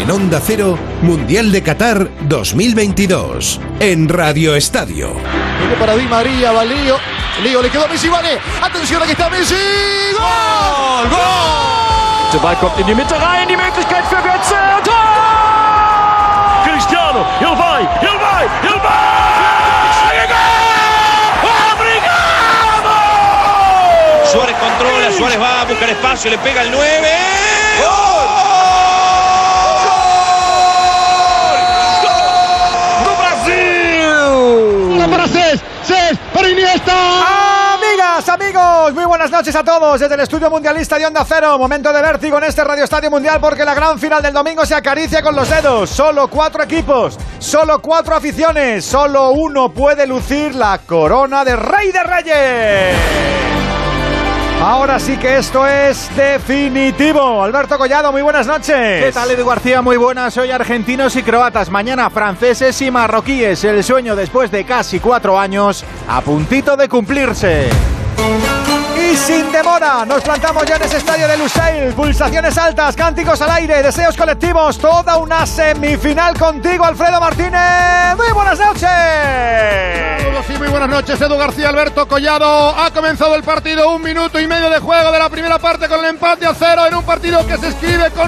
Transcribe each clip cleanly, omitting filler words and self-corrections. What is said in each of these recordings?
En Onda Cero, Mundial de Qatar 2022. En Radio Estadio. Viene para Di María, va Lío. Lío le quedó a Messi, vale. Atención, aquí está Messi. ¡Gol! ¡Gol! De bal komt in die Mitte rein, die Möglichkeit für Götze. Tor! Cristiano, heel weit, heel weit, heel weit. Suárez controla, Suárez va a buscar espacio, le pega el 9. ¡Gol! ¡Gol! ¡Brasil! ¡La para Cés! ¡Para Iniesta! Amigas, amigos, muy buenas noches a todos desde el estudio mundialista de Onda Cero. Momento de vértigo en este Radio Estadio Mundial porque la gran final del domingo se acaricia con los dedos. Solo 4 equipos, solo 4 aficiones, solo uno puede lucir la corona de Rey de Reyes. Ahora sí que esto es definitivo. Alberto Collado, muy buenas noches. ¿Qué tal, Edu García? Muy buenas. Hoy argentinos y croatas, mañana franceses y marroquíes. El sueño después de casi 4 años a puntito de cumplirse. Y sin demora, nos plantamos ya en ese estadio de Lusail. Pulsaciones altas, cánticos al aire, deseos colectivos. Toda una semifinal contigo, Alfredo Martínez. Muy buenas noches. Sí, muy buenas noches, Edu García, Alberto Collado. Ha comenzado el partido, 1 minuto y medio de juego de la primera parte con el empate a 0 en un partido que se escribe con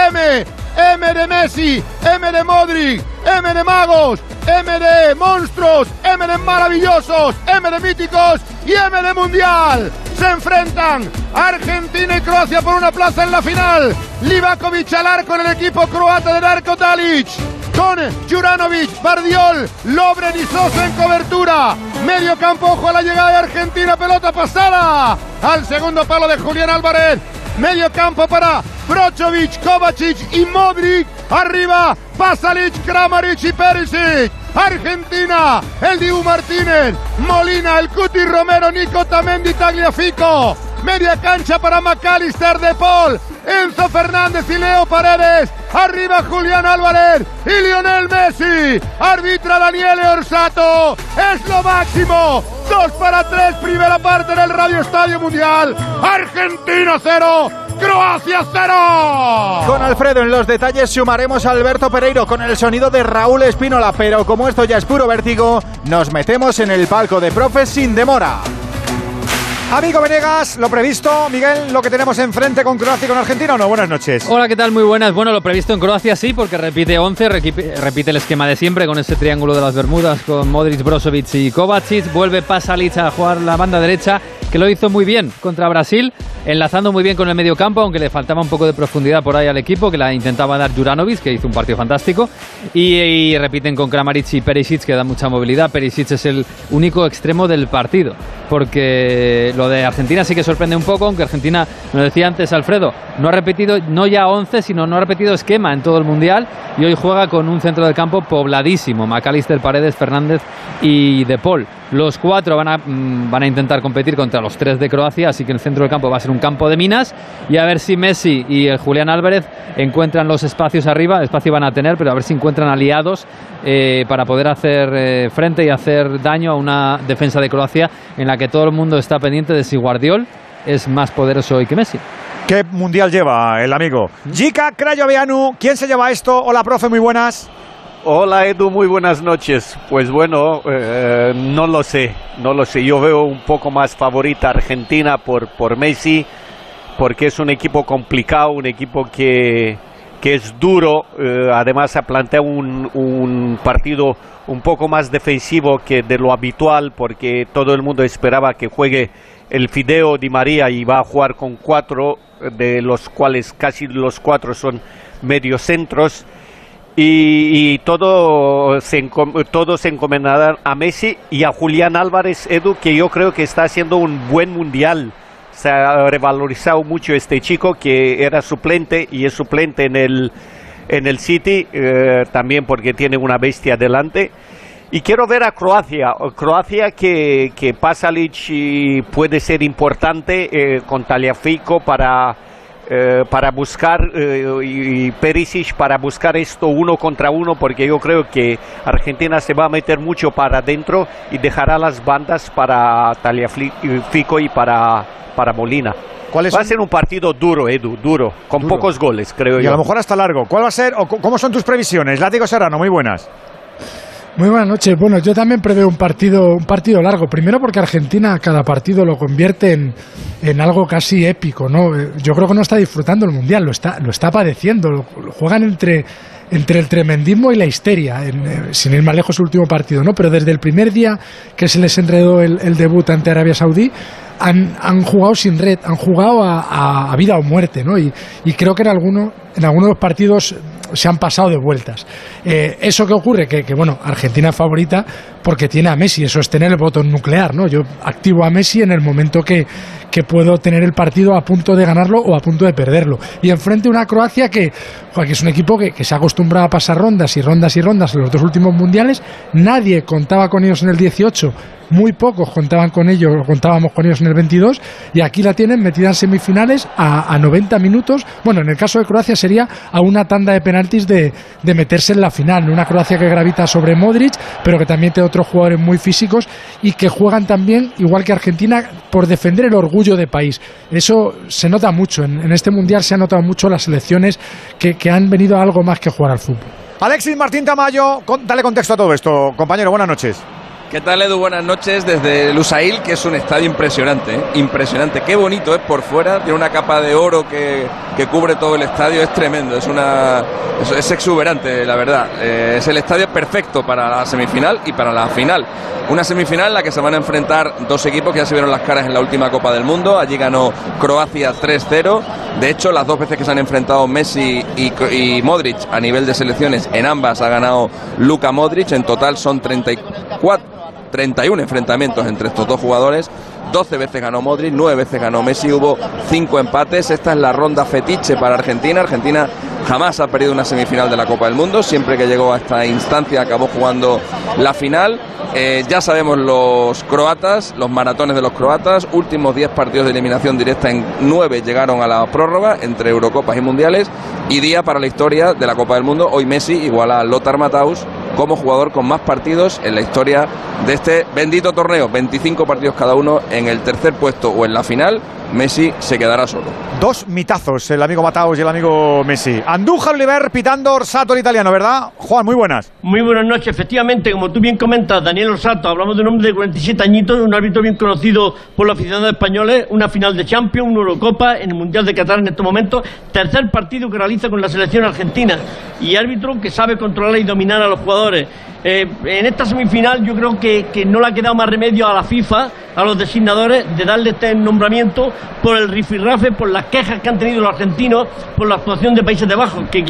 M de Messi, M de Modric, M de magos, M de monstruos, M de maravillosos, M de míticos y M de mundial. Se enfrentan Argentina y Croacia por una plaza en la final. Livakovic al arco en el equipo croata de Darko Dalic, con Juranovic, Bardiol, Lovren y Sosa en cobertura. Medio campo, ojo a la llegada de Argentina, pelota pasada al segundo palo de Julián Álvarez. Medio campo para Brozovic, Kovacic y Modric. Arriba, Pasalic, Kramaric y Perisic. Argentina, el Dibu Martínez, Molina, el Cuti Romero, Nico Tamendi, Tagliafico. Media cancha para McAllister, De Paul, Enzo Fernández y Leo Paredes. Arriba Julián Álvarez y Lionel Messi. Arbitra Daniele Orsato. Es lo máximo. 2-3, primera parte del Radio Estadio Mundial. Argentina 0. Croacia 0. Con Alfredo en los detalles sumaremos a Alberto Pereiro con el sonido de Raúl Espínola. Pero como esto ya es puro vértigo, nos metemos en el palco de profes sin demora. Amigo Venegas, lo previsto, Miguel, lo que tenemos enfrente con Croacia y con Argentina, ¿o no? Buenas noches. Hola, ¿qué tal? Muy buenas. Bueno, lo previsto en Croacia sí, porque repite 11, repite el esquema de siempre con ese triángulo de las Bermudas con Modric, Brozovic y Kovacic. Vuelve Pasalic a jugar la banda derecha, que lo hizo muy bien contra Brasil, enlazando muy bien con el medio campo, aunque le faltaba un poco de profundidad por ahí al equipo, que la intentaba dar Juranovic, que hizo un partido fantástico. Y repiten con Kramaric y Perisic, que da mucha movilidad. Perisic es el único extremo del partido, porque lo de Argentina sí que sorprende un poco, aunque Argentina, nos decía antes Alfredo, no ha repetido no ya 11, sino no ha repetido esquema en todo el Mundial, y hoy juega con un centro del campo pobladísimo, McAllister, Paredes, Fernández y De Paul. Los 4 van a intentar competir contra los 3 de Croacia, así que el centro del campo va a ser un campo de minas, y a ver si Messi y el Julián Álvarez encuentran los espacios arriba. Espacio van a tener, pero a ver si encuentran aliados para poder hacer frente y hacer daño a una defensa de Croacia en la que todo el mundo está pendiente de si Guardiol es más poderoso hoy que Messi. ¿Qué mundial lleva el amigo? Jica Crayoveanu, ¿quién se lleva esto? Hola, profe, muy buenas. Hola Edu, muy buenas noches. Pues bueno, no lo sé. Yo veo un poco más favorita Argentina por Messi, porque es un equipo complicado, un equipo que es duro. Además ha planteado un partido un poco más defensivo que de lo habitual, porque todo el mundo esperaba que juegue el Fideo Di María y va a jugar con 4, de los cuales casi los 4 son mediocentros. Y todo se encomendará a Messi y a Julián Álvarez, Edu, que yo creo que está haciendo un buen mundial. Se ha revalorizado mucho este chico, que era suplente y es suplente en el City, también porque tiene una bestia delante. Y quiero ver a Croacia que Pasalic puede ser importante con Tagliafico para buscar y Perisic para buscar esto 1 contra 1, porque yo creo que Argentina se va a meter mucho para adentro y dejará las bandas para Tagliafico y para Molina. Va a ser un partido duro, Edu, duro, con pocos goles, creo yo. Y a lo mejor hasta largo. ¿Cuál va a ser o cómo son tus previsiones? Látigo Serrano, muy buenas. Muy buenas noches. Bueno, yo también preveo un partido largo. Primero porque Argentina cada partido lo convierte en algo casi épico, ¿no? Yo creo que no está disfrutando el Mundial, lo está padeciendo. Lo juegan entre el tremendismo y la histeria, sin ir más lejos el último partido, ¿no? Pero desde el primer día que se les enredó el debut ante Arabia Saudí, han jugado sin red, han jugado a vida o muerte, ¿no? Y creo que en algunos de los partidos se han pasado de vueltas. ¿Eso qué ocurre? Que bueno, Argentina es favorita porque tiene a Messi, eso es tener el botón nuclear, ¿no? Yo activo a Messi en el momento que puedo tener el partido a punto de ganarlo o a punto de perderlo. Y enfrente una Croacia que es un equipo que se ha acostumbrado a pasar rondas y rondas y rondas en los dos últimos mundiales. Nadie contaba con ellos en el 18, muy pocos contábamos con ellos en el 22, y aquí la tienen metida en semifinales a 90 minutos. Bueno, en el caso de Croacia sería a una tanda de penaltis de meterse en la final. Una Croacia que gravita sobre Modric, pero que también tiene otros jugadores muy físicos y que juegan también, igual que Argentina, por defender el orgullo de país. Eso se nota mucho. En este Mundial se ha notado mucho las selecciones que han venido a algo más que jugar al fútbol. Alexis Martín Tamayo, dale contexto a todo esto, compañero, buenas noches. ¿Qué tal, Edu? Buenas noches desde Lusail, que es un estadio impresionante, ¿eh? Impresionante. Qué bonito es por fuera, tiene una capa de oro que cubre todo el estadio, es tremendo, es exuberante, la verdad. Es el estadio perfecto para la semifinal y para la final. Una semifinal en la que se van a enfrentar dos equipos que ya se vieron las caras en la última Copa del Mundo. Allí ganó Croacia 3-0. De hecho, las dos veces que se han enfrentado Messi y Modric a nivel de selecciones, en ambas ha ganado Luka Modric. En total son 31 enfrentamientos entre estos dos jugadores. 12 veces ganó Modric, 9 veces ganó Messi, hubo 5 empates. Esta es la ronda fetiche para Argentina. Argentina jamás ha perdido una semifinal de la Copa del Mundo. Siempre que llegó a esta instancia acabó jugando la final. Ya sabemos los croatas, los maratones de los croatas. Últimos 10 partidos de eliminación directa, en 9 llegaron a la prórroga entre Eurocopas y Mundiales. Y día para la historia de la Copa del Mundo. Hoy Messi iguala a Lothar Matthaus como jugador con más partidos en la historia de este bendito torneo. 25 partidos cada uno. En el tercer puesto o en la final, Messi se quedará solo. Dos mitazos, el amigo Matthaus y el amigo Messi. Andújar Oliver pitando Orsato el italiano, ¿verdad? Juan, muy buenas. Muy buenas noches. Efectivamente, como tú bien comentas, Daniel Orsato, hablamos de un hombre de 47 añitos, un árbitro bien conocido por los aficionados españoles, una final de Champions, una Eurocopa en el Mundial de Qatar en estos momentos, tercer partido que realiza con la selección argentina, y árbitro que sabe controlar y dominar a los jugadores. En esta semifinal yo creo que no le ha quedado más remedio a la FIFA, a los designadores, de darle este nombramiento por el rifirrafe, por las quejas que han tenido los argentinos, por la actuación de Países Bajos, que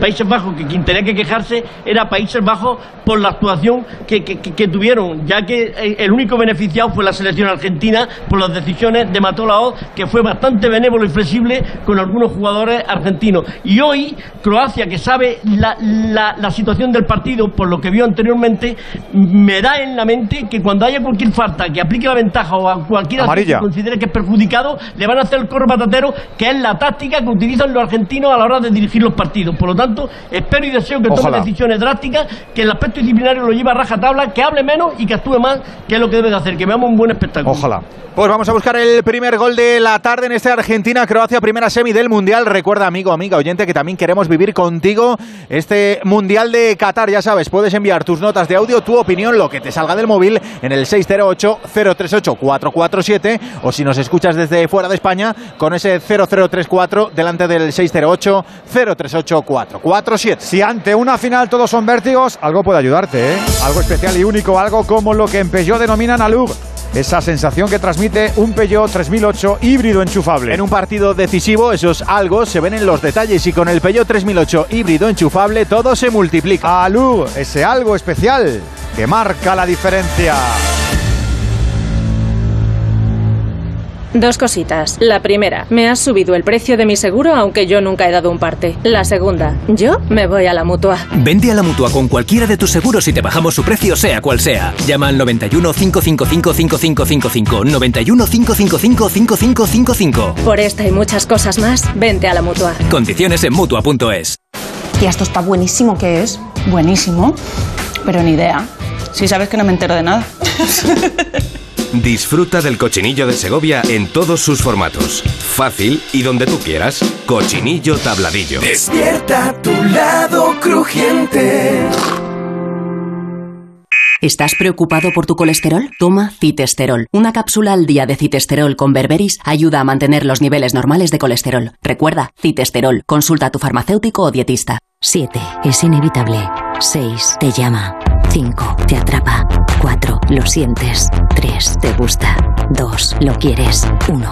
quien tenía que quejarse era Países Bajos por la actuación que tuvieron, ya que el único beneficiado fue la selección argentina por las decisiones de Mató Laoz, que fue bastante benévolo y flexible con algunos jugadores argentinos. Y hoy Croacia, que sabe la situación del partido por lo que vio anteriormente, me da en la mente que cuando haya cualquier falta que aplique la ventaja o a cualquiera que considere que es perjudicado, le van a hacer el corro patatero, que es la táctica que utilizan los argentinos a la hora de dirigir los partidos. Por lo tanto, espero y deseo que tome decisiones drásticas, que el aspecto disciplinario lo lleve a rajatabla, que hable menos y que actúe más, que es lo que debe de hacer, que veamos un buen espectáculo. Ojalá. Pues vamos a buscar el primer gol de la tarde en este Argentina-Croacia, primera semi del Mundial. Recuerda, amigo, amiga, oyente, que también queremos vivir contigo este Mundial de Qatar. Ya sabes, puedes enviar tus notas de audio, tu opinión, lo que te salga del móvil en el 608-038-447, o si nos escuchas desde fuera de España, con ese 0034 delante del 608-038-447. Si ante una final todos son vértigos, algo puede ayudarte, ¿eh? Algo especial y único, algo como lo que en Peugeot denominan Alug. Esa sensación que transmite un Peugeot 3008 híbrido enchufable. En un partido decisivo, esos algo se ven en los detalles, y con el Peugeot 3008 híbrido enchufable todo se multiplica. Alug, ese algo especial que marca la diferencia. Dos cositas. La primera, me has subido el precio de mi seguro aunque yo nunca he dado un parte. La segunda, yo me voy a la Mutua. Vente a la Mutua con cualquiera de tus seguros y te bajamos su precio sea cual sea. Llama al 91 555 5555. 91 555 5555. Por esta y muchas cosas más, vente a la Mutua. Condiciones en Mutua.es. Tía, esto está buenísimo. ¿Qué es? Buenísimo, pero ni idea. Si sabes que no me entero de nada. Disfruta del cochinillo de Segovia en todos sus formatos. Fácil y donde tú quieras. Cochinillo Tabladillo. Despierta tu lado crujiente. ¿Estás preocupado por tu colesterol? Toma Citesterol. Una cápsula al día de Citesterol con berberis ayuda a mantener los niveles normales de colesterol. Recuerda, Citesterol. Consulta a tu farmacéutico o dietista. 7. Es inevitable. 6. Te llama. 5. Te atrapa. 4. Lo sientes. 3. Te gusta. 2. Lo quieres. 1.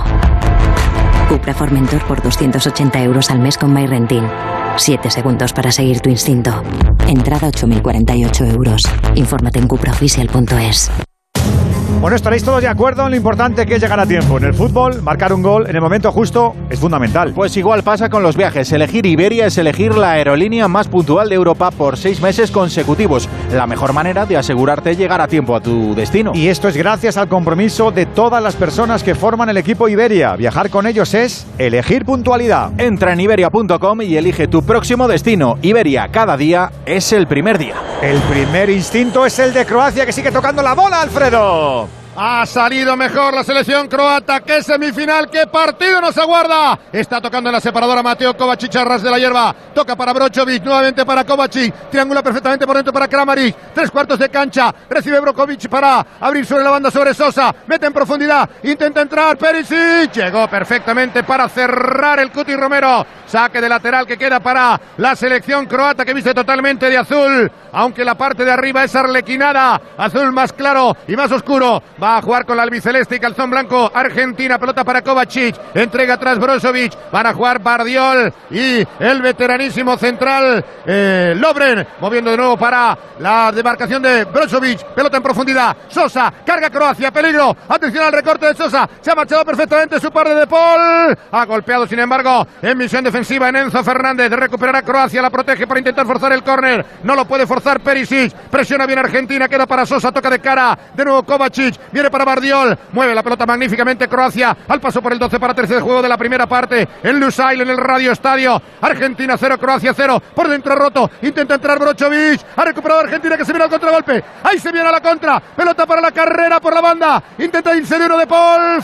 Cupra Formentor por 280 € al mes con MyRentin. 7 segundos para seguir tu instinto. Entrada 8.048 €. Infórmate en cupraofficial.es. Bueno, estaréis todos de acuerdo en lo importante que es llegar a tiempo. En el fútbol, marcar un gol en el momento justo es fundamental. Pues igual pasa con los viajes. Elegir Iberia es elegir la aerolínea más puntual de Europa por 6 meses consecutivos. La mejor manera de asegurarte llegar a tiempo a tu destino. Y esto es gracias al compromiso de todas las personas que forman el equipo Iberia. Viajar con ellos es elegir puntualidad. Entra en iberia.com y elige tu próximo destino. Iberia, cada día es el primer día. El primer instinto es el de Croacia, que sigue tocando la bola, Alfredo. Ha salido mejor la selección croata. ¡Qué semifinal! ¡Qué partido nos aguarda! Está tocando en la separadora Mateo Kovacic a ras de la hierba. Toca para Brozovic, nuevamente para Kovacic. Triangula perfectamente por dentro para Kramaric. 3/4 de cancha. Recibe Brozovic para abrir sobre la banda sobre Sosa. Mete en profundidad. Intenta entrar Perisic. Llegó perfectamente para cerrar el Cuti Romero. Saque de lateral que queda para la selección croata, que viste totalmente de azul. Aunque la parte de arriba es arlequinada. Azul más claro y más oscuro. Va a jugar con la albiceleste y calzón blanco Argentina. Pelota para Kovacic. Entrega atrás Brozovic. Van a jugar Bardiol y el veteranísimo central Lovren. Moviendo de nuevo para la demarcación de Brozovic. Pelota en profundidad. Sosa. Carga Croacia. Peligro. Atención al recorte de Sosa. Se ha marchado perfectamente su par de Paul. Ha golpeado sin embargo en misión defensiva en Enzo Fernández. Recuperará Croacia. La protege para intentar forzar el córner. No lo puede forzar Perisic. Presiona bien Argentina. Queda para Sosa. Toca de cara. De nuevo Kovacic. Viene para Bardiol, mueve la pelota magníficamente Croacia, al paso por el 12 para 13 de juego de la primera parte, en Lusail, en el Radio Estadio. Argentina 0, Croacia 0, por dentro roto, intenta entrar Brozovic, ha recuperado Argentina que se viene al contragolpe, ahí se viene a la contra, pelota para la carrera por la banda, intenta irse de uno de Paul,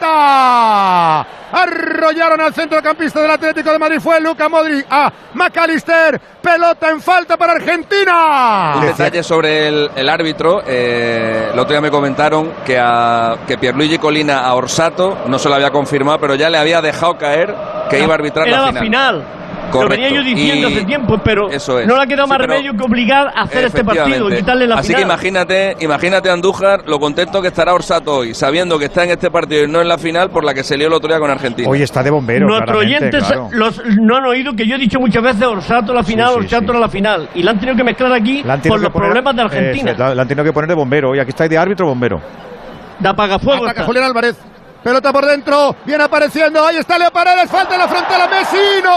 falta, arrollaron al centrocampista del Atlético de Madrid, fue Luka Modric a McAllister, pelota en falta para Argentina. Un detalle sobre el árbitro, el otro día me comentaron que Pierluigi Collina a Orsato no se lo había confirmado, pero ya le había dejado caer que iba a arbitrar la final. Correcto. Lo venía yo diciendo hace tiempo, pero no le ha quedado más remedio que obligar a hacer este partido y quitarle la Así final. Así que imagínate a Andújar lo contento que estará Orsato hoy, sabiendo que está en este partido y no en la final por la que se lió el otro día con Argentina. Hoy está de bombero. Nuestros oyentes no han oído que yo he dicho muchas veces Orsato la final, Orsato la final. Y la han tenido que mezclar aquí por los problemas de Argentina. La han tenido que poner de bombero. Y aquí está de árbitro bombero. De apagafuego. Ataca Julián Álvarez. Pelota por dentro. Viene apareciendo. Ahí está Leo Paredes. Falta en la frontal a Messi.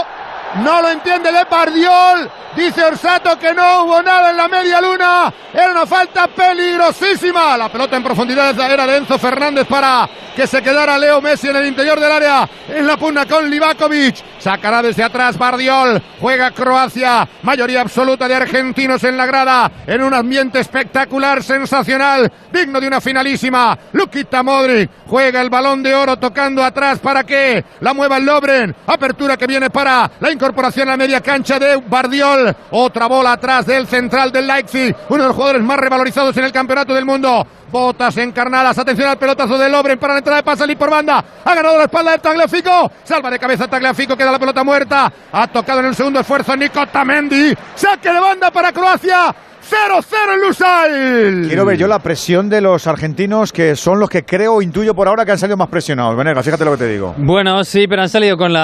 No lo entiende de Bardiol. Dice Orsato que no hubo nada en la media luna. Era una falta peligrosísima. La pelota en profundidad era de Enzo Fernández para que se quedara Leo Messi en el interior del área. En la pugna con Livakovic. Sacará desde atrás Bardiol. Juega Croacia. Mayoría absoluta de argentinos en la grada. En un ambiente espectacular, sensacional. Digno de una finalísima. Luka Modric. Juega el balón de oro tocando atrás para que la mueva el Lovren. Apertura que viene para la incorporación a la media cancha de Bardiol. Otra bola atrás del central del Leipzig, uno de los jugadores más revalorizados en el campeonato del mundo. Botas encarnadas, atención al pelotazo de Lovren para la entrada de Pasalic por banda. Ha ganado la espalda del Tagliafico, salva de cabeza Tagliafico, queda la pelota muerta. Ha tocado en el segundo esfuerzo Nico Otamendi. Saque de banda para Croacia. 0-0 en Lusail. Quiero ver yo la presión de los argentinos, que son los que intuyo por ahora que han salido más presionados. Venegas, fíjate lo que te digo. Bueno, sí, pero han salido con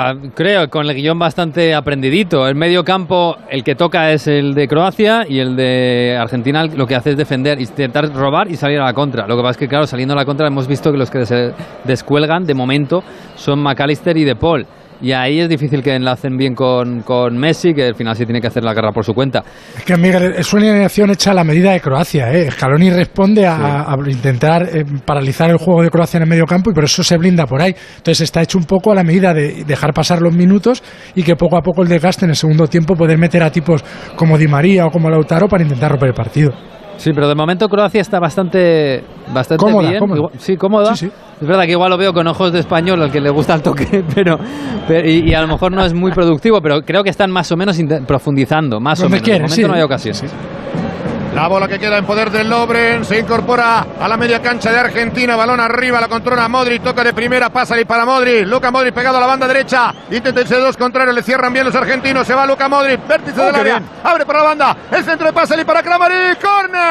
el guión bastante aprendidito. El medio campo, el que toca es el de Croacia y el de Argentina lo que hace es defender, intentar robar y salir a la contra. Lo que pasa es que, claro, saliendo a la contra hemos visto que los que se descuelgan de momento son McAllister y De Paul. Y ahí es difícil que enlacen bien con Messi, que al final sí tiene que hacer la guerra por su cuenta. Es que, Miguel, es una alineación hecha a la medida de Croacia. Scaloni responde a intentar paralizar el juego de Croacia en el medio campo y por eso se blinda por ahí. Entonces está hecho un poco a la medida de dejar pasar los minutos y que poco a poco el desgaste en el segundo tiempo poder meter a tipos como Di María o como Lautaro para intentar romper el partido. Sí, pero de momento Croacia está bastante cómoda, bien. cómoda. Sí, cómoda. Sí. Es verdad que igual lo veo con ojos de español, al que le gusta el toque, pero y a lo mejor no es muy productivo, pero creo que están más o menos profundizando, más o menos. De momento no hay ocasión. Sí. La bola que queda en poder del Lovren, se incorpora a la media cancha de Argentina, balón arriba, la controla Modric, toca de primera, pasa y para Modric, Luka Modric pegado a la banda derecha, intenta irse de dos contrarios, le cierran bien los argentinos, se va Luka Modric, vértice del área, abre para la banda, el centro de Pasali para Kramaric,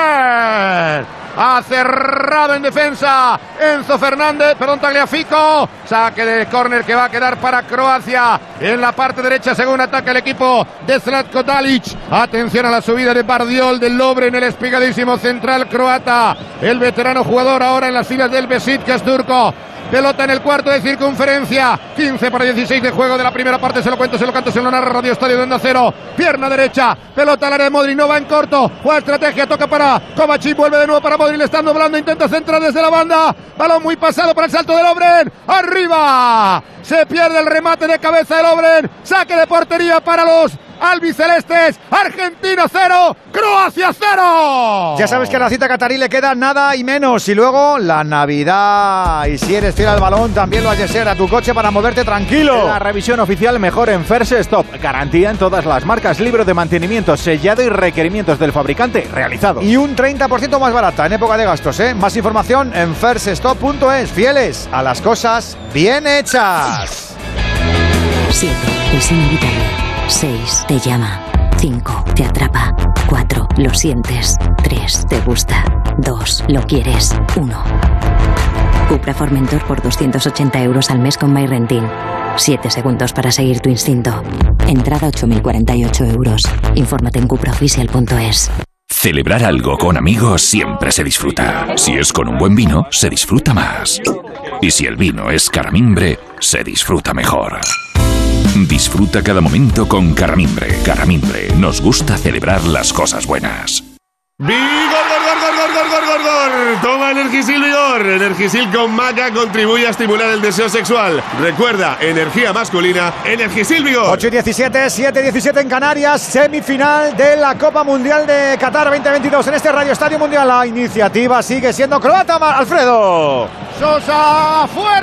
córner. Ha cerrado en defensa Enzo Fernández, Tagliafico. Saque de córner que va a quedar para Croacia. En la parte derecha, según ataca el equipo de Zlatko Dalic. Atención a la subida de Bardiol, del Lovren, el espigadísimo central croata. El veterano jugador ahora en las filas del Beşiktaş turco. Pelota en el cuarto de circunferencia. 15:16 de juego de la primera parte. Se lo cuento, se lo canto, se lo narra Radio Estadio de Onda Cero. Pierna derecha. Pelota al área de Modric. No va en corto. Juega estrategia. Toca para Kovacic. Vuelve de nuevo para Modric. Le están doblando. Intenta centrar desde la banda. Balón muy pasado para el salto de Lovren. ¡Arriba! Se pierde el remate de cabeza de Lovren. Saque de portería para los albicelestes. Argentina 0, Croacia 0. Ya sabes que a la cita catarí le queda nada y menos. Y luego la Navidad. Y si eres fiel al balón, también lo has de ser a tu coche para moverte tranquilo. La revisión oficial mejor en First Stop. Garantía en todas las marcas, libro de mantenimiento sellado y requerimientos del fabricante realizado. Y un 30% más barata en época de gastos, ¿eh? Más información en firststop.es. Fieles a las cosas bien hechas. 7. Es inevitable. 6. Te llama. 5. Te atrapa. 4. Lo sientes. 3. Te gusta. 2. Lo quieres. 1. Cupra Formentor por 280 € al mes con MyRenting. 7 segundos para seguir tu instinto. Entrada 8.048 €. Infórmate en cupraoficial.es. Celebrar algo con amigos siempre se disfruta. Si es con un buen vino, se disfruta más. Y si el vino es Caramimbre, se disfruta mejor. Disfruta cada momento con Caramimbre. Caramimbre, nos gusta celebrar las cosas buenas. ¡Vigor! Toma Energisil Vigor. Energisil con maca contribuye a estimular el deseo sexual. Recuerda, energía masculina, Energisil Vigor. 8:17, 7:17 en Canarias. Semifinal de la Copa Mundial de Qatar 2022 en este Radio Estadio Mundial. La iniciativa sigue siendo croata, Alfredo. Sosa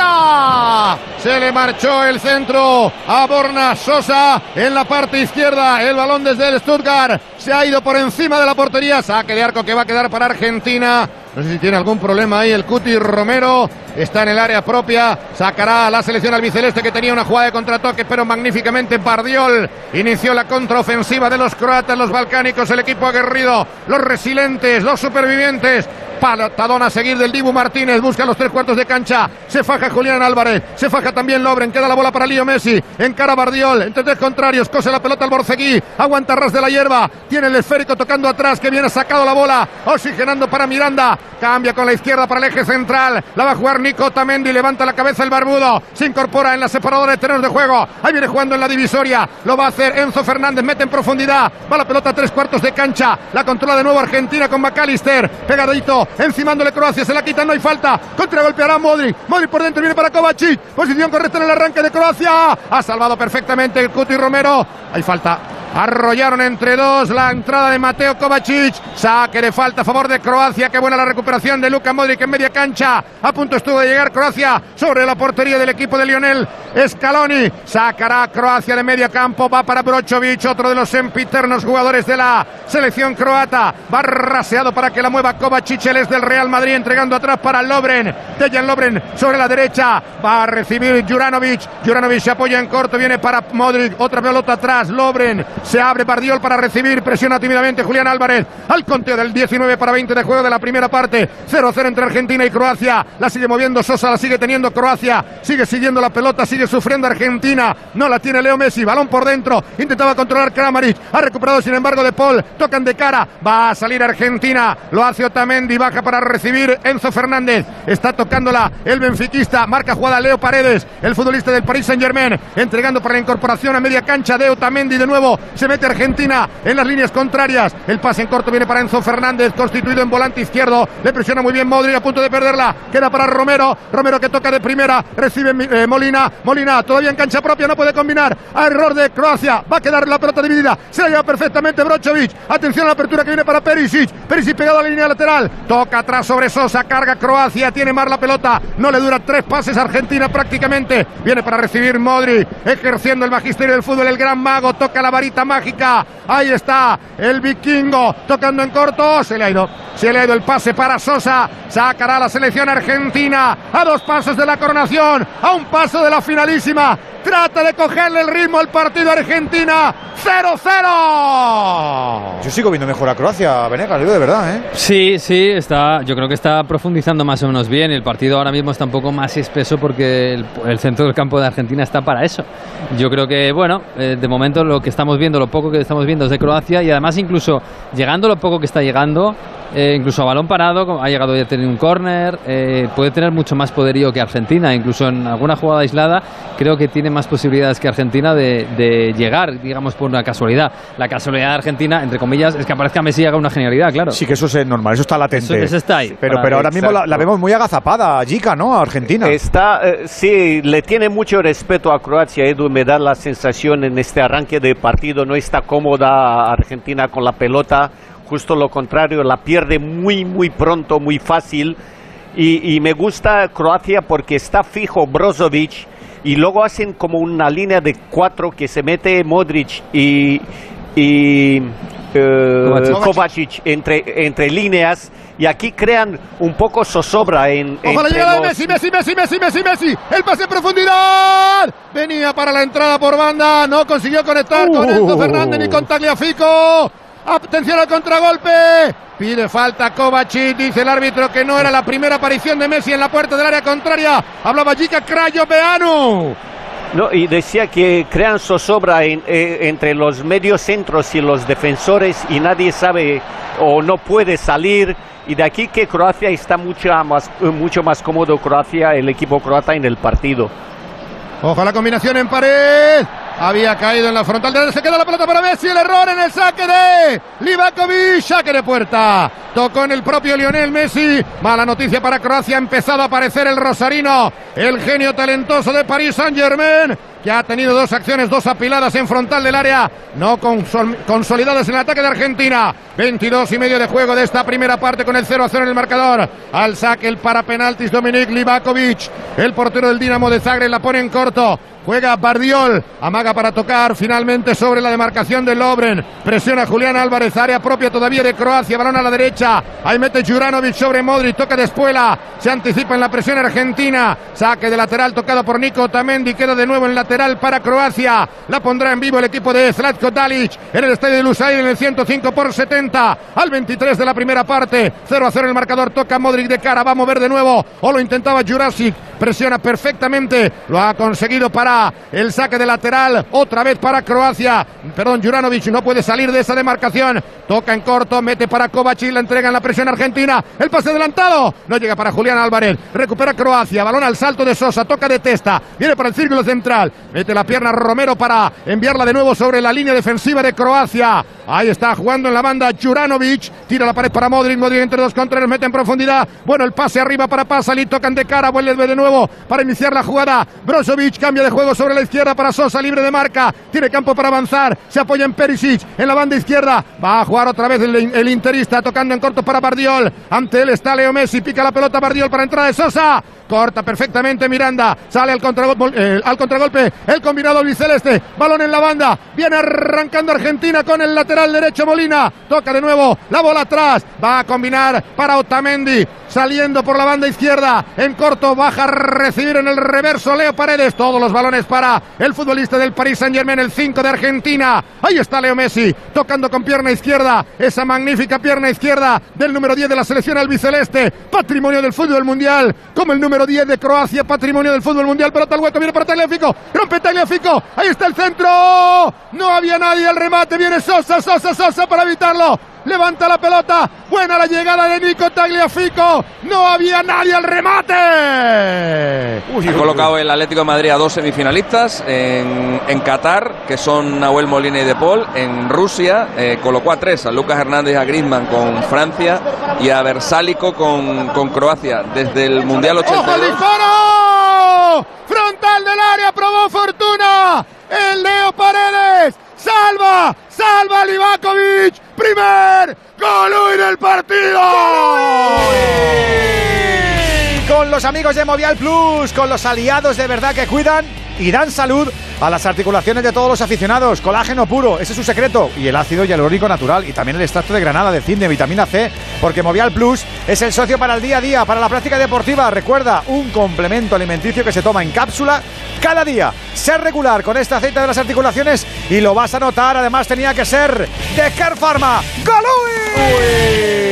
fuera. Se le marchó el centro a Borna Sosa en la parte izquierda. El balón desde el Stuttgart se ha ido por encima de la portería. Saque de arco que va a quedar para Argentina. No sé si tiene algún problema ahí el Cuti Romero. Está en el área propia. Sacará a la selección albiceleste, que tenía una jugada de contratoque, pero magníficamente Bardiol inició la contraofensiva de los croatas, los balcánicos, el equipo aguerrido, los resilientes, los supervivientes. Patadón a seguir del Dibu Martínez, busca los 3/4 de cancha, se faja Julián Álvarez, se faja también Lovren, queda la bola para Leo Messi, encara Bardiol, entre tres contrarios, cose la pelota al Borceguí, aguanta ras de la hierba, tiene el esférico tocando atrás, que viene sacado la bola, oxigenando para Miranda, cambia con la izquierda para el eje central, la va a jugar Nico Otamendi, levanta la cabeza el barbudo, se incorpora en la separadora de terrenos de juego, ahí viene jugando en la divisoria, lo va a hacer Enzo Fernández, mete en profundidad, va la pelota a 3/4 de cancha, la controla de nuevo Argentina con McAllister, pegadito, encimándole Croacia, se la quita, no hay falta, contragolpeará Modric, Modric por dentro, viene para Kovacic, posición correcta en el arranque de Croacia, ha salvado perfectamente el Cuti Romero, hay falta. Arrollaron entre dos la entrada de Mateo Kovacic. Saque de falta a favor de Croacia. Qué buena la recuperación de Luka Modric en media cancha. A punto estuvo de llegar Croacia sobre la portería del equipo de Lionel Scaloni. Sacará Croacia de media campo. Va para Brozovic, otro de los sempiternos jugadores de la selección croata. Va raseado para que la mueva Kovacic. Él es del Real Madrid, entregando atrás para Lovren. Dejan Lovren sobre la derecha. Va a recibir Juranovic. Juranovic se apoya en corto. Viene para Modric. Otra pelota atrás. Lovren. Se abre Bardiol para recibir, presiona tímidamente Julián Álvarez al conteo del 19:20 de juego de la primera parte. 0-0 entre Argentina y Croacia. La sigue moviendo Sosa, la sigue teniendo Croacia, sigue siguiendo la pelota, sigue sufriendo Argentina. No la tiene Leo Messi, balón por dentro, intentaba controlar Kramaric, ha recuperado sin embargo De Paul, tocan de cara, va a salir Argentina, lo hace Otamendi, baja para recibir Enzo Fernández, está tocándola el benfiquista, marca jugada Leo Paredes, el futbolista del Paris Saint-Germain, entregando para la incorporación a media cancha de Otamendi de nuevo. se mete Argentina en las líneas contrarias, el pase en corto viene para Enzo Fernández, constituido en volante izquierdo, le presiona muy bien Modric, a punto de perderla, queda para Romero que toca de primera, recibe Molina todavía en cancha propia, no puede combinar, a error de Croacia, va a quedar la pelota dividida, se la lleva perfectamente Brozovic, atención a la apertura que viene para Perisic pegado a la línea lateral, toca atrás sobre Sosa, carga Croacia, tiene más la pelota, no le dura 3 pases a Argentina prácticamente, viene para recibir Modric, ejerciendo el magisterio del fútbol, el gran mago, toca la varita mágica, ahí está el vikingo, tocando en corto, se le ha ido el pase para Sosa, sacará la selección argentina a 2 pasos de la coronación, a 1 paso de la finalísima, trata de cogerle el ritmo al partido Argentina, 0-0. Yo sigo viendo mejor a Croacia, Venegas, digo de verdad, ¿eh? Sí, yo creo que está profundizando más o menos bien, el partido ahora mismo está un poco más espeso porque el centro del campo de Argentina está para eso. Yo creo que, de momento lo que estamos viendo, lo poco que estamos viendo es de Croacia, y además incluso llegando lo poco que está llegando, incluso a balón parado, ha llegado ya a tener un córner, puede tener mucho más poderío que Argentina, incluso en alguna jugada aislada creo que tiene más posibilidades que Argentina de llegar, digamos, por una casualidad. La casualidad de Argentina, entre comillas, es que aparezca Messi y haga una genialidad, claro. Sí, que eso es normal, eso está latente. Eso está ahí. Pero ahora mismo la vemos muy agazapada, Jica, ¿no? A Argentina. Sí, le tiene mucho respeto a Croacia, Edu, me da la sensación en este arranque de partido, no está cómoda Argentina con la pelota, justo lo contrario, la pierde muy pronto, muy fácil, y me gusta Croacia porque está fijo Brozovic, y luego hacen como una línea de 4 que se mete Modric y Kovacic entre líneas, y aquí crean un poco zozobra ¡ojo la llegada de Messi! ¡El pase en profundidad! Venía para la entrada por banda, no consiguió conectar con Enzo Fernández ni con Tagliafico. ¡Atención al contragolpe! Pide falta Kovacic, dice el árbitro que no era la primera aparición de Messi en la puerta del área contraria. Hablaba Jica Crayoveanu. No, y decía que crean zozobra entre los mediocentros y los defensores, y nadie sabe o no puede salir, y de aquí que Croacia está mucho más cómodo, el equipo croata en el partido. Ojo a la combinación en pared. Había caído en la frontal de... Se queda la pelota para Messi. El error en el saque de Livakovic. Saque de puerta. Tocó en el propio Lionel Messi. Mala noticia para Croacia. Ha empezado a aparecer el rosarino, el genio talentoso de Paris Saint-Germain, que ha tenido 2 acciones, 2 apiladas en frontal del área, no consolidadas en el ataque de Argentina. 22 y medio de juego de esta primera parte, con el 0-0 en el marcador. Al saque el para penaltis Dominik Livakovic, el portero del Dinamo de Zagreb, la pone en corto. Juega Bardiol, amaga para tocar finalmente sobre la demarcación de Lovren. Presiona Julián Álvarez, área propia todavía de Croacia, balón a la derecha. Ahí mete Juranovic sobre Modric, toca de espuela. Se anticipa en la presión argentina. Saque de lateral tocado por Nico Otamendi, queda de nuevo en lateral para Croacia. La pondrá en vivo el equipo de Zlatko Dalic en el estadio de Lusail en el 105/70. Al 23 de la primera parte, 0-0 en el marcador, toca Modric de cara, va a mover de nuevo. O lo intentaba Jurasic, presiona perfectamente, lo ha conseguido para el saque de lateral, otra vez para Croacia. Juranovic no puede salir de esa demarcación, toca en corto, mete para Kovacic, la entrega en la presión argentina, el pase adelantado, no llega para Julián Álvarez, recupera Croacia, balón al salto de Sosa, toca de testa, viene para el círculo central, mete la pierna Romero para enviarla de nuevo sobre la línea defensiva de Croacia. Ahí está jugando en la banda Juranovic, tira la pared para Modric entre 2 contrarios, mete en profundidad, bueno, el pase arriba para Pasalic, tocan de cara, vuelve de nuevo para iniciar la jugada. Brozovic cambia de juego sobre la izquierda para Sosa, libre de marca, tiene campo para avanzar, se apoya en Perisic en la banda izquierda, va a jugar otra vez el interista, tocando en corto para Bardiol, ante él está Leo Messi, pica la pelota Bardiol para entrada de Sosa, corta perfectamente Miranda, sale al contragolpe el combinado albiceleste, balón en la banda, viene arrancando Argentina con el lateral derecho Molina, toca de nuevo, la bola atrás, va a combinar para Otamendi, saliendo por la banda izquierda, en corto baja a recibir en el reverso Leo Paredes, todos los balones para el futbolista del Paris Saint-Germain, el 5 de Argentina, ahí está Leo Messi, tocando con pierna izquierda, esa magnífica pierna izquierda del número 10 de la selección albiceleste, patrimonio del fútbol mundial, como el número 10 de Croacia, patrimonio del fútbol mundial, pelota al hueco, viene para Tagliafico, rompe Tagliafico, ahí está el centro, no había nadie al remate, viene Sosa para evitarlo, levanta la pelota, buena la llegada de Nico Tagliafico, no había nadie al remate. Ha colocado el Atlético de Madrid a 2 semifinalistas en Qatar, que son Nahuel Molina y De Paul. En Rusia colocó a 3, a Lucas Hernández y a Griezmann con Francia y a Versálico con Croacia desde el Mundial 82. ¡Ojo al disparo! Frontal del área, probó fortuna. El Leo Paredes salva a Livakovic. Primer gol en el partido. Con los amigos de Movial Plus, con los aliados de verdad que cuidan y dan salud a las articulaciones de todos los aficionados. Colágeno puro, ese es su secreto. Y el ácido hialurónico natural. Y también el extracto de granada, de zinc, de vitamina C. Porque Movial Plus es el socio para el día a día, para la práctica deportiva. Recuerda, un complemento alimenticio que se toma en cápsula cada día. Ser regular con este aceite de las articulaciones y lo vas a notar. Además tenía que ser de Care Pharma. ¡Golui!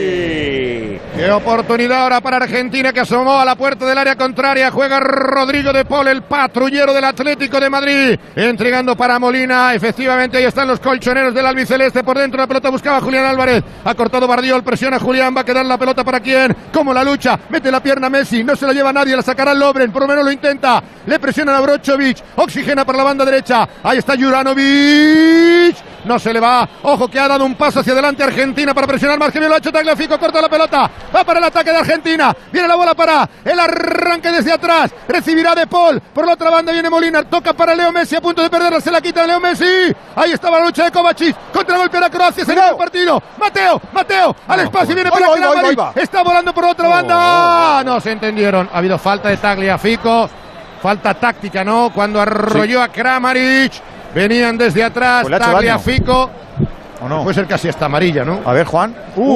Qué oportunidad ahora para Argentina, que asomó a la puerta del área contraria. Juega Rodrigo de Paul, el patrullero del Atlético de Madrid, entregando para Molina. Efectivamente, ahí están los colchoneros del albiceleste. Por dentro la pelota buscaba Julián Álvarez. Ha cortado Bardiol, presiona a Julián. Va a quedar la pelota para quién. Como la lucha, mete la pierna Messi. No se la lleva nadie, la sacará Lovren. Por lo menos lo intenta. Le presionan a Brozovic. Oxigena por la banda derecha. Ahí está Juranovic. No se le va. Ojo que ha dado un paso hacia adelante Argentina para presionar más que bien lo ha hecho Tagliafico. Corta la pelota. Va para el ataque de Argentina. Viene la bola para el arranque desde atrás. Recibirá De Paul. Por la otra banda viene Molina. Toca para Leo Messi. A punto de perderla. Se la quita Leo Messi. Ahí estaba la lucha de Kovacic. Contragolpe a Croacia. Se gana el partido. Mateo. Al espacio. Viene para Kramaric. Está volando por otra banda. No se entendieron. Ha habido falta de Tagliafico. Falta táctica, ¿no? Cuando arrolló a Kramaric. Venían desde atrás. Pues Tagliafico. ¿O no? Puede ser casi hasta amarilla, ¿no? A ver, Juan.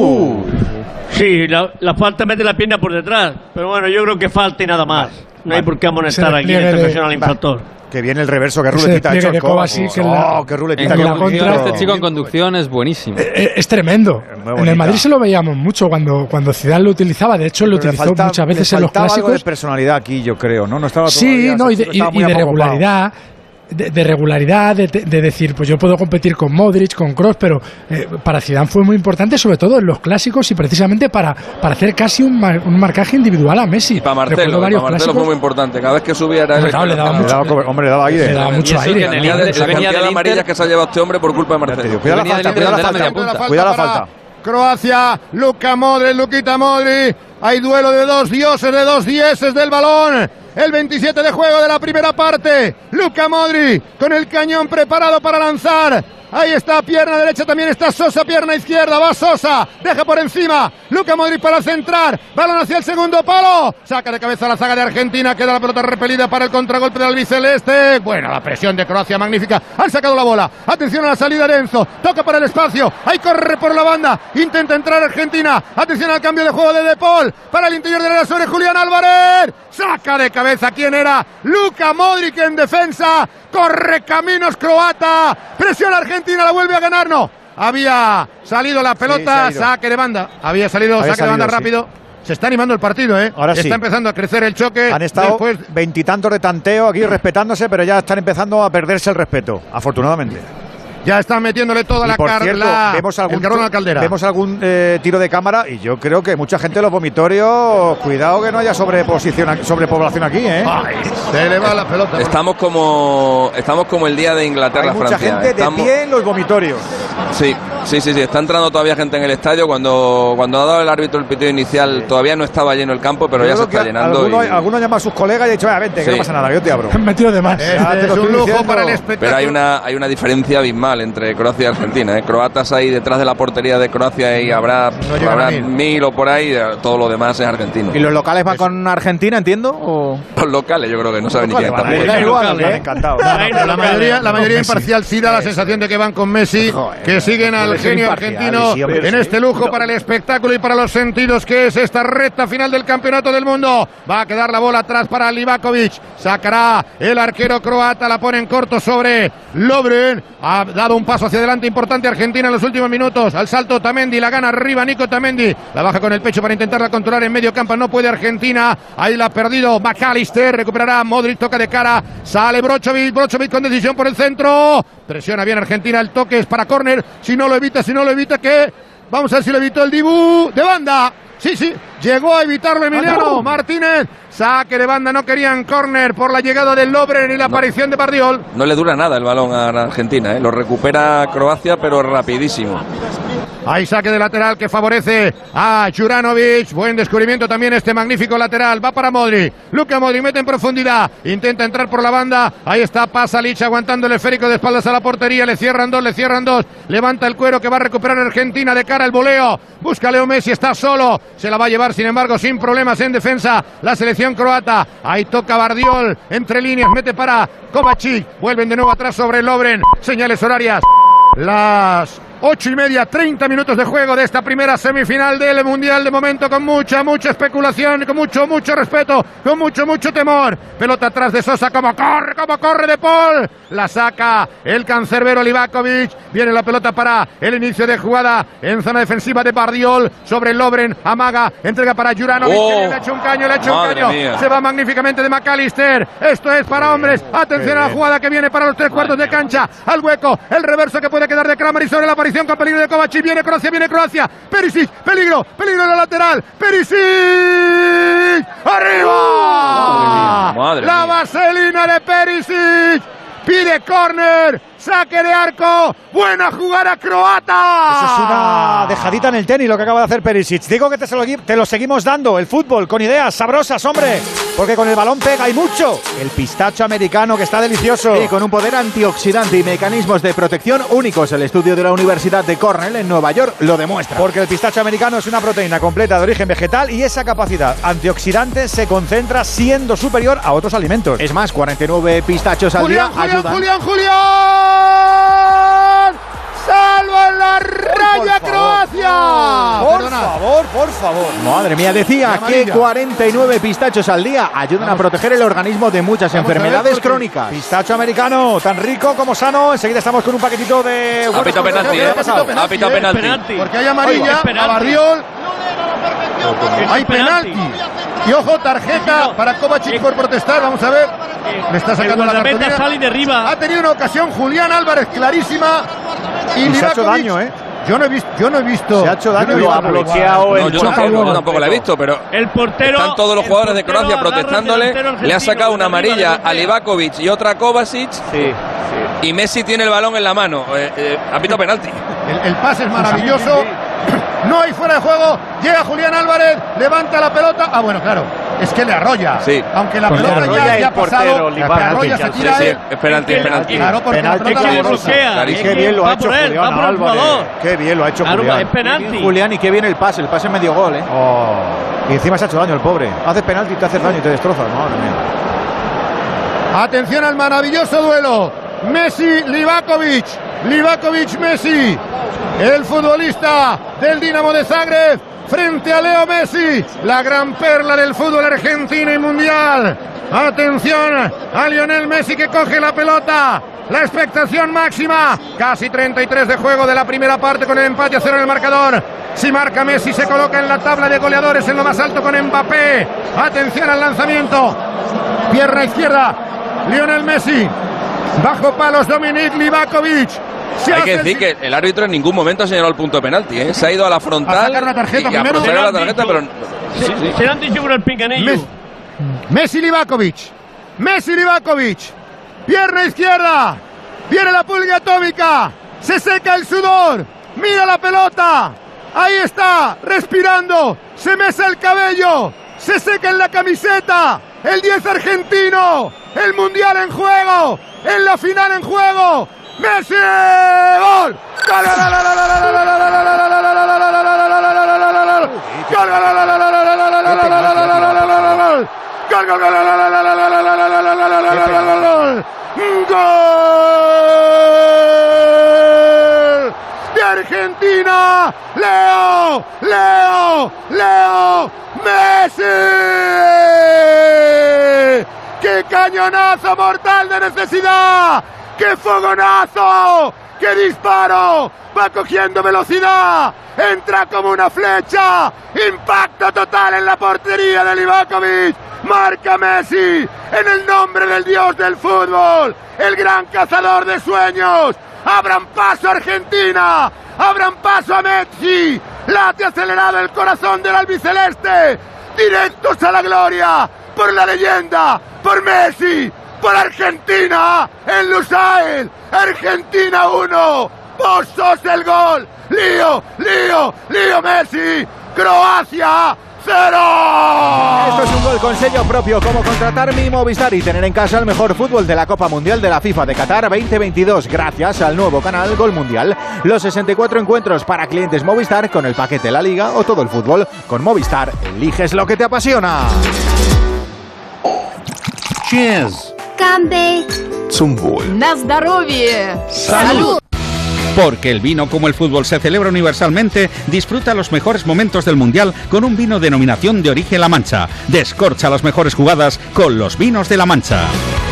Sí, la falta mete la pierna por detrás. Pero bueno, yo creo que falta y nada más. No hay por qué amonestar aquí en esta ocasión al infractor. Que viene el reverso, que ruletita ha hecho el Kovacic. Que ruletita. Este chico en conducción es buenísimo. Es tremendo. En el Madrid se lo veíamos mucho cuando Zidane lo utilizaba. De hecho, lo utilizó muchas veces en los clásicos. Algo de personalidad aquí, yo creo, ¿no? No estaba sí, no, y de regularidad. De regularidad, de decir, pues yo puedo competir con Modric, con Kroos, pero para Zidane fue muy importante, sobre todo en los clásicos y precisamente para hacer casi un marcaje individual a Messi. Y para Marcelo fue muy importante. Cada vez que subía era le daba aire. Le daba mucho aire. La cantidad de amarillas que se ha llevado este hombre por culpa de Marcelo. Cuidado la falta. Croacia, Luka Modric, Luquita Modric. Hay duelo de dos dioses, de dos dieces del balón. El 27 de juego de la primera parte. Luka Modric con el cañón preparado para lanzar. Ahí está, pierna derecha, también está Sosa, pierna izquierda, va Sosa, deja por encima, Luka Modric para centrar, balón hacia el segundo palo, saca de cabeza la zaga de Argentina, queda la pelota repelida para el contragolpe del albiceleste. Bueno, la presión de Croacia magnífica, han sacado la bola, atención a la salida de Enzo, toca para el espacio, ahí corre por la banda, intenta entrar Argentina, atención al cambio de juego de Paul, para el interior de la sobre Julián Álvarez, saca de cabeza, ¿quién era? Luka Modric en defensa, corre caminos croata, presiona Argentina, la vuelve a ganar, no, había salido la pelota, saque de banda, había salido saque de banda rápido. Se está animando el partido, ¿eh? Ahora está empezando a crecer el choque. Han estado veintitantos de tanteo aquí respetándose, pero ya están empezando a perderse el respeto, afortunadamente. Ya están metiéndole toda la carla. Vemos algún tiro de cámara y yo creo que mucha gente en los vomitorios, cuidado que no haya sobrepoblación aquí, ¿eh? Ay, se le va la pelota. Estamos como el día de Inglaterra-Francia. Hay mucha gente de pie en los vomitorios. Sí. Está entrando todavía gente en el estadio. Cuando ha dado el árbitro el pitido inicial, todavía no estaba lleno el campo, pero ya se está llenando. Algunos llaman a sus colegas y han dicho, vente, que no pasa nada, yo te abro. Han metido de más. Es un lujo para el espectáculo. Pero hay una diferencia abismal entre Croacia y Argentina, ¿eh? Croatas ahí detrás de la portería de Croacia y habrá 1000 o por ahí, todo lo demás es argentino. ¿Y los locales van con Argentina, entiendo? ¿O? Los locales yo creo que no saben ni quién está. La mayoría imparcial sí da la sensación de que van con Messi, que siguen al genio argentino en este lujo para el espectáculo y para los sentidos que es esta recta final del campeonato del mundo. Va a quedar la bola atrás para Livakovic, sacará el arquero croata, la pone en corto sobre Lovren, da dado un paso hacia adelante importante Argentina en los últimos minutos. Al salto Otamendi, la gana arriba Nico Otamendi. La baja con el pecho para intentarla controlar en medio campo. No puede Argentina. Ahí la ha perdido McAllister. Recuperará Modric, toca de cara. Sale Brozovic con decisión por el centro. Presiona bien Argentina. El toque es para córner. Si no lo evita, que... Vamos a ver si lo evitó el Dibu de banda. Sí, llegó a evitarlo Emiliano Martínez. Saque de banda, no querían córner por la llegada del Lovren y la aparición de Bardiol. No le dura nada el balón a Argentina, ¿eh? Lo recupera Croacia, pero rapidísimo. Hay saque de lateral que favorece a Juranovic. Buen descubrimiento también este magnífico lateral. Va para Modric. Luka Modric mete en profundidad. Intenta entrar por la banda. Ahí está Pasalic aguantando el esférico de espaldas a la portería. Le cierran dos. Levanta el cuero que va a recuperar Argentina de cara al voleo. Busca Leo Messi, está solo. Se la va a llevar, sin embargo, sin problemas en defensa la selección croata. Ahí toca Bardiol. Entre líneas, mete para Kovacic. Vuelven de nuevo atrás sobre Lovren. Señales horarias. Las 8:30, 30 minutos de juego de esta primera semifinal del Mundial. De momento con mucha especulación, con mucho respeto, con mucho temor. Pelota atrás de Sosa, como corre de Paul. La saca el cancerbero Livakovic. Viene la pelota para el inicio de jugada en zona defensiva de Bardiol. Sobre Lovren, amaga, entrega para Juranovic. Le ha hecho un caño. Mía. Se va magníficamente de McAllister. Esto es para hombres. Atención a la jugada que viene para los 3/4 de cancha. Al hueco, el reverso que puede quedar de Kramaric sobre la aparición con peligro de Kovacic. Viene Croacia. Perisic, peligro en la lateral. Perisic, arriba. Madre la mía. vaselina de Perisic. Pide córner, saque de arco, buena jugada croata. Eso es una dejadita en el tenis lo que acaba de hacer Perisic. Digo que te lo seguimos dando, el fútbol, con ideas sabrosas, hombre, porque con el balón pega y mucho. El pistacho americano que está delicioso. Y con un poder antioxidante y mecanismos de protección únicos. El estudio de la Universidad de Cornell en Nueva York lo demuestra. Porque el pistacho americano es una proteína completa de origen vegetal y esa capacidad antioxidante se concentra siendo superior a otros alimentos. Es más, 49 pistachos al día ayudan. Julián. ¡Salva en la raya Croacia! Por favor. Madre mía, decía que 49 pistachos al día ayudan a proteger el organismo de muchas enfermedades crónicas. Pistacho americano, tan rico como sano. Enseguida estamos con un paquetito de... Ha pitado penalti. Porque hay amarilla a Bardiol. Hay penalti. Y ojo, tarjeta para Kovacic por protestar. Vamos a ver. Le está sacando la cartulina. Sale de arriba. Ha tenido una ocasión Julián Álvarez clarísima. Y se ha hecho daño, ¿eh? Yo no he visto. Se ha hecho daño. Lo ha bloqueado el yo tampoco lo he visto, pero el portero. Están todos los jugadores de Croacia protestándole. Le ha sacado una amarilla a Livakovic y otra a Kovacic. Sí. Y Messi tiene el balón en la mano. Ha pitado penalti. El pase es maravilloso. No hay fuera de juego. Llega Julián Álvarez, levanta la pelota. Ah, bueno, claro. Es que le arrolla. Sí. Aunque la pelota ya ha pasado. Le arrolla, se tira. Sí, es penalti. Claro, porque penalti, la pelota qué bien lo ha hecho Julián Álvarez. Qué bien lo ha hecho Julián. Es penalti. Julián, y qué bien el pase es medio gol, ¿eh? Y encima se ha hecho daño el pobre. Haces penalti y te haces daño y te destrozas. Madre mía. Atención al maravilloso duelo. Messi-Livakovic. Livakovic-Messi. El futbolista del Dinamo de Zagreb frente a Leo Messi, la gran perla del fútbol argentino y mundial. Atención a Lionel Messi que coge la pelota. La expectación máxima. Casi 33 de juego de la primera parte con el empate a 0 en el marcador. Si marca Messi se coloca en la tabla de goleadores en lo más alto con Mbappé. Atención al lanzamiento. Pierna izquierda. Lionel Messi. Bajo palos Dominik Livakovic. Hay que decir que el árbitro en ningún momento ha señalado el punto de penalti, ¿eh? Se ha ido a la frontal. A sacar la tarjeta y a proceder a la tarjeta, pero... Se le han dicho por el pinganillo. Messi Livakovic. Pierna izquierda. Viene la pulga atómica. Se seca el sudor. Mira la pelota. Ahí está, respirando. Se mesa el cabello. Se seca en la camiseta. El 10 argentino. El mundial en juego. En la final en juego. ¡Messi! ¡Gol! ¡De Argentina! ¡Leo Messi! ¡Qué cañonazo mortal de necesidad! ¡Qué fogonazo! ¡Qué disparo! Va cogiendo velocidad, entra como una flecha, impacto total en la portería de Livakovic, marca Messi, en el nombre del dios del fútbol, el gran cazador de sueños. Abran paso a Argentina, abran paso a Messi, late acelerado el corazón del albiceleste, directos a la gloria, por la leyenda, por Messi, por Argentina, en Lusail, Argentina 1. ¡Vos sos el gol! ¡Lío Messi! ¡Croacia 0! Esto es un gol con sello propio, como contratar Mi Movistar y tener en casa el mejor fútbol de la Copa Mundial de la FIFA de Qatar 2022, gracias al nuevo canal Gol Mundial. Los 64 encuentros para clientes Movistar con el paquete La Liga o todo el fútbol. Con Movistar, eliges lo que te apasiona. Cheers. Камбей. Zum Wohl. На здоровье. Salud. Porque el vino, como el fútbol, se celebra universalmente, disfruta los mejores momentos del Mundial con un vino denominación de origen La Mancha. Descorcha las mejores jugadas con los vinos de La Mancha.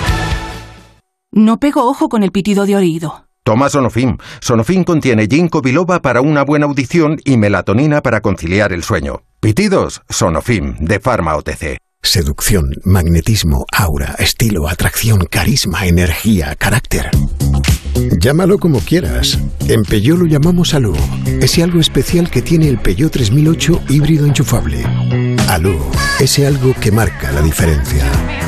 No pego ojo con el pitido de oído. Toma Sonofim. Sonofim contiene ginkgo biloba para una buena audición y melatonina para conciliar el sueño. Pitidos, Sonofim, de Pharma OTC. Seducción, magnetismo, aura, estilo, atracción, carisma, energía, carácter. Llámalo como quieras. En Peugeot lo llamamos Alú. Ese algo especial que tiene el Peugeot 3008 híbrido enchufable. Alú, ese algo que marca la diferencia.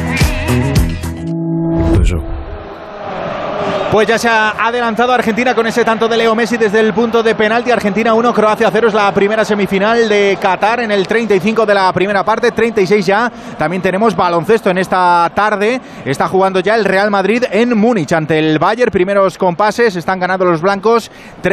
Pues ya se ha adelantado Argentina con ese tanto de Leo Messi desde el punto de penalti. Argentina 1, Croacia 0, es la primera semifinal de Qatar en el 35 de la primera parte, 36 ya. También tenemos baloncesto en esta tarde. Está jugando ya el Real Madrid en Múnich ante el Bayern. Primeros compases, están ganando los blancos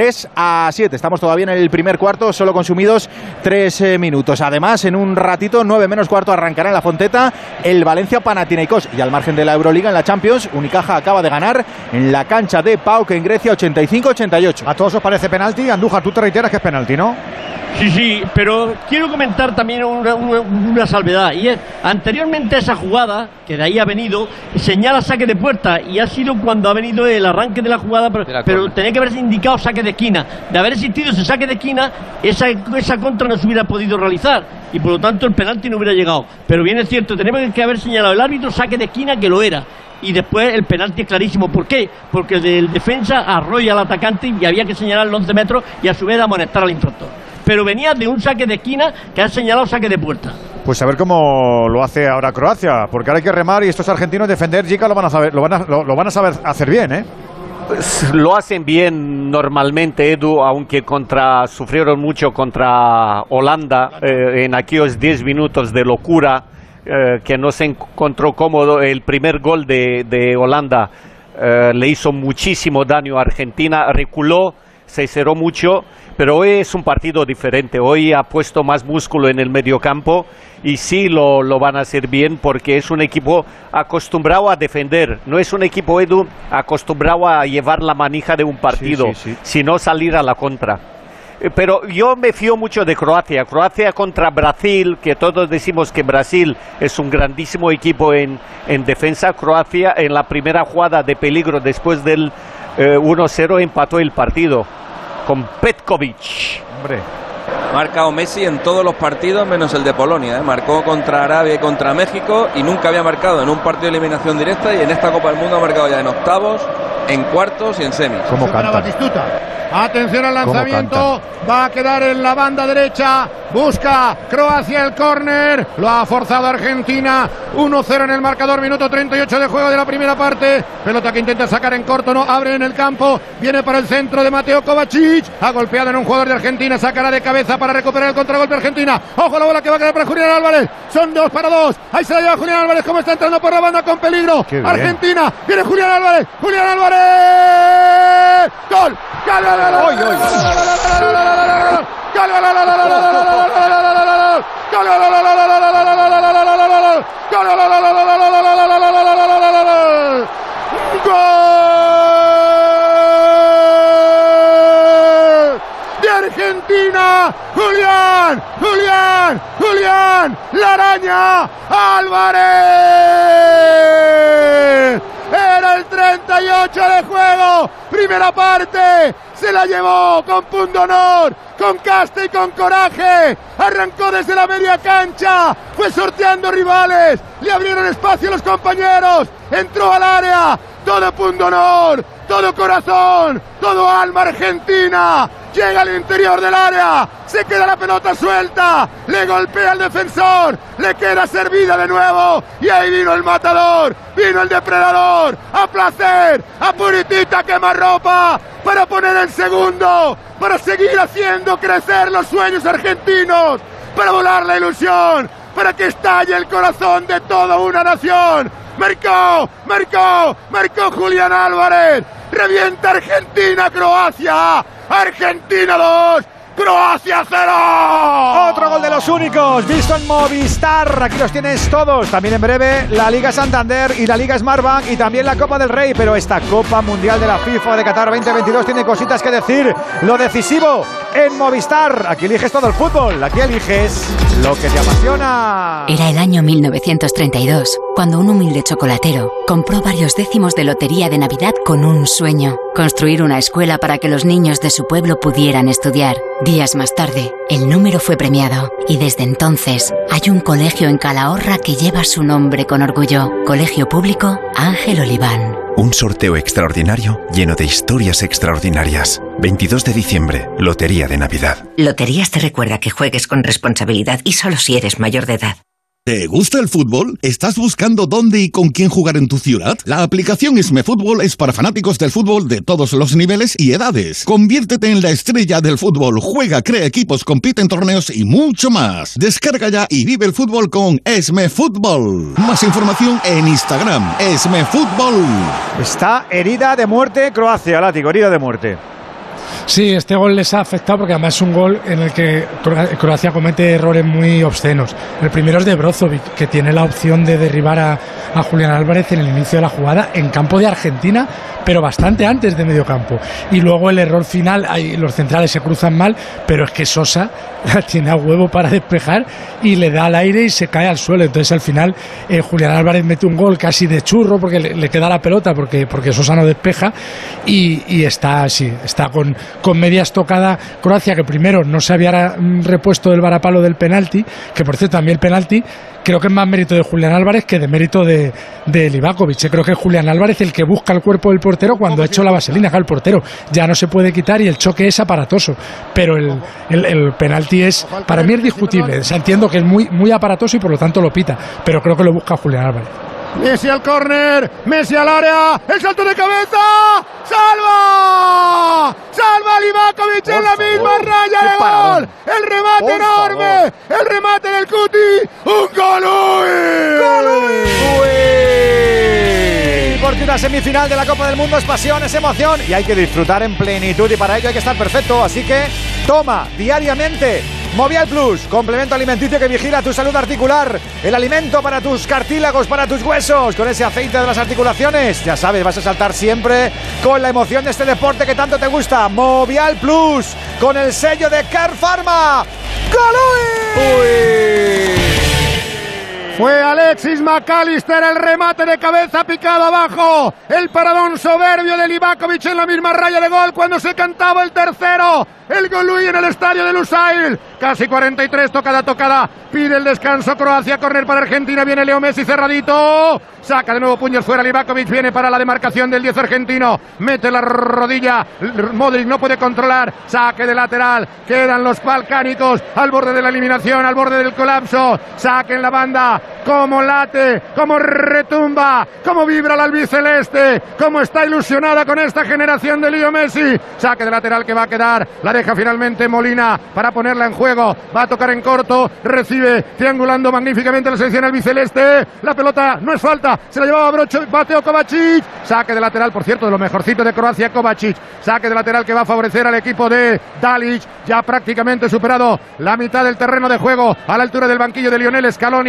3-7. Estamos todavía en el primer cuarto, solo consumidos 3 minutos. Además, en un ratito, 9 menos cuarto, arrancará en la Fonteta el Valencia Panathinaikos. Y al margen de la Euroliga, en la Champions, Unicaja acaba de ganar en la cancha de PAOK en Grecia 85-88. ¿A todos os parece penalti? Andújar, tú te reiteras que es penalti, ¿no? Sí, pero quiero comentar también una salvedad, y es, anteriormente a esa jugada, que de ahí ha venido, señala saque de puerta, y ha sido cuando ha venido el arranque de la jugada, pero tenía que haberse indicado saque de esquina. De haber existido ese saque de esquina, esa contra no se hubiera podido realizar, y por lo tanto el penalti no hubiera llegado. Pero bien es cierto, tenemos que haber señalado el árbitro saque de esquina, que lo era. Y después el penalti es clarísimo. ¿Por qué? Porque el defensa arrolla al atacante y había que señalar los 11 metros y a su vez amonestar al infractor. Pero venía de un saque de esquina que ha señalado saque de puerta. Pues a ver cómo lo hace ahora Croacia, porque ahora hay que remar y estos argentinos defender, Jica, lo van a saber hacer bien, ¿eh? Pues lo hacen bien normalmente, Edu, aunque sufrieron mucho contra Holanda en aquellos 10 minutos de locura. Que no se encontró cómodo. El primer gol de Holanda le hizo muchísimo daño a Argentina, reculó, se cerró mucho, pero hoy es un partido diferente. Hoy ha puesto más músculo en el mediocampo y sí lo van a hacer bien, porque es un equipo acostumbrado a defender, no es un equipo, Edu, acostumbrado a llevar la manija de un partido, sino salir a la contra. Pero yo me fío mucho de Croacia. Croacia contra Brasil, que todos decimos que Brasil es un grandísimo equipo en defensa. Croacia, en la primera jugada de peligro después del 1-0, empató el partido con Petkovic. Hombre. Marcado Messi en todos los partidos menos el de Polonia, ¿eh? Marcó contra Arabia y contra México y nunca había marcado en un partido de eliminación directa, y en esta Copa del Mundo ha marcado ya en octavos, en cuartos y en semis. ¿Cómo canta? Atención al lanzamiento, va a quedar en la banda derecha, busca Croacia el córner, lo ha forzado Argentina, 1-0 en el marcador, minuto 38 de juego de la primera parte, pelota que intenta sacar en corto, no, abre en el campo, viene para el centro de Mateo Kovacic, ha golpeado en un jugador de Argentina, sacará de cabeza para recuperar el contragolpe Argentina, ojo la bola que va a quedar para Julián Álvarez, son 2-2, ahí se la lleva Julián Álvarez, como está entrando por la banda con peligro, Argentina, viene Julián Álvarez, ¡gol! ¡Gol! De Argentina, Julián, la araña, Álvarez. Era el 38 de juego. Primera parte. Se la llevó con pundonor, con casta y con coraje. Arrancó desde la media cancha. Fue sorteando rivales. Le abrieron espacio a los compañeros. Entró al área. Todo pundonor, todo corazón, todo alma argentina. Llega al interior del área, se queda la pelota suelta, le golpea al defensor, le queda servida de nuevo y ahí vino el matador, vino el depredador, a placer, a puritita quemarropa, para poner el segundo, para seguir haciendo crecer los sueños argentinos, para volar la ilusión, para que estalle el corazón de toda una nación. Marcó Julián Álvarez. Revienta Argentina-Croacia. Argentina 2, Croacia 0. Otro gol de los únicos, visto en Movistar. Aquí los tienes todos. También en breve la Liga Santander y la Liga Smartbank y también la Copa del Rey. Pero esta Copa Mundial de la FIFA de Qatar 2022 tiene cositas que decir. Lo decisivo en Movistar. Aquí eliges todo el fútbol. Aquí eliges lo que te apasiona. Era el año 1932, cuando un humilde chocolatero compró varios décimos de lotería de Navidad con un sueño: construir una escuela para que los niños de su pueblo pudieran estudiar. Días más tarde, el número fue premiado y desde entonces hay un colegio en Calahorra que lleva su nombre con orgullo. Colegio Público Ángel Oliván. Un sorteo extraordinario lleno de historias extraordinarias. 22 de diciembre, Lotería de Navidad. Loterías te recuerda que juegues con responsabilidad y solo si eres mayor de edad. ¿Te gusta el fútbol? ¿Estás buscando dónde y con quién jugar en tu ciudad? La aplicación SmeFútbol es para fanáticos del fútbol de todos los niveles y edades. Conviértete en la estrella del fútbol, juega, crea equipos, compite en torneos y mucho más. Descarga ya y vive el fútbol con SmeFútbol. Más información en Instagram, SmeFútbol. Está herida de muerte Croacia, Látigo, herida de muerte. Sí, este gol les ha afectado porque además es un gol en el que Croacia comete errores muy obscenos. El primero es de Brozovic, que tiene la opción de derribar a Julián Álvarez en el inicio de la jugada en campo de Argentina, pero bastante antes de medio campo. Y luego el error final, los centrales se cruzan mal, pero es que Sosa tiene a huevo para despejar y le da al aire y se cae al suelo. Entonces al final Julián Álvarez mete un gol casi de churro porque le queda la pelota porque Sosa no despeja y está así, está con media estocada Croacia, que primero no se había repuesto del varapalo del penalti, que por cierto también el penalti creo que es más mérito de Julián Álvarez que de mérito de Livakovic. Creo que es Julián Álvarez el que busca el cuerpo del portero cuando ha hecho la vaselina. Acá el portero ya no se puede quitar y el choque es aparatoso, pero el penalti es, para mí es discutible. O sea, entiendo que es muy aparatoso y por lo tanto lo pita, pero creo que lo busca Julián Álvarez. Messi al córner, Messi al área, el salto de cabeza, ¡salva! ¡Salva a Livakovic en la misma raya de gol! ¡El remate enorme! ¡El remate del Cuti! ¡Un ¡Golui! Porque una semifinal de la Copa del Mundo es pasión, es emoción y hay que disfrutar en plenitud y para ello hay que estar perfecto. Así que toma diariamente Movial Plus, complemento alimenticio que vigila tu salud articular, el alimento para tus cartílagos, para tus huesos, con ese aceite de las articulaciones. Ya sabes, vas a saltar siempre con la emoción de este deporte que tanto te gusta. Movial Plus, con el sello de Care Pharma. ¡Golui! Fue Alexis McAllister el remate de cabeza picado abajo. El paradón soberbio de Livakovic en la misma raya de gol cuando se cantaba el tercero. El Golui en el estadio de Lusail. Casi 43, tocada. Pide el descanso Croacia, córner para Argentina. Viene Leo Messi cerradito. Saca de nuevo puños fuera Livakovic. Viene para la demarcación del 10 argentino. Mete la rodilla. Modric no puede controlar. Saque de lateral. Quedan los balcánicos al borde de la eliminación, al borde del colapso. Saque en la banda. Cómo late, cómo retumba, cómo vibra la albiceleste, cómo está ilusionada con esta generación de Leo Messi. Saque de lateral que va a quedar. La deja finalmente Molina para ponerla en juego. Va a tocar en corto. Recibe triangulando magníficamente la selección albiceleste. La pelota no es falta. Se la llevaba Mateo Kovacic. Saque de lateral, por cierto, de lo mejorcito de Croacia, Kovacic. Saque de lateral que va a favorecer al equipo de Dalic. Ya prácticamente superado la mitad del terreno de juego a la altura del banquillo de Lionel Scaloni. El hombre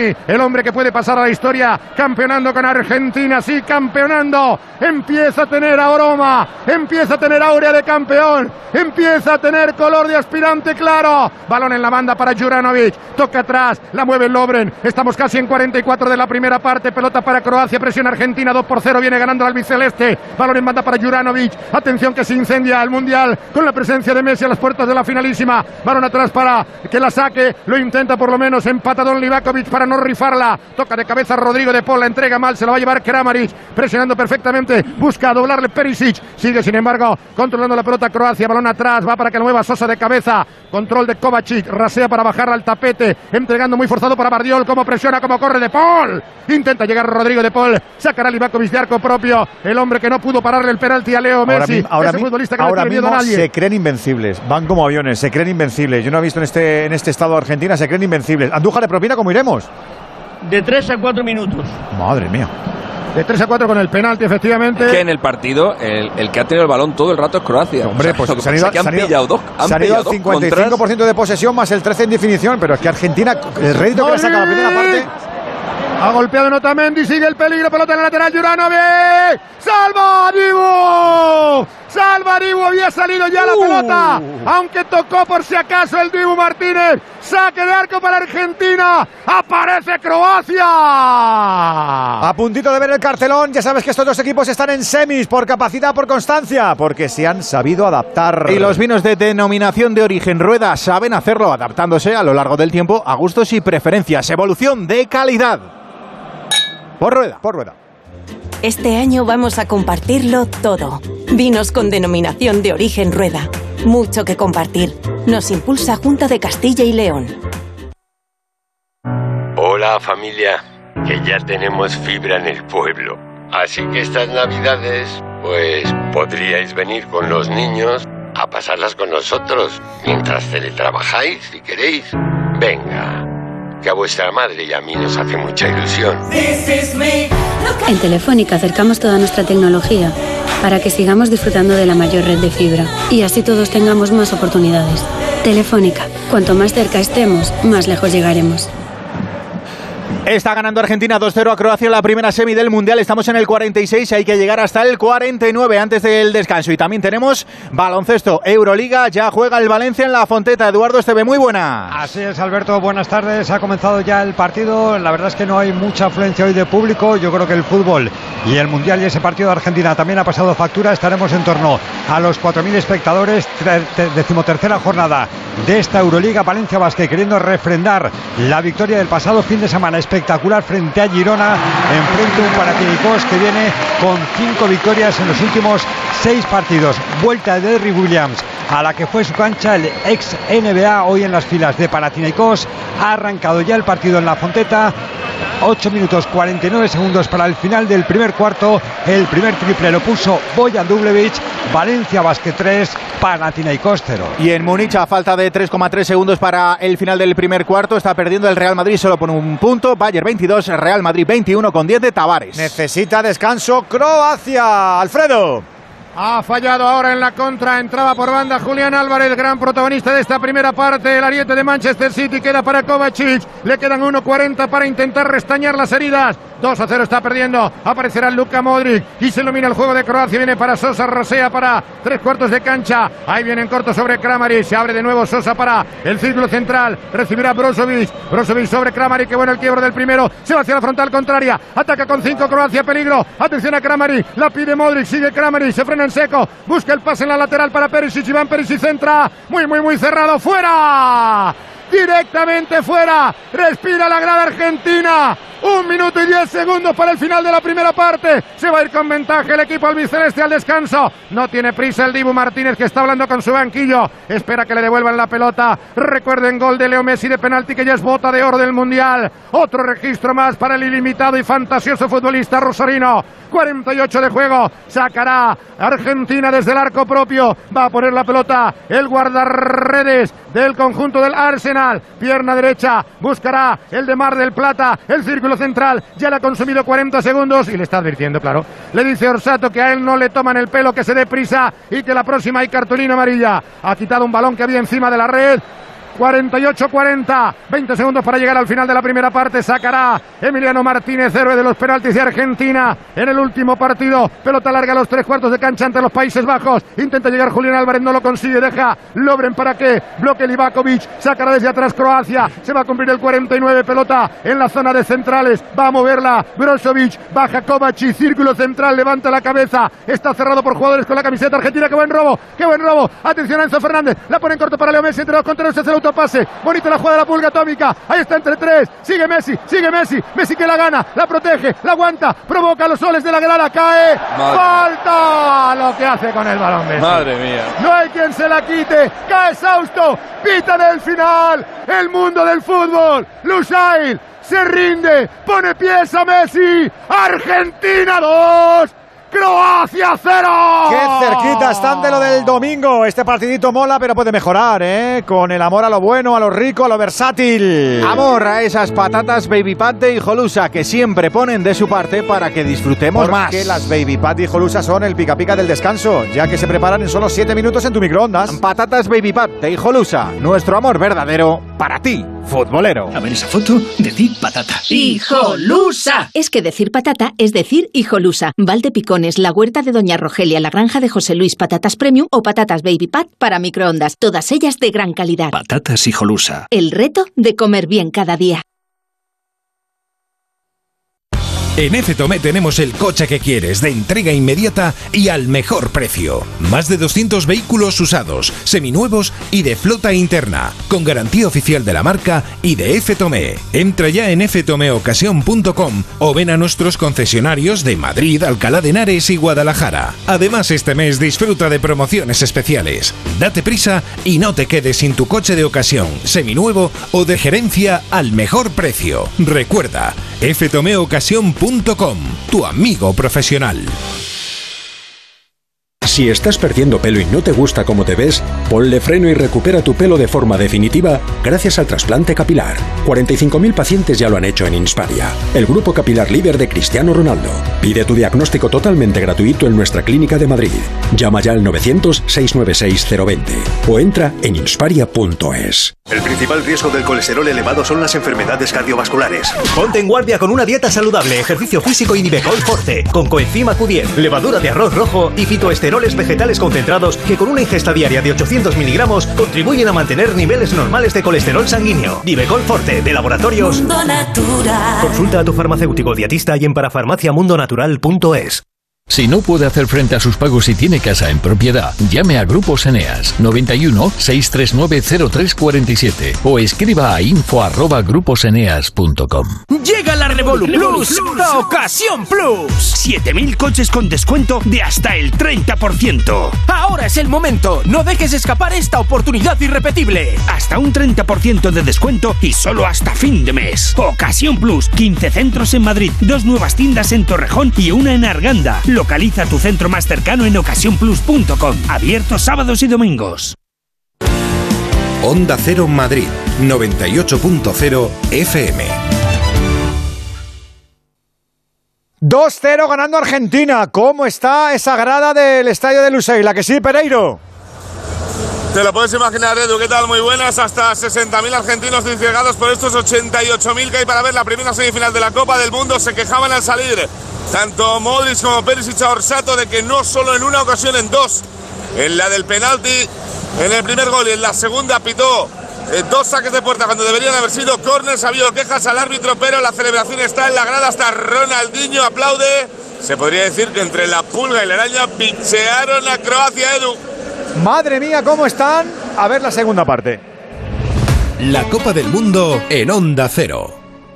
hombre que puede pasar a la historia campeonando con Argentina, sí, campeonando, empieza a tener aroma, empieza a tener áurea de campeón, empieza a tener color de aspirante claro. Balón en la banda para Juranovic, toca atrás, la mueve Lovren, estamos casi en 44 de la primera parte, pelota para Croacia, presión Argentina, 2-0, viene ganando al albiceleste, balón en banda para Juranovic, atención que se incendia el Mundial con la presencia de Messi a las puertas de la finalísima, balón atrás para que la saque, lo intenta por lo menos, empata Don Livakovic para no rifarla, toca de cabeza Rodrigo de Paul, la entrega mal, se la va a llevar Kramaric, presionando perfectamente, busca doblarle Perisic, sigue sin embargo controlando la pelota Croacia, balón atrás, va para que la mueva Sosa de cabeza, control de Kovacic, rasea para bajarla al tapete, entregando muy forzado para Bardiol, como presiona, como corre de Paul, intenta llegar Rodrigo de Paul, sacará Livakovic de arco propio, el hombre que no pudo pararle el penalti a Leo Messi, ese futbolista que no tiene miedo a nadie. Se creen invencibles, van como aviones, se creen invencibles, yo no he visto en este estado de Argentina, se creen invencibles. Andújar de propina, ¿cómo iremos? De 3 a 4 minutos. Madre mía. De 3 a 4 con el penalti, efectivamente. Que en el partido, el que ha tenido el balón todo el rato es Croacia. Hombre, pues se han ido al 55% de posesión más el 13% en definición, pero es que Argentina, el rédito que le saca la primera parte. Ha golpeado en Otamendi, sigue el peligro, pelota en la lateral, Juranovic. ¡Salva, Dibu! ¡Salva, Dibu! Había salido ya la pelota, aunque tocó por si acaso el Dibu Martínez. Saque de arco para Argentina. ¡Aparece Croacia! A puntito de ver el cartelón, ya sabes que estos dos equipos están en semis por capacidad, por constancia, porque se han sabido adaptar. Y los vinos de denominación de origen Rueda saben hacerlo, adaptándose a lo largo del tiempo a gustos y preferencias. Evolución de calidad. Por Rueda, por Rueda. Este año vamos a compartirlo todo. Vinos con denominación de origen Rueda. Mucho que compartir. Nos impulsa Junta de Castilla y León. Hola familia, que ya tenemos fibra en el pueblo. Así que estas navidades, pues podríais venir con los niños a pasarlas con nosotros mientras teletrabajáis si queréis. Venga, que a vuestra madre y a mí nos hace mucha ilusión. En Telefónica acercamos toda nuestra tecnología para que sigamos disfrutando de la mayor red de fibra y así todos tengamos más oportunidades. Telefónica, cuanto más cerca estemos, más lejos llegaremos. Está ganando Argentina 2-0 a Croacia en la primera semi del Mundial. Estamos en el 46, hay que llegar hasta el 49 antes del descanso. Y también tenemos baloncesto, Euroliga, ya juega el Valencia en la Fonteta. Eduardo Esteve, muy buena. Así es, Alberto, buenas tardes. Ha comenzado ya el partido. La verdad es que no hay mucha afluencia hoy de público. Yo creo que el fútbol y el Mundial y ese partido de Argentina también ha pasado factura. Estaremos en torno a los 4.000 espectadores. 13ª jornada de esta Euroliga. Valencia Basket queriendo refrendar la victoria del pasado fin de semana. Espectacular frente a Girona, enfrente a un Panathinaikos que viene con 5 victorias en los últimos 6 partidos. Vuelta de Derrick Williams a la que fue su cancha, el ex NBA, hoy en las filas de Panathinaikos. Ha arrancado ya el partido en la Fonteta. 8 minutos 49 segundos para el final del primer cuarto. El primer triple lo puso Bojan Dublevic. Valencia Basket 3, Panathinaikos 0. Y en Múnich, a falta de 3,3 segundos para el final del primer cuarto, está perdiendo el Real Madrid solo por un punto. Bayern 22, Real Madrid 21 con 10 de Tavares. Necesita descanso Croacia. Alfredo. Ha fallado ahora en la contra, entraba por banda Julián Álvarez, gran protagonista de esta primera parte, el ariete de Manchester City, queda para Kovacic, le quedan 1.40 para intentar restañar las heridas, 2-0 está perdiendo, aparecerá Luka Modric y se ilumina el juego de Croacia, viene para Sosa, rasea para 3/4 de cancha, ahí viene en corto sobre Kramaric, se abre de nuevo Sosa para el círculo central, recibirá Brozovic sobre Kramaric, que bueno el quiebro del primero, se va hacia la frontal contraria, ataca con 5 Croacia, peligro, atención a Kramaric, la pide Modric, sigue Kramaric, se frena en seco, busca el pase en la lateral para Perisic, Iván Perisic centra, muy cerrado, fuera, directamente fuera, respira la grada argentina, 1 minuto y 10 segundos para el final de la primera parte, se va a ir con ventaja el equipo albiceleste al descanso, no tiene prisa el Dibu Martínez que está hablando con su banquillo, espera que le devuelvan la pelota, recuerden gol de Leo Messi de penalti que ya es bota de oro del Mundial, otro registro más para el ilimitado y fantasioso futbolista rosarino, 48 de juego, sacará Argentina desde el arco propio, va a poner la pelota el guardarredes del conjunto del Arsenal, pierna derecha, buscará el de Mar del Plata, el círculo central, ya le ha consumido 40 segundos y le está advirtiendo, claro, le dice Orsato que a él no le toman el pelo, que se dé prisa y que la próxima hay cartulina amarilla, ha quitado un balón que había encima de la red, 48-40, 20 segundos para llegar al final de la primera parte. Sacará Emiliano Martínez, héroe de los penaltis de Argentina en el último partido. Pelota larga a los 3/4 de cancha ante los Países Bajos. Intenta llegar Julián Álvarez, no lo consigue. Deja Lovren para que bloque Livakovic. Sacará desde atrás Croacia. Se va a cumplir el 49. Pelota en la zona de centrales. Va a moverla Brozovic. Baja Kovacic. Círculo central. Levanta la cabeza. Está cerrado por jugadores con la camiseta argentina. ¡Qué buen robo! ¡Qué buen robo! Atención a Enzo Fernández. La pone en corto para Leo Messi. Entre dos conteros se hace el autopase. Bonito la jugada de la pulga atómica. Ahí está entre tres. Sigue Messi. Sigue Messi. Messi que la gana. La protege. La aguanta. Provoca los soles de la grada. Cae. ¡Falta! Lo que hace con el balón Messi. Madre mía. No hay quien se la quite. Cae exhausto. Pitan el final. El mundo del fútbol. Lusail se rinde. Pone pies a Messi. Argentina 2. Croacia 0. ¡Qué cerquita están de lo del domingo! Este partidito mola, pero puede mejorar, ¿eh? Con el amor a lo bueno, a lo rico, a lo versátil. Amor a esas patatas Baby Pat de Hijolusa, que siempre ponen de su parte para que disfrutemos más. Porque las Baby Pat de Hijolusa son el pica pica del descanso, ya que se preparan en solo 7 minutos en tu microondas. Patatas Baby Pat de Hijolusa, nuestro amor verdadero para ti, futbolero. A ver esa foto, decir patata. ¡Hijolusa! Es que decir patata es decir Hijolusa. Valdepicones, la huerta de Doña Rogelia, la granja de José Luis, patatas premium o patatas Baby Pat para microondas. Todas ellas de gran calidad. Patatas Hijolusa. El reto de comer bien cada día. En FTOME tenemos el coche que quieres, de entrega inmediata y al mejor precio. Más de 200 vehículos usados, seminuevos y de flota interna, con garantía oficial de la marca y de FTOME. Entra ya en ftomeocasión.com o ven a nuestros concesionarios de Madrid, Alcalá de Henares y Guadalajara. Además, este mes disfruta de promociones especiales. Date prisa y no te quedes sin tu coche de ocasión, seminuevo o de gerencia al mejor precio. Recuerda, ftomeocasión.com, tu amigo profesional. Si estás perdiendo pelo y no te gusta cómo te ves, ponle freno y recupera tu pelo de forma definitiva gracias al trasplante capilar. 45.000 pacientes ya lo han hecho en Insparia, el grupo capilar líder de Cristiano Ronaldo. Pide tu diagnóstico totalmente gratuito en nuestra clínica de Madrid. Llama ya al 900-696-020 o entra en insparia.es. El principal riesgo del colesterol elevado son las enfermedades cardiovasculares. Ponte en guardia con una dieta saludable, ejercicio físico y Nivecol Forte, con coenzima Q10, levadura de arroz rojo y fitoesteroles vegetales concentrados que con una ingesta diaria de 800 miligramos contribuyen a mantener niveles normales de colesterol sanguíneo. Nivecol Forte, de Laboratorios Mundo Natural. Consulta a tu farmacéutico dietista y en parafarmaciamundonatural.es. Si no puede hacer frente a sus pagos y tiene casa en propiedad, llame a Grupos Eneas 91 639 0347 o escriba a info@gruposeneas.com. Llega la Revolu Plus, la Ocasión Plus. 7.000 coches con descuento de hasta el 30%. Ahora es el momento. No dejes escapar esta oportunidad irrepetible. Hasta un 30% de descuento y solo hasta fin de mes. Ocasión Plus, 15 centros en Madrid, 2 nuevas tiendas en Torrejón y una en Arganda. Localiza tu centro más cercano en ocasiónplus.com. Abierto sábados y domingos. Onda Cero Madrid, 98.0 FM. 2-0 ganando Argentina. ¿Cómo está esa grada del estadio de Lusail? ¿La que sí, Pereiro? Te lo puedes imaginar, Edu. ¿Qué tal? Muy buenas. Hasta 60.000 argentinos disgregados por estos 88.000 que hay para ver la primera semifinal de la Copa del Mundo. Se quejaban al salir tanto Modric como Perisic a Orsato de que no solo en una ocasión, en dos. En la del penalti, en el primer gol y en la segunda pitó 2 saques de puerta cuando deberían haber sido córners. Ha habido quejas al árbitro, pero la celebración está en la grada. Hasta Ronaldinho aplaude. Se podría decir que entre la pulga y la araña pinchearon a Croacia, Edu. Madre mía, ¿cómo están? A ver la segunda parte. La Copa del Mundo en Onda Cero.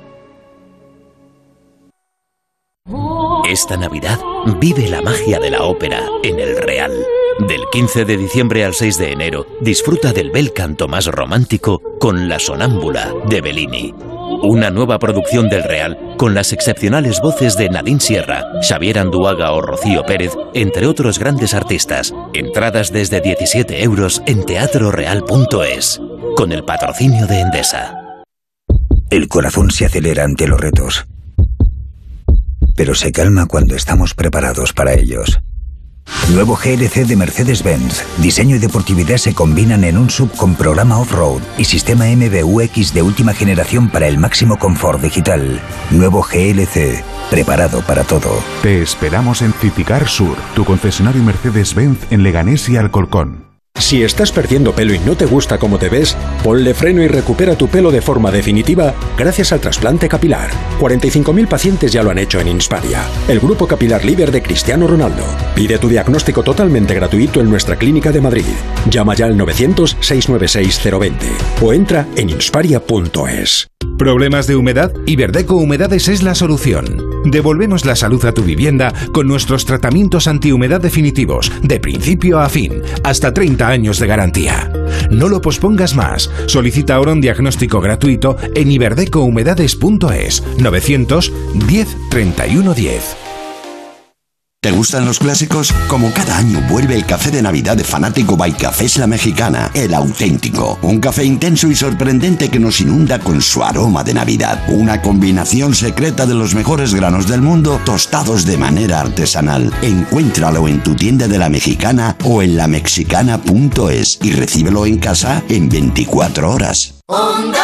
Esta Navidad vive la magia de la ópera en El Real. Del 15 de diciembre al 6 de enero, disfruta del bel canto más romántico con La Sonámbula de Bellini. Una nueva producción del Real con las excepcionales voces de Nadine Sierra, Xavier Anduaga o Rocío Pérez, entre otros grandes artistas. Entradas desde 17 € en teatroreal.es, con el patrocinio de Endesa. El corazón se acelera ante los retos, pero se calma cuando estamos preparados para ellos. Nuevo GLC de Mercedes-Benz. Diseño y deportividad se combinan en un SUV con programa off-road y sistema MBUX de última generación para el máximo confort digital. Nuevo GLC, preparado para todo. Te esperamos en Citicar Sur, tu concesionario Mercedes-Benz en Leganés y Alcorcón. Si estás perdiendo pelo y no te gusta cómo te ves, ponle freno y recupera tu pelo de forma definitiva gracias al trasplante capilar. 45.000 pacientes ya lo han hecho en Insparia, el grupo capilar líder de Cristiano Ronaldo. Pide tu diagnóstico totalmente gratuito en nuestra clínica de Madrid. Llama ya al 900-696-020 o entra en insparia.es. ¿Problemas de humedad? Iberdeco Humedades es la solución. Devolvemos la salud a tu vivienda con nuestros tratamientos antihumedad definitivos, de principio a fin, hasta 30 años de garantía. No lo pospongas más. Solicita ahora un diagnóstico gratuito en iberdecohumedades.es. 910 31 10. ¿Te gustan los clásicos? Como cada año vuelve el café de Navidad de Fanático by Cafés La Mexicana, el auténtico. Un café intenso y sorprendente que nos inunda con su aroma de Navidad. Una combinación secreta de los mejores granos del mundo tostados de manera artesanal. Encuéntralo en tu tienda de La Mexicana o en lamexicana.es y recíbelo en casa en 24 horas. Onda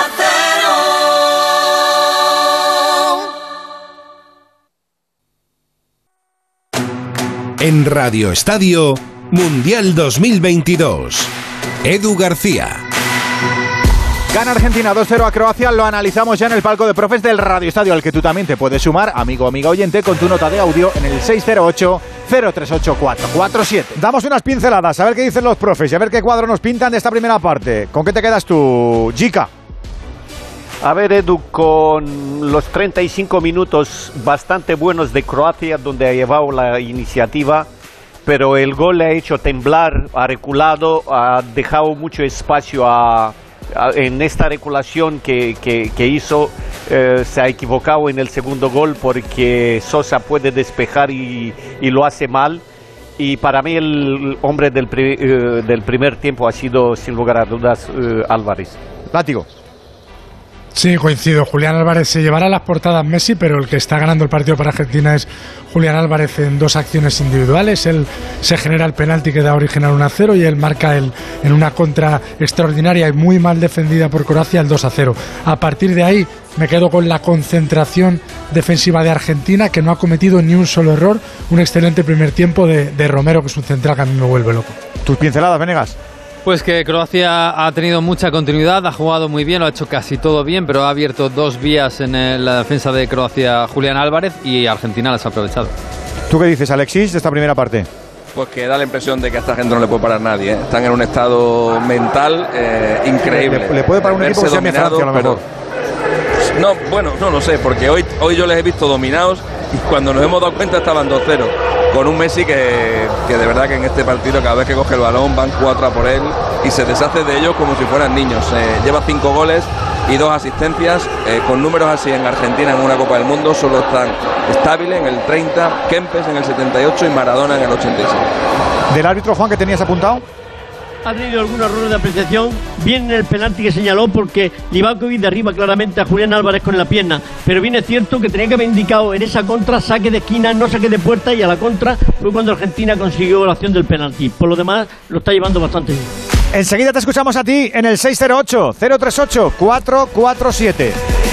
En Radio Estadio, Mundial 2022. Edu García. Gana Argentina 2-0 a Croacia, lo analizamos ya en el palco de profes del Radio Estadio, al que tú también te puedes sumar, amigo, amiga oyente, con tu nota de audio en el 608-038-447. Damos unas pinceladas, a ver qué dicen los profes y a ver qué cuadro nos pintan de esta primera parte. ¿Con qué te quedas tú, Jica? A ver, Edu, con los 35 minutos bastante buenos de Croacia, donde ha llevado la iniciativa, pero el gol le ha hecho temblar, ha reculado, ha dejado mucho espacio en esta reculación que hizo. Se ha equivocado en el segundo gol porque Sosa puede despejar y lo hace mal. Y para mí el hombre del primer tiempo ha sido, sin lugar a dudas, Álvarez. Látigo. Sí, coincido. Julián Álvarez se llevará las portadas Messi, pero el que está ganando el partido para Argentina es Julián Álvarez en dos acciones individuales. Él se genera el penalti que da origen al 1-0 y él marca en una contra extraordinaria y muy mal defendida por Croacia el 2-0. A partir de ahí me quedo con la concentración defensiva de Argentina, que no ha cometido ni un solo error. Un excelente primer tiempo de Romero, que es un central que a mí me vuelve loco. Tus pinceladas, Venegas. Pues que Croacia ha tenido mucha continuidad, ha jugado muy bien, lo ha hecho casi todo bien, pero ha abierto dos vías en la defensa de Croacia Julián Álvarez y Argentina las ha aprovechado. ¿Tú qué dices, Alexis, de esta primera parte? Pues que da la impresión de que a esta gente no le puede parar nadie, ¿eh? Están en un estado mental increíble. Le puede parar un equipo que se llame Francia, a lo mejor. No, bueno, no lo sé, porque hoy yo les he visto dominados y cuando nos hemos dado cuenta estaban 2-0. Con un Messi que de verdad que en este partido cada vez que coge el balón van 4 a por él y se deshace de ellos como si fueran niños. Lleva 5 goles y 2 asistencias. Con números así en Argentina en una Copa del Mundo solo están Stabile en el 30, Kempes en el 78 y Maradona en el 86. ¿Del árbitro, Juan, que tenías apuntado? Ha tenido algún error de apreciación, bien en el penalti que señaló, porque Livakovic derriba claramente a Julián Álvarez con la pierna, pero bien es cierto que tenía que haber indicado en esa contra saque de esquina, no saque de puerta, y a la contra fue cuando Argentina consiguió la acción del penalti. Por lo demás lo está llevando bastante bien. Enseguida te escuchamos a ti en el 608-038-447.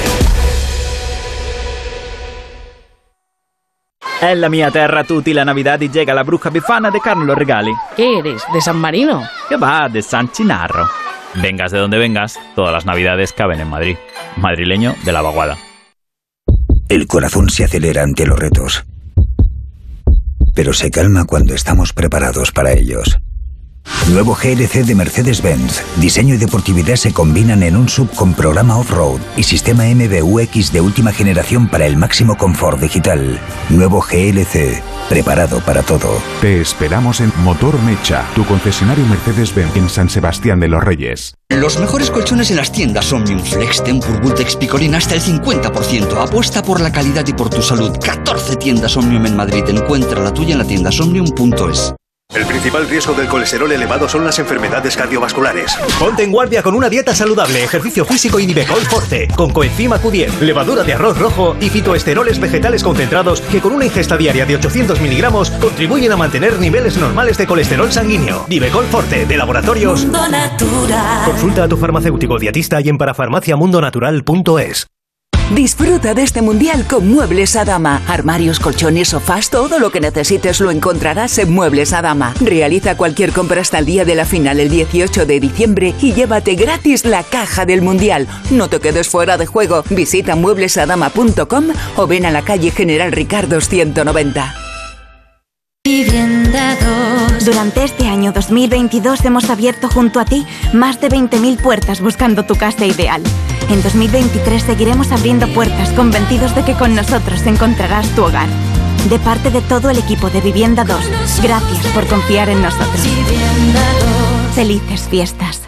È la mia terra tutti la Navidad y llega la bruja bifana de Carlos Regali. ¿Qué eres? ¿De San Marino? Que va, de San Chinarro. Vengas de donde vengas, todas las Navidades caben en Madrid. Madrileño de la vaguada. El corazón se acelera ante los retos, pero se calma cuando estamos preparados para ellos. Nuevo GLC de Mercedes-Benz. Diseño y deportividad se combinan en un SUV con programa off-road y sistema MBUX de última generación para el máximo confort digital. Nuevo GLC, preparado para todo. Te esperamos en Motor Mecha, tu concesionario Mercedes-Benz en San Sebastián de los Reyes. Los mejores colchones en las tiendas Omnium Flex, Tempur, Vultex, Picolín hasta el 50%. Apuesta por la calidad y por tu salud. 14 tiendas Omnium en Madrid. Encuentra la tuya en la tienda omnium.es. El principal riesgo del colesterol elevado son las enfermedades cardiovasculares. Ponte en guardia con una dieta saludable, ejercicio físico y Nivecol Forte, con coenzima Q10, levadura de arroz rojo y fitoesteroles vegetales concentrados que con una ingesta diaria de 800 miligramos contribuyen a mantener niveles normales de colesterol sanguíneo. Nivecol Forte, de Laboratorios Mundo Natural. Consulta a tu farmacéutico dietista y en parafarmaciamundonatural.es. Disfruta de este mundial con Muebles Adama. Armarios, colchones, sofás, todo lo que necesites lo encontrarás en Muebles Adama. Realiza cualquier compra hasta el día de la final, el 18 de diciembre, y llévate gratis la caja del mundial. No te quedes fuera de juego. Visita mueblesadama.com o ven a la calle General Ricardos 190. Vivienda 2. Durante este año 2022 hemos abierto junto a ti más de 20.000 puertas buscando tu casa ideal. En 2023 seguiremos abriendo puertas convencidos de que con nosotros encontrarás tu hogar. De parte de todo el equipo de Vivienda 2, gracias por confiar en nosotros. Felices fiestas.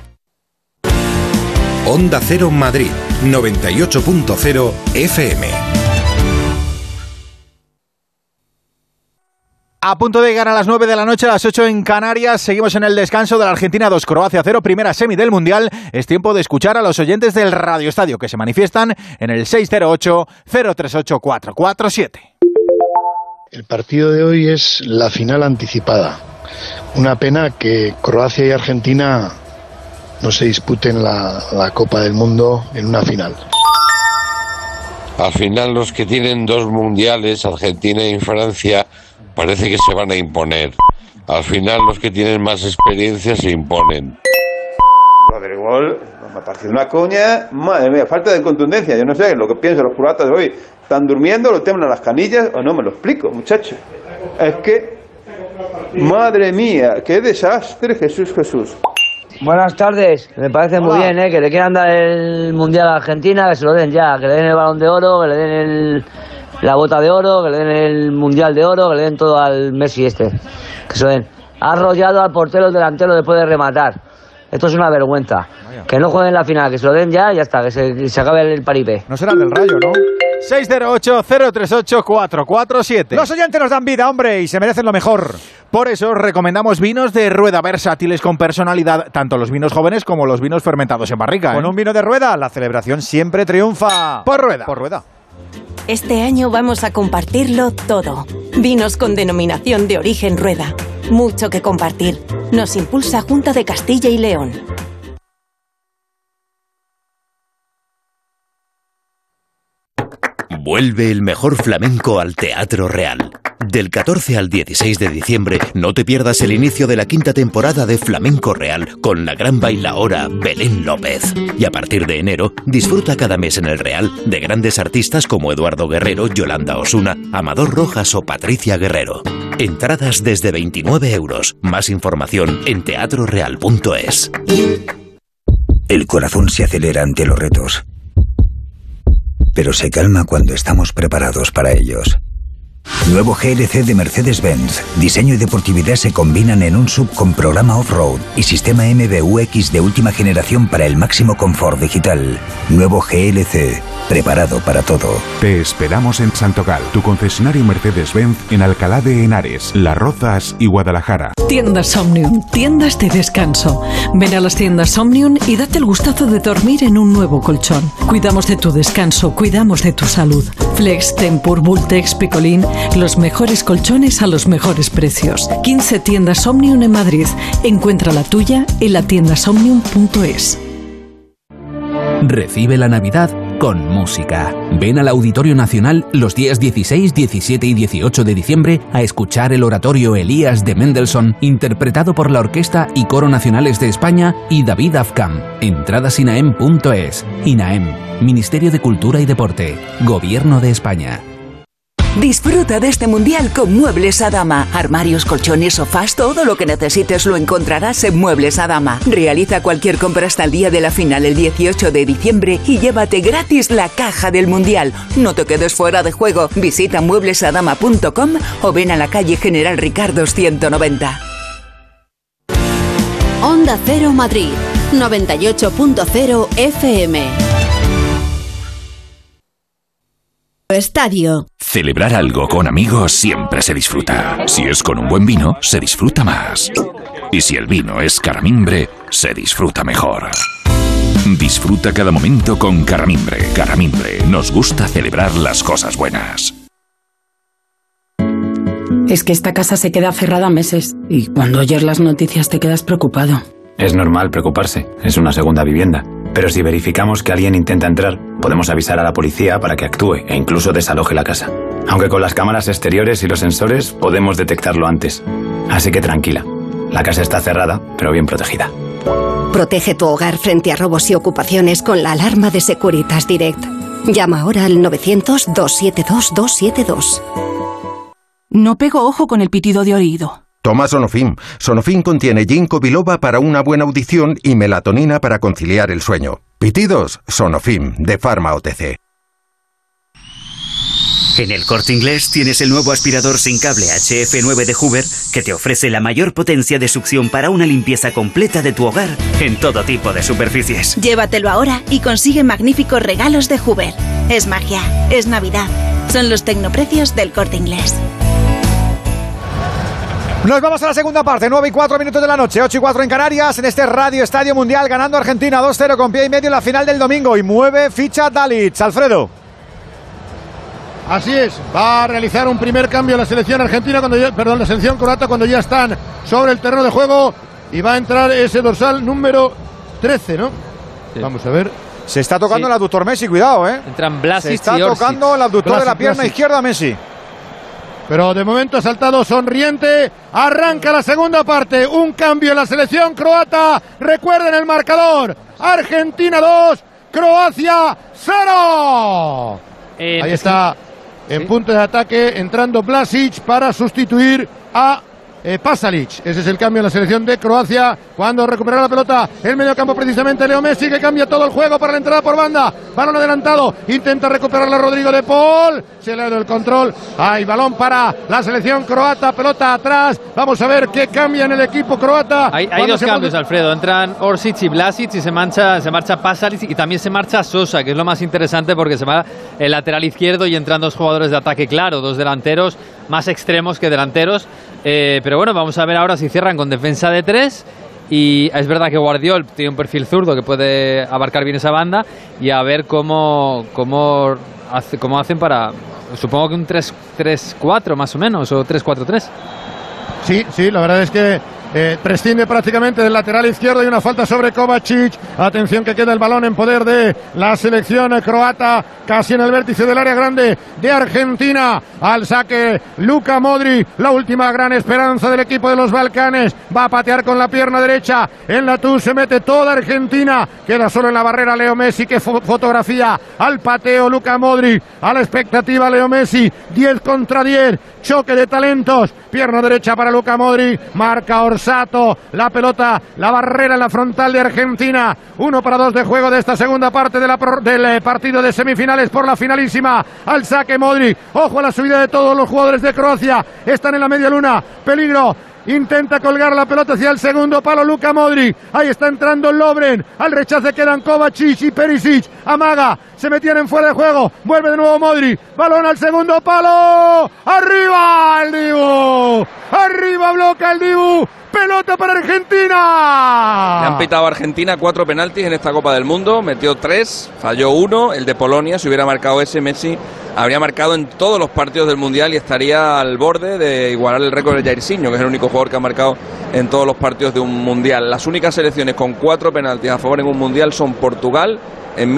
Onda Cero Madrid, 98.0 FM. A punto de llegar a las 9 de la noche, a las 8 en Canarias. Seguimos en el descanso de la Argentina 2, Croacia 0, primera semi del Mundial. Es tiempo de escuchar a los oyentes del Radio Estadio que se manifiestan en el 608-038-447. El partido de hoy es la final anticipada. Una pena que Croacia y Argentina no se disputen la Copa del Mundo en una final. Al final los que tienen dos mundiales, Argentina y Francia, parece que se van a imponer. Al final los que tienen más experiencia se imponen. Rodrigo me pareció una coña, madre mía, falta de contundencia. Yo no sé lo que piensan los croatas de hoy. ¿Están durmiendo, lo temblan las canillas o no? Me lo explico, muchachos. Es que, madre mía, qué desastre, Jesús. Buenas tardes, me parece muy bien, que le quieran dar el Mundial a Argentina, que se lo den ya, que le den el Balón de Oro, que le den la Bota de Oro, que le den el Mundial de Oro, que le den todo al Messi que se lo den. Ha arrollado al portero el delantero después de rematar. Esto es una vergüenza. Que no jueguen la final, que se lo den ya y ya está, que se acabe el paripé. No será el del Rayo, ¿no? 608-038-447. Los oyentes nos dan vida, hombre, y se merecen lo mejor. Por eso os recomendamos vinos de rueda versátiles con personalidad, tanto los vinos jóvenes como los vinos fermentados en barrica. Con un vino de rueda, la celebración siempre triunfa. Por rueda. Por rueda. Este año vamos a compartirlo todo. Vinos con denominación de origen rueda. Mucho que compartir. Nos impulsa Junta de Castilla y León. Vuelve el mejor flamenco al Teatro Real. Del 14 al 16 de diciembre no te pierdas el inicio de la quinta temporada de Flamenco Real con la gran bailaora Belén López. Y a partir de enero, disfruta cada mes en el Real de grandes artistas como Eduardo Guerrero, Yolanda Osuna, Amador Rojas o Patricia Guerrero. Entradas desde 29 euros. Más información en teatroreal.es. El corazón se acelera ante los retos, pero se calma cuando estamos preparados para ellos. Nuevo GLC de Mercedes-Benz. Diseño y deportividad se combinan en un SUV con programa off-road y sistema MBUX de última generación para el máximo confort digital. Nuevo GLC, preparado para todo. Te esperamos en Santogal, tu concesionario Mercedes-Benz en Alcalá de Henares, Las Rozas y Guadalajara. Tiendas Omnium, tiendas de descanso. Ven a las tiendas Omnium y date el gustazo de dormir en un nuevo colchón. Cuidamos de tu descanso, cuidamos de tu salud. Flex, Tempur, Vultex, Picolín, los mejores colchones a los mejores precios. 15 tiendas Omnium en Madrid. Encuentra la tuya en latiendasomnium.es. Recibe la Navidad con música. Ven al Auditorio Nacional los días 16, 17 y 18 de diciembre a escuchar el oratorio Elías de Mendelssohn, interpretado por la Orquesta y Coro Nacionales de España y David Afkam. Entradas INAEM.es. INAEM, Ministerio de Cultura y Deporte, Gobierno de España. Disfruta de este mundial con Muebles Adama. Armarios, colchones, sofás, todo lo que necesites lo encontrarás en Muebles Adama. Realiza cualquier compra hasta el día de la final, el 18 de diciembre, y llévate gratis la caja del mundial. No te quedes fuera de juego. Visita mueblesadama.com o ven a la calle General Ricardos 190. Onda Cero Madrid, 98.0 FM. Estadio. Celebrar algo con amigos siempre se disfruta. Si es con un buen vino, se disfruta más. Y si el vino es Caramimbre, se disfruta mejor. Disfruta cada momento con Caramimbre. Caramimbre, nos gusta celebrar las cosas buenas. Es que esta casa se queda cerrada meses y cuando oyes las noticias te quedas preocupado. Es normal preocuparse, es una segunda vivienda. Pero si verificamos que alguien intenta entrar, podemos avisar a la policía para que actúe e incluso desaloje la casa. Aunque con las cámaras exteriores y los sensores podemos detectarlo antes. Así que tranquila, la casa está cerrada, pero bien protegida. Protege tu hogar frente a robos y ocupaciones con la alarma de Securitas Direct. Llama ahora al 900-272-272. No pego ojo con el pitido de oído. Toma Sonofim. Sonofim contiene ginkgo biloba para una buena audición y melatonina para conciliar el sueño. Pitidos, Sonofim, de Pharma OTC. En El Corte Inglés tienes el nuevo aspirador sin cable HF9 de Hoover que te ofrece la mayor potencia de succión para una limpieza completa de tu hogar en todo tipo de superficies. Llévatelo ahora y consigue magníficos regalos de Hoover. Es magia, es Navidad. Son los tecnoprecios del Corte Inglés. Nos vamos a la segunda parte, 9:04 de la noche, 8:04 en Canarias, en este Radio Estadio Mundial, ganando Argentina 2-0 con pie y medio en la final del domingo y mueve ficha Dalic. Alfredo. Así es, va a realizar un primer cambio la selección argentina, la selección croata cuando ya están sobre el terreno de juego y va a entrar ese dorsal número 13, ¿no? Sí. Vamos a ver. Se está tocando el abductor Messi, cuidado, ¿eh? Entran Blasic y Se está tocando el abductor de la pierna izquierda Messi. Pero de momento ha saltado sonriente. Arranca la segunda parte. Un cambio en la selección croata. Recuerden el marcador. Argentina 2, Croacia 0. Ahí está en punto de ataque entrando Blasic para sustituir a Pasalic. Ese es el cambio en la selección de Croacia cuando recuperará la pelota el mediocampo precisamente Leo Messi, que cambia todo el juego para la entrada por banda. Balón adelantado, intenta recuperarla Rodrigo de Paul, se le ha dado el control. Hay balón para la selección croata, pelota atrás. Vamos a ver qué cambia en el equipo croata. Hay dos cambios, Alfredo. Entran Orsic y Blasic y se marcha Pasalic y también se marcha Sosa, que es lo más interesante porque se va el lateral izquierdo y entran dos jugadores de ataque claro, dos delanteros más extremos que delanteros. Pero bueno, vamos a ver ahora si cierran con defensa de 3. Y es verdad que Guardiol tiene un perfil zurdo que puede abarcar bien esa banda. Y a ver cómo hacen para, supongo que un 3-4 más o menos, o 3-4-3. Sí, la verdad es que prescinde prácticamente del lateral izquierdo y una falta sobre Kovacic. Atención que queda el balón en poder de la selección croata, casi en el vértice del área grande de Argentina. Al saque Luka Modric, la última gran esperanza del equipo de los Balcanes. Va a patear con la pierna derecha. En la TUS se mete toda Argentina. Queda solo en la barrera Leo Messi, que fotografía al pateo Luka Modric. A la expectativa Leo Messi, 10 contra 10. Choque de talentos. Pierna derecha para Luka Modric. Marca Orsato. La pelota, la barrera en la frontal de Argentina. 1-2 de juego de esta segunda parte del partido de semifinales por la finalísima. Al saque Modric. Ojo a la subida de todos los jugadores de Croacia. Están en la media luna. Peligro. Intenta colgar la pelota hacia el segundo palo Luka Modric. Ahí está entrando Lovren. Al rechace quedan Kovacic y Perisic. Amaga. Se metían en fuera de juego. Vuelve de nuevo Modric. Balón al segundo palo. ¡Arriba el Dibu! ¡Arriba bloca el Dibu! ¡Pelota para Argentina! Le han pitado a Argentina 4 penaltis en esta Copa del Mundo. Metió 3, falló 1. El de Polonia, si hubiera marcado ese, Messi habría marcado en todos los partidos del Mundial y estaría al borde de igualar el récord de Jairzinho, que es el único jugador que ha marcado en todos los partidos de un Mundial. Las únicas selecciones con 4 penaltis a favor en un Mundial son Portugal en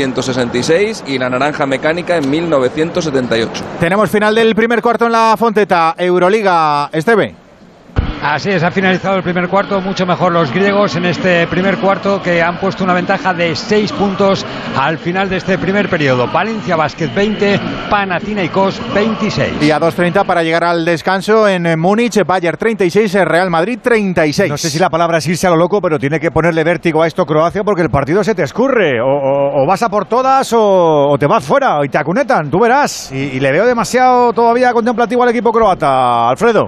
1966 y la Naranja Mecánica en 1978. Tenemos final del primer cuarto en la Fonteta. Euroliga, Esteve. Así es, ha finalizado el primer cuarto, mucho mejor los griegos en este primer cuarto, que han puesto una ventaja de 6 puntos al final de este primer periodo. Valencia Basket 20, Panathinaikos 26. Y a 2:30 para llegar al descanso en Múnich, Bayern 36, Real Madrid 36. No sé si la palabra es irse a lo loco, pero tiene que ponerle vértigo a esto Croacia porque el partido se te escurre. O vas a por todas o te vas fuera y te acunetan, tú verás. Y le veo demasiado todavía contemplativo al equipo croata, Alfredo.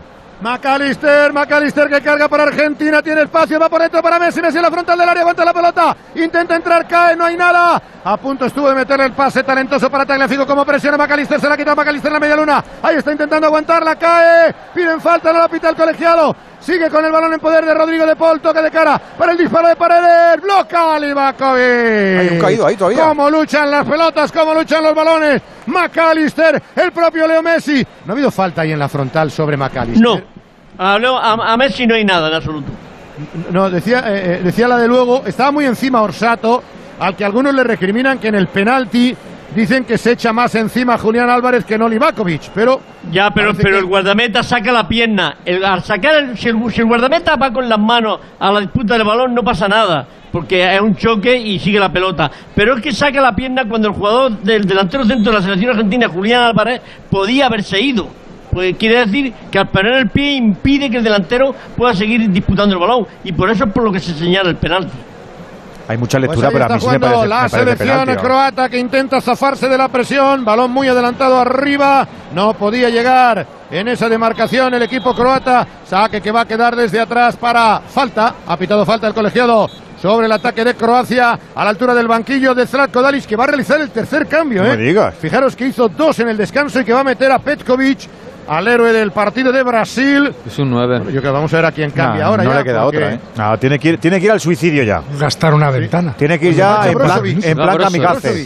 McAllister que carga para Argentina, tiene espacio, va por dentro para Messi en la frontal del área, aguanta la pelota, intenta entrar, cae, no hay nada, a punto estuvo de meterle el pase talentoso para Tagliafico, como presiona McAllister, se la quita McAllister en la media luna, ahí está intentando aguantarla, cae, piden falta, no la pita el colegiado, sigue con el balón en poder de Rodrigo de Paul, toque de cara para el disparo de Paredes, bloca Livakovic. Hay un caído ahí todavía. Cómo luchan las pelotas, cómo luchan los balones, McAllister, el propio Leo Messi, no ha habido falta ahí en la frontal sobre McAllister. No. A Messi no hay nada en absoluto. No, decía la de luego, estaba muy encima Orsato, al que algunos le recriminan que en el penalti dicen que se echa más encima Julián Álvarez que no Livakovic, pero... Ya, pero el guardameta saca la pierna. Si el guardameta va con las manos a la disputa del balón, no pasa nada, porque es un choque y sigue la pelota. Pero es que saca la pierna cuando el jugador del delantero centro de la selección argentina, Julián Álvarez, podía haberse ido. Pues quiere decir que al poner el pie impide que el delantero pueda seguir disputando el balón, y por eso es por lo que se señala el penalti. Hay mucha lectura, pero a mí sí me parece la selección croata que intenta zafarse de la presión, balón muy adelantado arriba, no podía llegar en esa demarcación el equipo croata, saque que va a quedar desde atrás para falta, ha pitado falta el colegiado sobre el ataque de Croacia, a la altura del banquillo de Zlatko Dalic, que va a realizar el tercer cambio. No me digas. Fijaros que hizo 2 en el descanso y que va a meter a Petkovic, al héroe del partido de Brasil. Es un 9. Yo creo que vamos a ver a quién cambia ahora. No ya, le queda porque... otra, ¿eh? No, tiene que ir al suicidio ya. Gastar una ventana. Tiene que ir ya en plan kamikaze.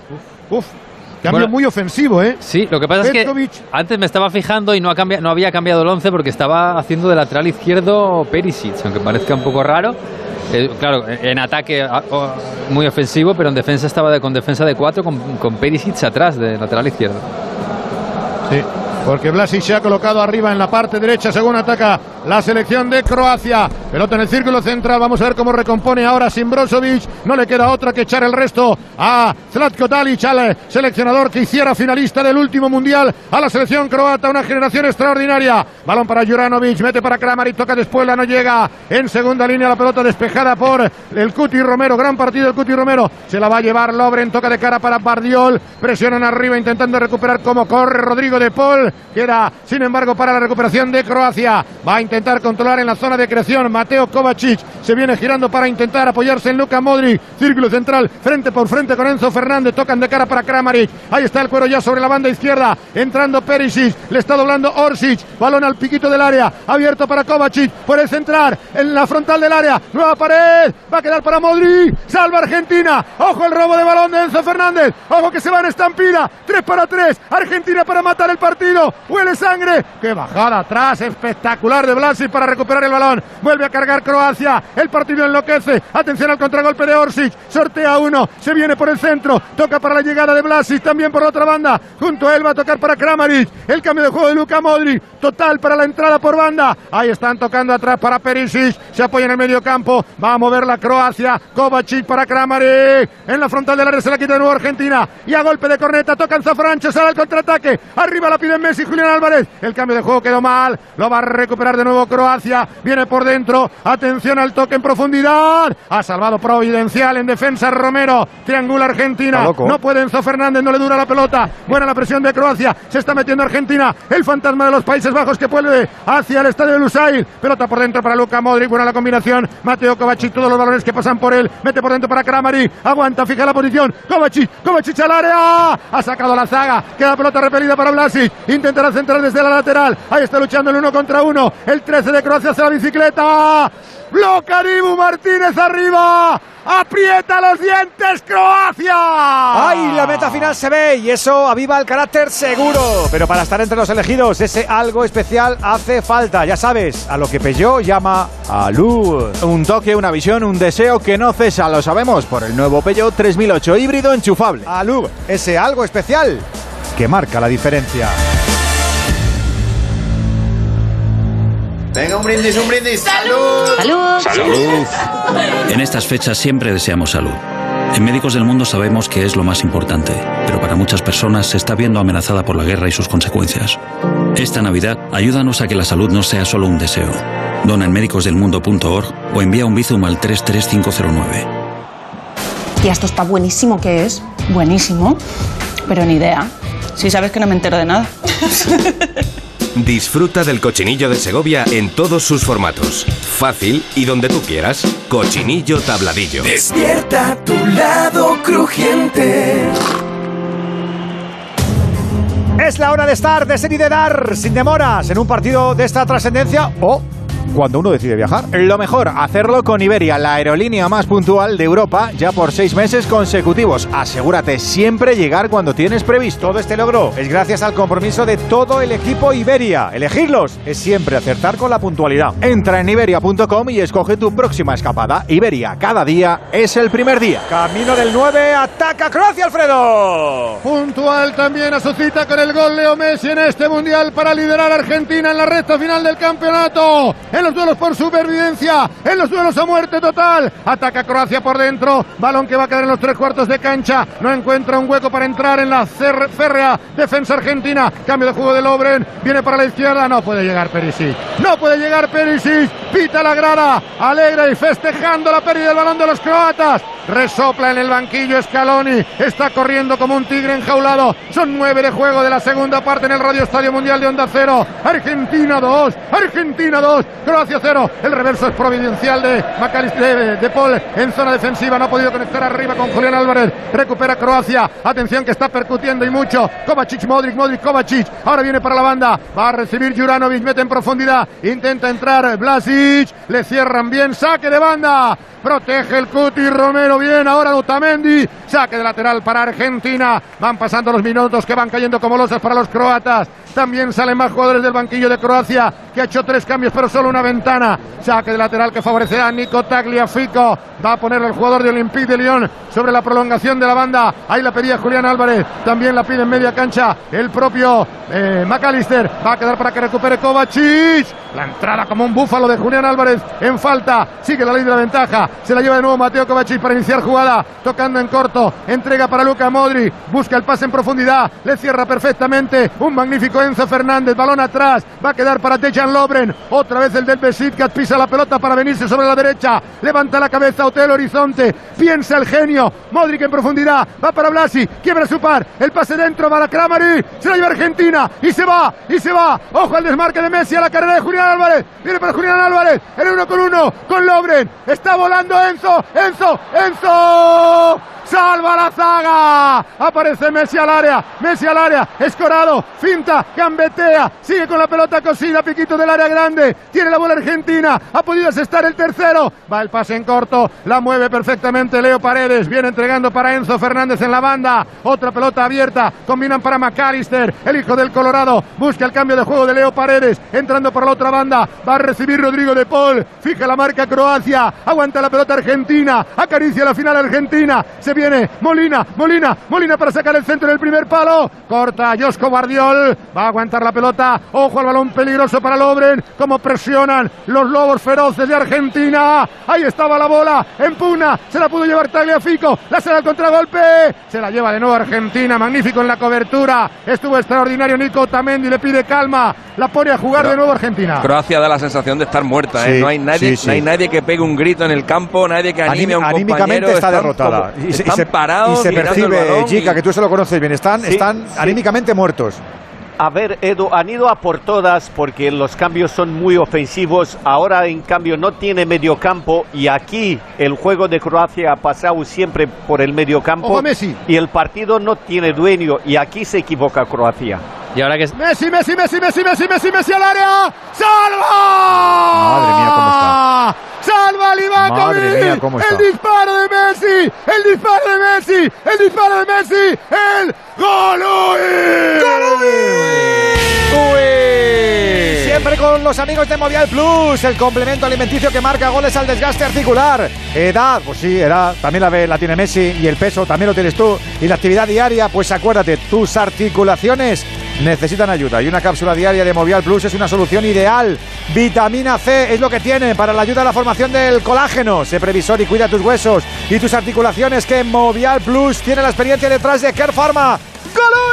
Cambio muy ofensivo, ¿eh? Sí, lo que pasa Petkovic. es que antes me estaba fijando y no había cambiado el 11 porque estaba haciendo de lateral izquierdo Perisic, aunque parezca un poco raro. Claro, en ataque muy ofensivo, pero en defensa estaba con defensa de 4 con Perisic atrás de lateral izquierdo. Sí, porque Vlasic se ha colocado arriba en la parte derecha según ataca la selección de Croacia. Pelota en el círculo central, vamos a ver cómo recompone ahora sin Brozovic. No le queda otra que echar el resto a Zlatko Dalic, al seleccionador que hiciera finalista del último mundial a la selección croata, una generación extraordinaria. Balón para Juranovic, mete para Kramaric, toca después, no llega en segunda línea, la pelota despejada por el Cuti Romero, gran partido del Cuti Romero, se la va a llevar Lovren, toca de cara para Bardiol, presionan arriba intentando recuperar como corre Rodrigo de Paul, queda sin embargo para la recuperación de Croacia, va a intentar controlar en la zona de creación Mateo Kovacic, se viene girando para intentar apoyarse en Luka Modric, círculo central, frente por frente con Enzo Fernández, tocan de cara para Kramaric, ahí está el cuero ya sobre la banda izquierda, entrando Perisic, le está doblando Orsic, balón al piquito del área, abierto para Kovacic, puede centrar en la frontal del área, nueva pared, va a quedar para Modric, salva Argentina, ojo el robo de balón de Enzo Fernández, ojo que se va en estampida, 3-3, Argentina para matar el partido, huele sangre, qué bajada atrás, espectacular de Vlasic para recuperar el balón, vuelve a cargar Croacia, el partido enloquece, atención al contragolpe de Orsic, sortea uno, se viene por el centro, toca para la llegada de Vlasic, también por la otra banda, junto a él va a tocar para Kramaric, el cambio de juego de Luka Modric, total para la entrada por banda, ahí están tocando atrás para Perisic, se apoya en el medio campo, va a mover la Croacia, Kovacic para Kramaric, en la frontal del área se la quita de nuevo Argentina, y a golpe de corneta toca Zafrancho, sale al contraataque, arriba la pide Messi, Julián Álvarez, el cambio de juego quedó mal, lo va a recuperar de nuevo Croacia, viene por dentro, atención al toque en profundidad, ha salvado Providencial en defensa Romero, triangula Argentina, no puede Enzo Fernández, no le dura la pelota, buena la presión de Croacia, se está metiendo Argentina, el fantasma de los Países Bajos que vuelve hacia el estadio de Lusail, pelota por dentro para Luka Modric, buena la combinación, Mateo Kovacic, todos los balones que pasan por él, mete por dentro para Kramaric, aguanta, fija la posición, Kovacic al área, ha sacado la zaga, queda pelota repelida para Vlasic, intentará centrar desde la lateral, ahí está luchando el 1 contra 1, el 13 de Croacia hacia la bicicleta, bloca Dibu Martínez arriba, aprieta los dientes Croacia. ¡Ay! La meta final se ve y eso aviva el carácter seguro. Pero para estar entre los elegidos, ese algo especial hace falta. Ya sabes, a lo que Peugeot llama alud. Un toque, una visión, un deseo que no cesa, lo sabemos, por el nuevo Peugeot 3008 híbrido enchufable. Alud, ese algo especial que marca la diferencia. Venga, un brindis, un brindis. ¡Salud! ¡Salud! ¡Salud! En estas fechas siempre deseamos salud. En Médicos del Mundo sabemos que es lo más importante, pero para muchas personas se está viendo amenazada por la guerra y sus consecuencias. Esta Navidad, ayúdanos a que la salud no sea solo un deseo. Dona en médicosdelmundo.org o envía un Bizum al 33509. Tía, esto está buenísimo, ¿qué es? Buenísimo, pero ni idea. Si sabes que no me entero de nada. Disfruta del cochinillo de Segovia en todos sus formatos. Fácil y donde tú quieras. Cochinillo Tabladillo. Despierta tu lado crujiente. Es la hora de estar, de ser y de dar, sin demoras, en un partido de esta trascendencia o cuando uno decide viajar. Lo mejor, hacerlo con Iberia, la aerolínea más puntual de Europa, ya por 6 meses consecutivos. Asegúrate siempre llegar cuando tienes previsto. Todo este logro es gracias al compromiso de todo el equipo Iberia. Elegirlos es siempre acertar con la puntualidad. Entra en iberia.com y escoge tu próxima escapada. Iberia, cada día es el primer día. Camino del 9, ataca Croacia, Alfredo. Puntual también a su cita con el gol Leo Messi en este Mundial para liderar a Argentina en la recta final del campeonato. En los duelos por supervivencia, en los duelos a muerte total. Ataca Croacia por dentro, balón que va a quedar en los 3/4 de cancha. No encuentra un hueco para entrar en la férrea defensa argentina. Cambio de juego de Lovren, viene para la izquierda, no puede llegar Perisic. No puede llegar Perisic, pita la grada, alegre y festejando la pérdida del balón de los croatas. Resopla en el banquillo Scaloni, está corriendo como un tigre enjaulado. Son 9 de juego de la segunda parte en el Radio Estadio Mundial de Onda Cero. Argentina 2, Argentina 2, Croacia 0. El reverso es providencial de McAllister, de Paul en zona defensiva. No ha podido conectar arriba con Julián Álvarez. Recupera Croacia. Atención que está percutiendo y mucho. Kovacic, Modric, Kovacic. Ahora viene para la banda. Va a recibir Juranovic. Mete en profundidad. Intenta entrar Vlasic. Le cierran bien. Saque de banda. Protege el Cuti Romero. Bien. Ahora Otamendi. Saque de lateral para Argentina. Van pasando los minutos que van cayendo como losas para los croatas. También salen más jugadores del banquillo de Croacia, que ha hecho 3 cambios pero solo una ventana. Saque de lateral que favorecerá a Nico Tagliafico. Va a poner el jugador de Olympique de Lyon sobre la prolongación de la banda. Ahí la pedía Julián Álvarez. También la pide en media cancha el propio McAllister. Va a quedar para que recupere Kovacic. La entrada como un búfalo de Julián Álvarez en falta. Sigue la ley de la ventaja. Se la lleva de nuevo Mateo Kovacic para iniciar jugada. Tocando en corto. Entrega para Luka Modric. Busca el pase en profundidad. Le cierra perfectamente. Un magnífico Enzo Fernández. Balón atrás. Va a quedar para Dejan Lovren. Otra vez el del Besiktas. Pisa la pelota para venirse sobre la derecha. Levanta la cabeza Hotel Horizonte. Piensa el genio. Modric en profundidad. Va para Blasi. Quiebra su par. El pase dentro. Va la Kramaric. Se la lleva Argentina. Y se va. Y se va. Ojo al desmarque de Messi a la carrera de Julián Álvarez. Viene para Julián Álvarez. El 1-1 con Lovren. Está volando Enzo. Enzo. Salva la zaga. Aparece Messi al área. Escorado. Finta. Gambetea. Sigue con la pelota cosida. Piquito del área grande. Tiene la bola Argentina. Ha podido asestar el tercero. Va el pase en corto. La mueve perfectamente Leo Paredes. Viene entregando para Enzo Fernández en la banda. Otra pelota abierta. Combinan para McAllister. El hijo del Colorado. Busca el cambio de juego de Leo Paredes. Entrando por la otra banda. Va a recibir Rodrigo de Paul. Fija la marca Croacia. Aguanta la pelota Argentina. Acaricia la final Argentina. Se viene Molina para sacar el centro del primer palo. Corta Josko Guardiol. Va a aguantar la pelota. Ojo al balón peligroso para Lovren. Como presionan los lobos feroces de Argentina. Ahí estaba la bola. En pugna. Se la pudo llevar Tagliafico. La será el contragolpe. Se la lleva de nuevo Argentina. Magnífico en la cobertura. Estuvo extraordinario Nico Otamendi. Le pide calma. La pone a jugar de nuevo Argentina. Croacia da la sensación de estar muerta. Sí, no hay nadie, sí. No hay nadie que pegue un grito en el campo. Nadie que anime a un compañero. Anímicamente está derrotada. Están parados. Y se percibe, Chica, que tú se lo conoces bien. Están anímicamente muertos. A ver, Edu, han ido a por todas porque los cambios son muy ofensivos. Ahora, en cambio, no tiene mediocampo y aquí el juego de Croacia ha pasado siempre por el mediocampo. Ojo, Messi. Y el partido no tiene dueño y aquí se equivoca Croacia. Y ahora que Messi al área. ¡Salva! Madre mía, cómo está. ¡Salva Livakovic! Madre mía, cómo está. El disparo de Messi. El gol. Siempre con los amigos de Movial Plus, el complemento alimenticio que marca goles al desgaste articular. Edad, pues sí, edad, también la tiene Messi, y el peso también lo tienes tú. Y la actividad diaria, pues acuérdate, tus articulaciones necesitan ayuda y una cápsula diaria de Movial Plus es una solución ideal. Vitamina C es lo que tiene para la ayuda a la formación del colágeno. Sé previsor y cuida tus huesos y tus articulaciones, que Movial Plus tiene la experiencia detrás de Care Pharma. ¡Golui!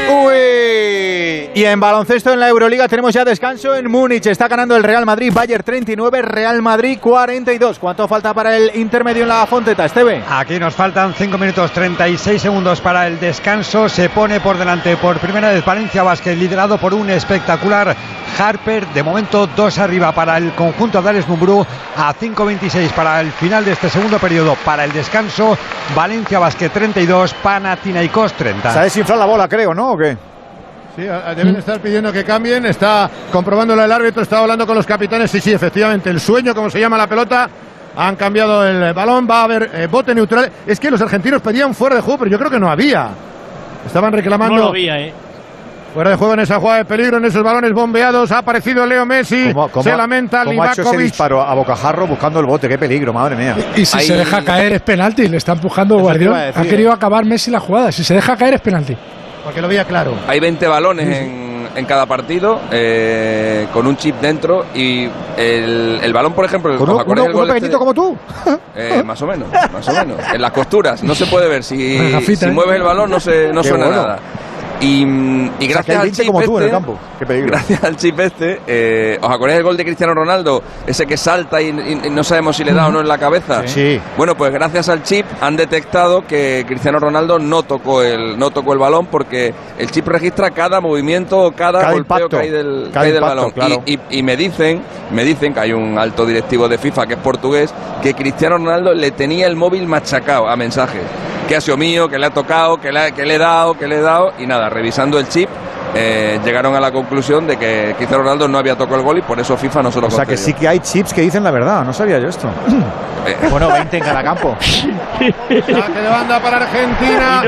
¡Uy! Y en baloncesto en la Euroliga tenemos ya descanso en Múnich. Está ganando el Real Madrid, Bayern 39, Real Madrid 42. ¿Cuánto falta para el intermedio en la Fonteta, Esteve? Aquí nos faltan 5 minutos 36 segundos para el descanso. Se pone por delante por primera vez Valencia Basket, liderado por un espectacular Harper. De momento 2 arriba para el conjunto de Alex Mumbrú, a 5:26 para el final de este segundo periodo. Para el descanso, Valencia Basket 32, Panathinaikos 30. Se ha desinflado la bola, creo, ¿no? ¿O qué? Sí, deben estar pidiendo que cambien. Está comprobándolo el árbitro, está hablando con los capitanes. Sí, efectivamente, el sueño, como se llama la pelota. Han cambiado el balón, va a haber bote neutral. Es que los argentinos pedían fuera de juego, pero yo creo que no había. Estaban reclamando. No lo había, Fuera de juego en esa jugada de peligro, en esos balones bombeados. Ha aparecido Leo Messi. Se lamenta Livakovic. Ha hecho ese disparo a bocajarro buscando el bote. Qué peligro, madre mía. Y si se deja caer es penalti. Le está empujando Guardiola. Ha querido acabar Messi la jugada. Si se deja caer es penalti. Porque lo veía claro. Hay 20 balones en cada partido, con un chip dentro. Y el balón, por ejemplo, uno pequeñito como tú. Más o menos. En las costuras. No se puede ver. Si mueves el balón no suena nada. Y gracias al chip como tú en el campo. Qué peligro. Gracias al chip ¿os acordáis del gol de Cristiano Ronaldo? Ese que salta y no sabemos si le da o no en la cabeza. Sí. Bueno, pues gracias al chip han detectado que Cristiano Ronaldo no tocó el balón, porque el chip registra cada movimiento, cada golpeo impacto, que hay del balón. Claro. Y me dicen que hay un alto directivo de FIFA que es portugués, que Cristiano Ronaldo le tenía el móvil machacado a mensajes. Que ha sido mío, que le ha tocado, que le he dado, y nada, revisando el chip, llegaron a la conclusión de que Cristiano Ronaldo no había tocado el gol y por eso FIFA no se lo concedió. O sea que sí que hay chips que dicen la verdad, no sabía yo esto. Bueno, 20 en cada campo. Saque de banda para Argentina.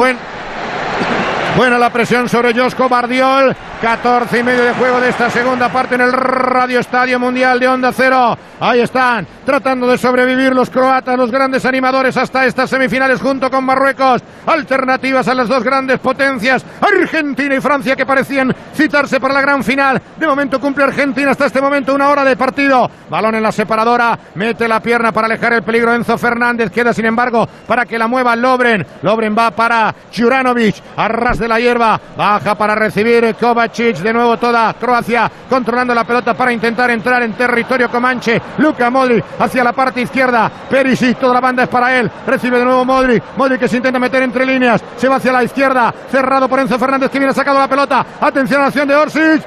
Buena la presión sobre Josko Bardiol. 14 y medio de juego de esta segunda parte en el Radio Estadio Mundial de Onda Cero. Ahí están, tratando de sobrevivir los croatas, los grandes animadores hasta estas semifinales junto con Marruecos. Alternativas a las dos grandes potencias, Argentina y Francia, que parecían citarse para la gran final. De momento cumple Argentina hasta este momento 1 hora de partido. Balón en la separadora, mete la pierna para alejar el peligro Enzo Fernández. Queda sin embargo para que la mueva Lovren. Lovren va para Juranovic, a ras de la hierba, baja para recibir Kovacic. De nuevo toda Croacia controlando la pelota para intentar entrar en territorio comanche. Luka Modric hacia la parte izquierda, Perisic, toda la banda es para él, recibe de nuevo Modric que se intenta meter entre líneas, se va hacia la izquierda, cerrado por Enzo Fernández, que viene sacado la pelota. Atención a la acción de Orsic,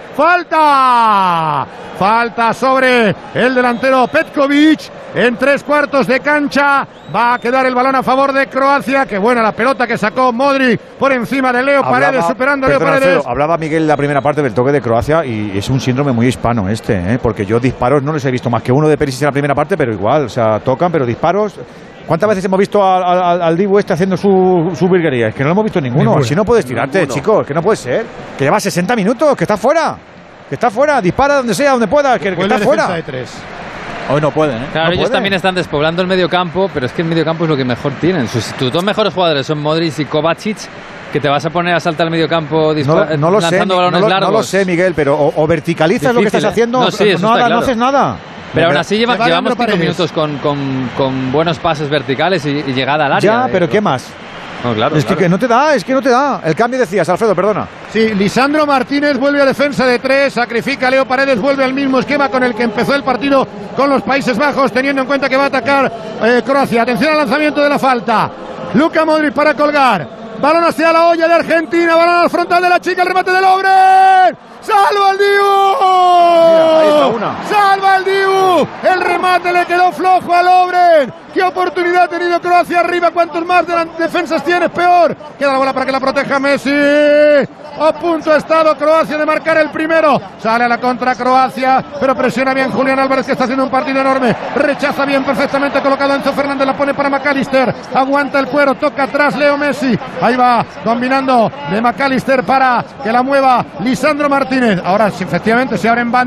falta sobre el delantero Petkovic en 3/4 de cancha. Va a quedar el balón a favor de Croacia. Qué buena la pelota que sacó Modric por encima de Leo Paredes, superando a Leo Paredes. Alfredo, hablaba Miguel en la primera parte del toque de Croacia y es un síndrome muy hispano porque yo disparos no les he visto más que uno de Perisic en la primera parte, pero igual, o sea, tocan, pero disparos. ¿Cuántas veces hemos visto al Dibu haciendo su virguería? Es que no lo hemos visto ninguno. Así no puedes tirarte, chicos, es que no puede ser. Que lleva 60 minutos, que está fuera. Dispara donde sea, donde pueda, que está fuera. Hoy no pueden, ¿eh? Claro, ellos también están despoblando el mediocampo, pero es que el mediocampo es lo que mejor tienen. Tus dos mejores jugadores son Modric y Kovacic, que te vas a poner a saltar el mediocampo lanzando balones largos. No lo sé, Miguel, pero o verticalizas lo que estás haciendo, no haces nada. Pero aún así llevamos 5 minutos con buenos pases verticales y llegada al área. Ya, pero ¿qué más? No, claro, que no te da, El cambio decías, Alfredo, perdona. Sí, Lisandro Martínez vuelve a defensa de 3, sacrifica a Leo Paredes, vuelve al mismo esquema con el que empezó el partido con los Países Bajos, teniendo en cuenta que va a atacar Croacia. Atención al lanzamiento de la falta. Luka Modric para colgar. Balón hacia la olla de Argentina, balón al frontal de la chica, el remate de Lovren. ¡Salva el Dibu! ¡Salva el Dibu! El remate le quedó flojo a Lovren. ¡Qué oportunidad ha tenido Croacia arriba! Cuantos más defensas tienes, peor. Queda la bola para que la proteja Messi. A punto ha estado Croacia de marcar el primero. Sale a la contra Croacia, pero presiona bien Julián Álvarez, que está haciendo un partido enorme. Rechaza bien, perfectamente colocado Enzo Fernández, la pone para McAllister. Aguanta el cuero, toca atrás Leo Messi. Ahí va, combinando de McAllister para que la mueva Lisandro Martínez. Ahora efectivamente se abre en banda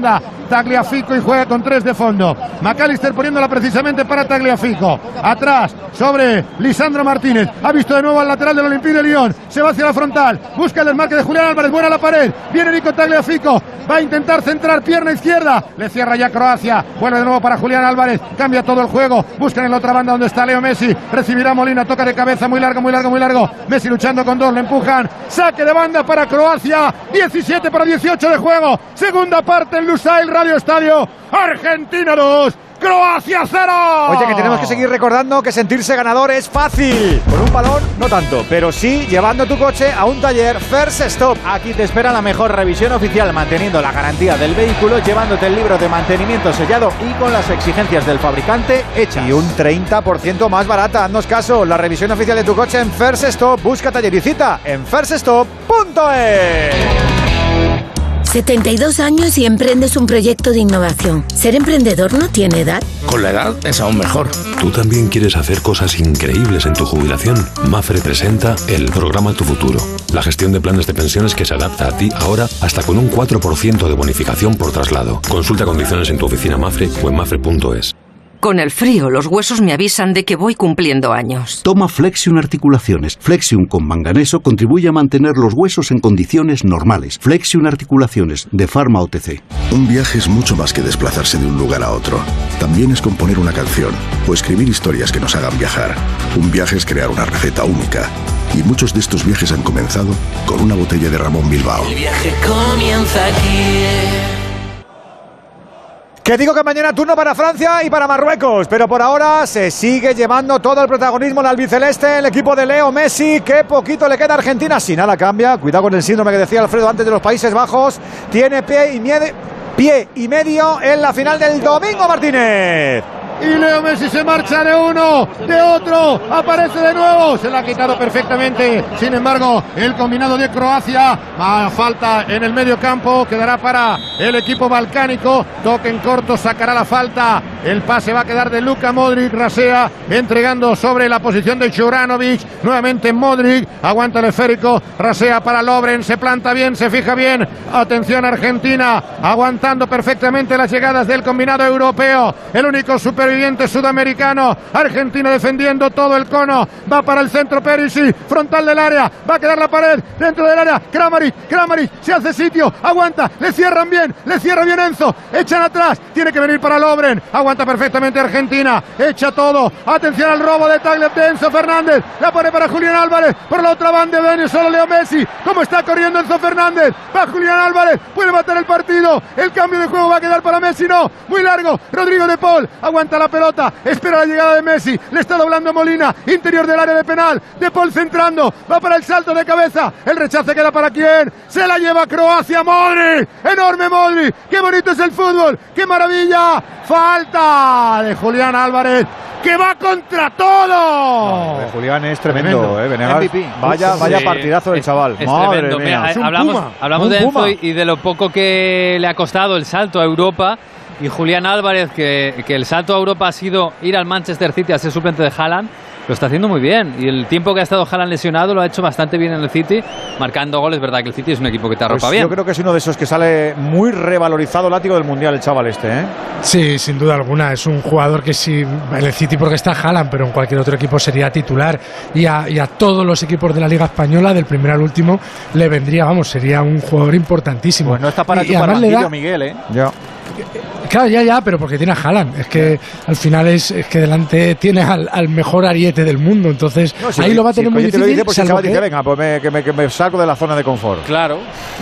Tagliafico y juega con 3 de fondo. McAllister poniéndola precisamente para Tagliafico. Atrás, sobre Lisandro Martínez. Ha visto de nuevo al lateral del Olympique de Lyon. Se va hacia la frontal. Busca el desmarque de Julián Álvarez. Buena la pared. Viene Nico Tagliafico. Va a intentar centrar pierna izquierda. Le cierra ya Croacia. Vuelve de nuevo para Julián Álvarez. Cambia todo el juego. Buscan en la otra banda donde está Leo Messi. Recibirá Molina. Toca de cabeza. Muy largo, muy largo, muy largo. Messi luchando con 2. Le empujan. Saque de banda para Croacia. 17 para 18 de juego. Segunda parte en Lusail Radio Estadio. Argentina 2. Croacia 0. Oye, que tenemos que seguir recordando que sentirse ganador es fácil. Con un balón, no tanto, pero sí llevando tu coche a un taller First Stop. Aquí te espera la mejor revisión oficial, manteniendo la garantía del vehículo, llevándote el libro de mantenimiento sellado y con las exigencias del fabricante hechas. Y un 30% más barata. Haznos caso, la revisión oficial de tu coche en First Stop. Busca taller y cita en firststop.es. 72 años y emprendes un proyecto de innovación. ¿Ser emprendedor no tiene edad? Con la edad es aún mejor. ¿Tú también quieres hacer cosas increíbles en tu jubilación? Mapfre presenta el programa Tu Futuro. La gestión de planes de pensiones que se adapta a ti ahora hasta con un 4% de bonificación por traslado. Consulta condiciones en tu oficina Mapfre o en mapfre.es. Con el frío, los huesos me avisan de que voy cumpliendo años. Toma Flexium Articulaciones. Flexium con manganeso contribuye a mantener los huesos en condiciones normales. Flexium Articulaciones, de Pharma OTC. Un viaje es mucho más que desplazarse de un lugar a otro. También es componer una canción o escribir historias que nos hagan viajar. Un viaje es crear una receta única. Y muchos de estos viajes han comenzado con una botella de Ramón Bilbao. El viaje comienza aquí. Que digo que mañana turno para Francia y para Marruecos, pero por ahora se sigue llevando todo el protagonismo en albiceleste, el equipo de Leo Messi. Qué poquito le queda a Argentina, si nada cambia. Cuidado con el síndrome que decía Alfredo antes de los Países Bajos. Tiene pie y medio en la final del domingo, Martínez. Y Leo Messi se marcha de uno, de otro, aparece de nuevo, se la ha quitado perfectamente. Sin embargo, el combinado de Croacia, falta en el medio campo, quedará para el equipo balcánico. Toque en corto, sacará la falta. El pase va a quedar de Luka Modric. Rasea entregando sobre la posición de Juranovic. Nuevamente Modric, aguanta el esférico. Rasea para Lovren, se planta bien, se fija bien. Atención Argentina, aguantando perfectamente las llegadas del combinado europeo. El único superviviente sudamericano. Argentina defendiendo todo el cono. Va para el centro Perisic, frontal del área. Va a quedar la pared dentro del área. Kramaric se hace sitio. Aguanta, le cierra bien Enzo. Echan atrás, tiene que venir para Lovren. Aguanta perfectamente Argentina. Echa todo. Atención al robo de tackle de Enzo Fernández. La pone para Julián Álvarez. Por la otra banda viene solo Leo Messi. ¿Cómo está corriendo Enzo Fernández? Va Julián Álvarez. Puede matar el partido. El cambio de juego va a quedar para Messi. No, muy largo. Rodrigo de Paul. Aguanta la pelota, espera la llegada de Messi, le está doblando Molina, interior del área de penal, De Paul centrando, va para el salto de cabeza, el rechace queda para quién, se la lleva Croacia, Modric, enorme Modric, qué bonito es el fútbol, qué maravilla, falta de Julián Álvarez, que va contra todo. Julián es tremendo, vaya partidazo del chaval. Madre mía. Hablamos de Enzo y de lo poco que le ha costado el salto a Europa. Y Julián Álvarez, que el salto a Europa ha sido ir al Manchester City a ser suplente de Haaland, lo está haciendo muy bien. Y el tiempo que ha estado Haaland lesionado lo ha hecho bastante bien en el City, marcando goles. Verdad que el City es un equipo que te arropa bien. Yo creo que es uno de esos que sale muy revalorizado látigo del Mundial, el chaval este, ¿eh? Sí, sin duda alguna. Es un jugador que sí, en el City porque está Haaland, pero en cualquier otro equipo sería titular. Y a todos los equipos de la Liga Española, del primero al último, le vendría, sería un jugador importantísimo. Pues no está para chupar banquillo, Miguel, ¿eh? Ya. Claro, pero porque tiene a Haaland. Es que al final es que delante tienes al mejor ariete del mundo. Entonces ahí lo va a tener muy difícil. Te lo dice porque el chaval dice, venga, pues que me saco de la zona de confort. Claro.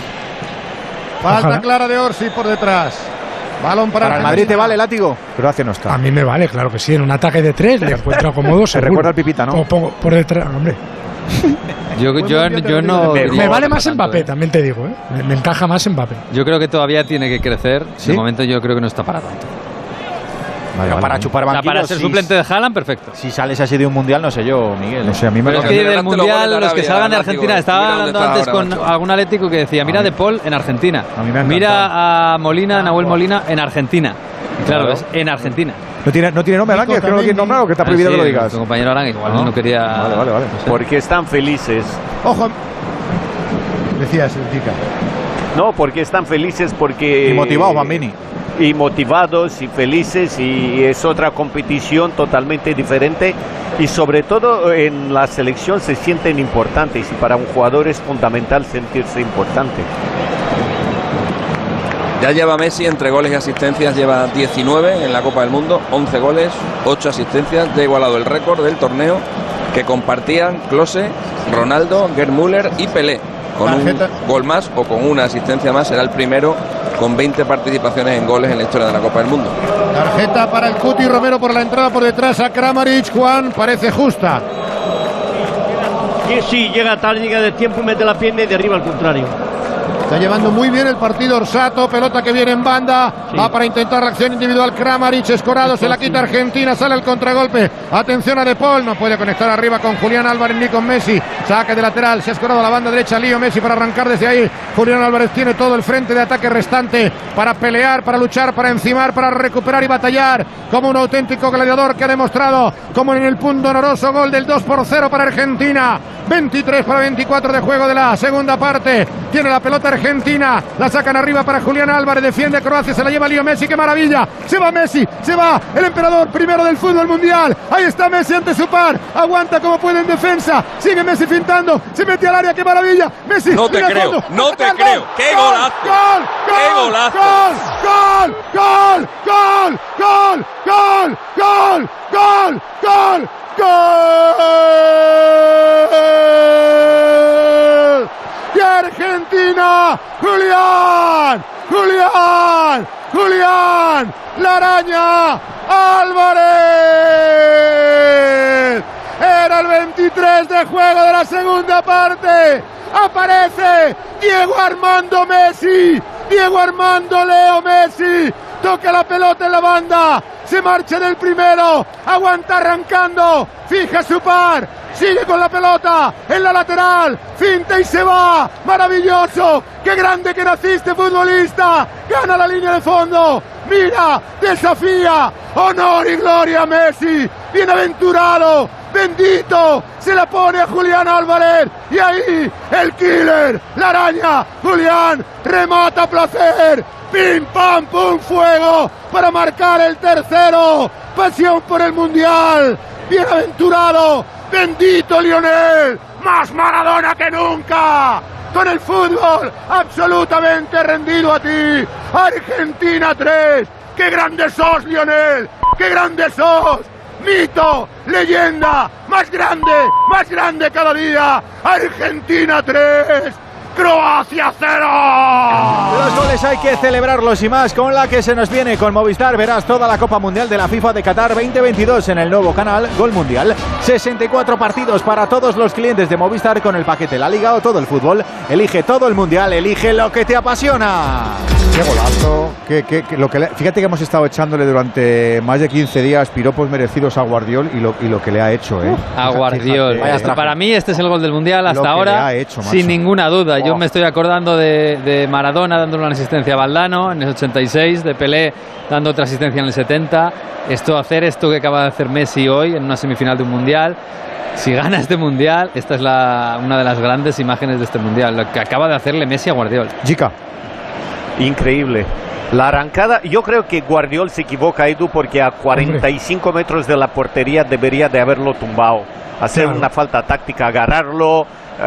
Falta clara de Orsi por detrás. Balón para el Madrid. ¿Te vale, látigo? Croacia no está. A mí me vale, claro que sí. En un ataque de 3 le encuentro cómodo. Se recuerda al Pipita, ¿no? O pongo por detrás, hombre. Yo no. Me vale más Mbappé, también te digo, ¿eh? Me encaja más Mbappé. Yo creo que todavía tiene que crecer. ¿Sí? De momento yo creo que no está para tanto. Para chupar banquillos, para ser suplente de Haaland, perfecto. Si sales así de un mundial, no sé yo, Miguel. No sé, a mí me Pero es que del mundial, los que salgan de Argentina, estaba hablando antes con algún atlético que decía, mira De Paul en Argentina, mira a Molina, Nahuel Molina en Argentina. Claro, es en Argentina. ¿No tiene nombre Aránguiz? ¿Que no lo quieres nombrar o que está prohibido que lo digas? Tu compañero Aránguiz igual no quería... Vale. Porque están felices. Ojo. Decías, Tica. No, porque están felices porque... Y motivados, Bambini. y motivados y felices, y es otra competición totalmente diferente, y sobre todo en la selección se sienten importantes, y para un jugador es fundamental sentirse importante. Ya lleva Messi entre goles y asistencias, lleva 19 en la Copa del Mundo, 11 goles, 8 asistencias, ya ha igualado el récord del torneo que compartían Klose, Ronaldo, Gerd Müller y Pelé. Con un gol más o con una asistencia más será el primero con 20 participaciones en goles en la historia de la Copa del Mundo. Tarjeta para el Cuti Romero por la entrada por detrás a Kramaric. Juan, parece justa. Sí, llega tarde, llega de tiempo y mete la pierna y derriba al contrario. Está llevando muy bien el partido Orsato, pelota que viene en banda, sí. Va para intentar la acción individual Kramaric, escorado, se la quita Argentina, sale el contragolpe, atención a De Paul, no puede conectar arriba con Julián Álvarez ni con Messi, saque de lateral, se ha escorado a la banda derecha, Lío Messi para arrancar desde ahí, Julián Álvarez tiene todo el frente de ataque restante para pelear, para luchar, para encimar, para recuperar y batallar, como un auténtico gladiador que ha demostrado, como en el punto honoroso gol del 2-0 para Argentina, 23-24 de juego de la segunda parte, tiene la pelota Argentina, la sacan arriba para Julián Álvarez, defiende Croacia, se la lleva Lío Messi, qué maravilla, se va Messi, se va el emperador primero del fútbol mundial, ahí está Messi ante su par, aguanta como puede en defensa, sigue Messi fintando, se mete al área, qué maravilla, Messi, no te creo, fondo, no te creo, qué golazo, qué golazo, gol, de Argentina, Julián, la araña, Álvarez, era el 23 de juego de la segunda parte, aparece Diego Armando Leo Messi, toca la pelota en la banda, se marcha del primero, aguanta arrancando, fija su par, sigue con la pelota en la lateral, finta y se va, maravilloso, qué grande que naciste futbolista, gana la línea de fondo, mira, desafía, honor y gloria a Messi, bienaventurado, bendito, se la pone a Julián Álvarez, y ahí el killer, la araña, Julián, remata a placer, pim pam pum, fuego, para marcar el tercero, pasión por el mundial, bienaventurado, bendito Lionel, más Maradona que nunca, con el fútbol absolutamente rendido a ti, Argentina 3, qué grande sos Lionel, qué grande sos, mito, leyenda, más grande cada día, Argentina 3, Croacia 0. Los goles hay que celebrarlos y más con la que se nos viene con Movistar. Verás toda la Copa Mundial de la FIFA de Qatar 2022 en el nuevo canal Gol Mundial. 64 partidos para todos los clientes de Movistar con el paquete La Liga o todo el fútbol. Elige todo el Mundial, elige lo que te apasiona. Qué golazo. Fíjate que hemos estado echándole durante más de 15 días piropos merecidos a Guardiol y lo que le ha hecho, ¿eh? A Guardiol. Para mí este es el gol del Mundial hasta ahora, hecho, sin ninguna duda. Yo me estoy acordando de Maradona dando una asistencia a Valdano en el 86, de Pelé dando otra asistencia en el 70. Hacer esto que acaba de hacer Messi hoy en una semifinal de un Mundial. Si gana este Mundial, esta es una de las grandes imágenes de este Mundial, lo que acaba de hacerle Messi a Guardiol. Jica. Increíble. La arrancada, yo creo que Guardiol se equivoca, Edu, porque a 45 metros de la portería debería de haberlo tumbado. Hacer una falta táctica, agarrarlo,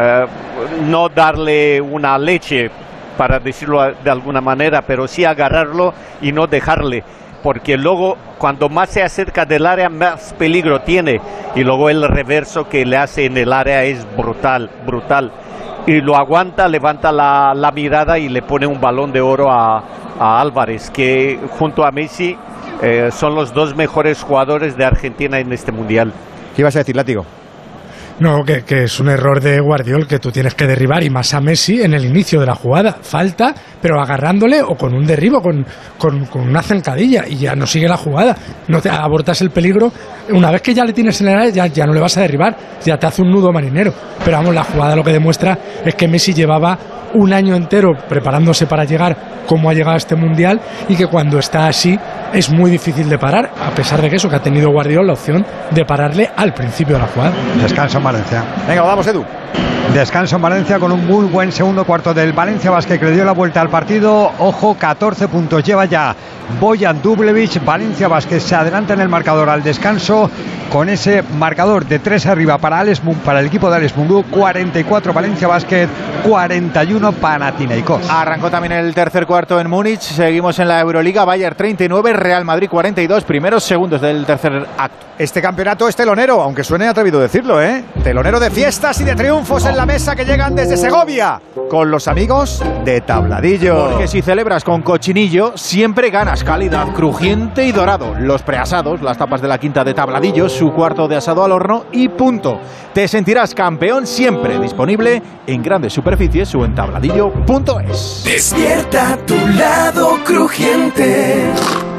no darle una leche, para decirlo de alguna manera, pero sí agarrarlo y no dejarle. Porque luego, cuando más se acerca del área, más peligro tiene. Y luego el reverso que le hace en el área es brutal. Y lo aguanta, levanta la mirada y le pone un balón de oro a Álvarez, que junto a Messi son los dos mejores jugadores de Argentina en este Mundial. ¿Qué ibas a decir, Látigo? No, que es un error de Guardiol que tú tienes que derribar, y más a Messi en el inicio de la jugada. Falta, pero agarrándole o con un derribo, con una zancadilla, y ya no sigue la jugada. No te abortas el peligro. Una vez que ya le tienes en el área, ya no le vas a derribar, ya te hace un nudo marinero. Pero vamos, la jugada lo que demuestra es que Messi llevaba un año entero preparándose para llegar como ha llegado a este Mundial, y que cuando está así es muy difícil de parar, a pesar de que ha tenido Guardiola la opción de pararle al principio de la jugada. Descansa en Valencia. Venga, vamos, Edu. Descanso en Valencia con un muy buen segundo cuarto del Valencia Basket, que le dio la vuelta al partido. Ojo, 14 puntos lleva ya Bojan Dublević. Valencia Basket se adelanta en el marcador al descanso con ese marcador de 3 arriba para el equipo de Alex Mundú. 44 Valencia Basket, 41 Panathinaikos. Arrancó también el tercer cuarto en Múnich. Seguimos en la Euroliga. Bayern 39, Real Madrid 42. Primeros segundos del tercer acto. Este campeonato es telonero, aunque suene atrevido decirlo, ¿eh? Telonero de fiestas y de triunfos en la mesa que llegan desde Segovia con los amigos de Tabladillo. Porque si celebras con Cochinillo, siempre ganas calidad, crujiente y dorado. Los preasados, las tapas de la quinta de Tabladillo, su cuarto de asado al horno y punto. Te sentirás campeón siempre. Disponible en grandes superficies o en tabladillo.es. Despierta tu lado crujiente.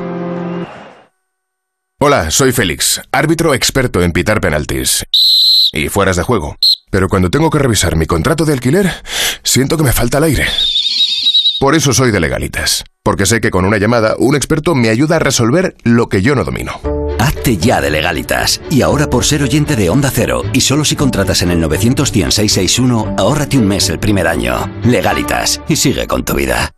Hola, soy Félix, árbitro experto en pitar penaltis y fueras de juego. Pero cuando tengo que revisar mi contrato de alquiler, siento que me falta el aire. Por eso soy de Legalitas, porque sé que con una llamada un experto me ayuda a resolver lo que yo no domino. Hazte ya de Legalitas. Y ahora, por ser oyente de Onda Cero y solo si contratas en el 900-100-661, ahórrate un mes el primer año. Legalitas, y sigue con tu vida.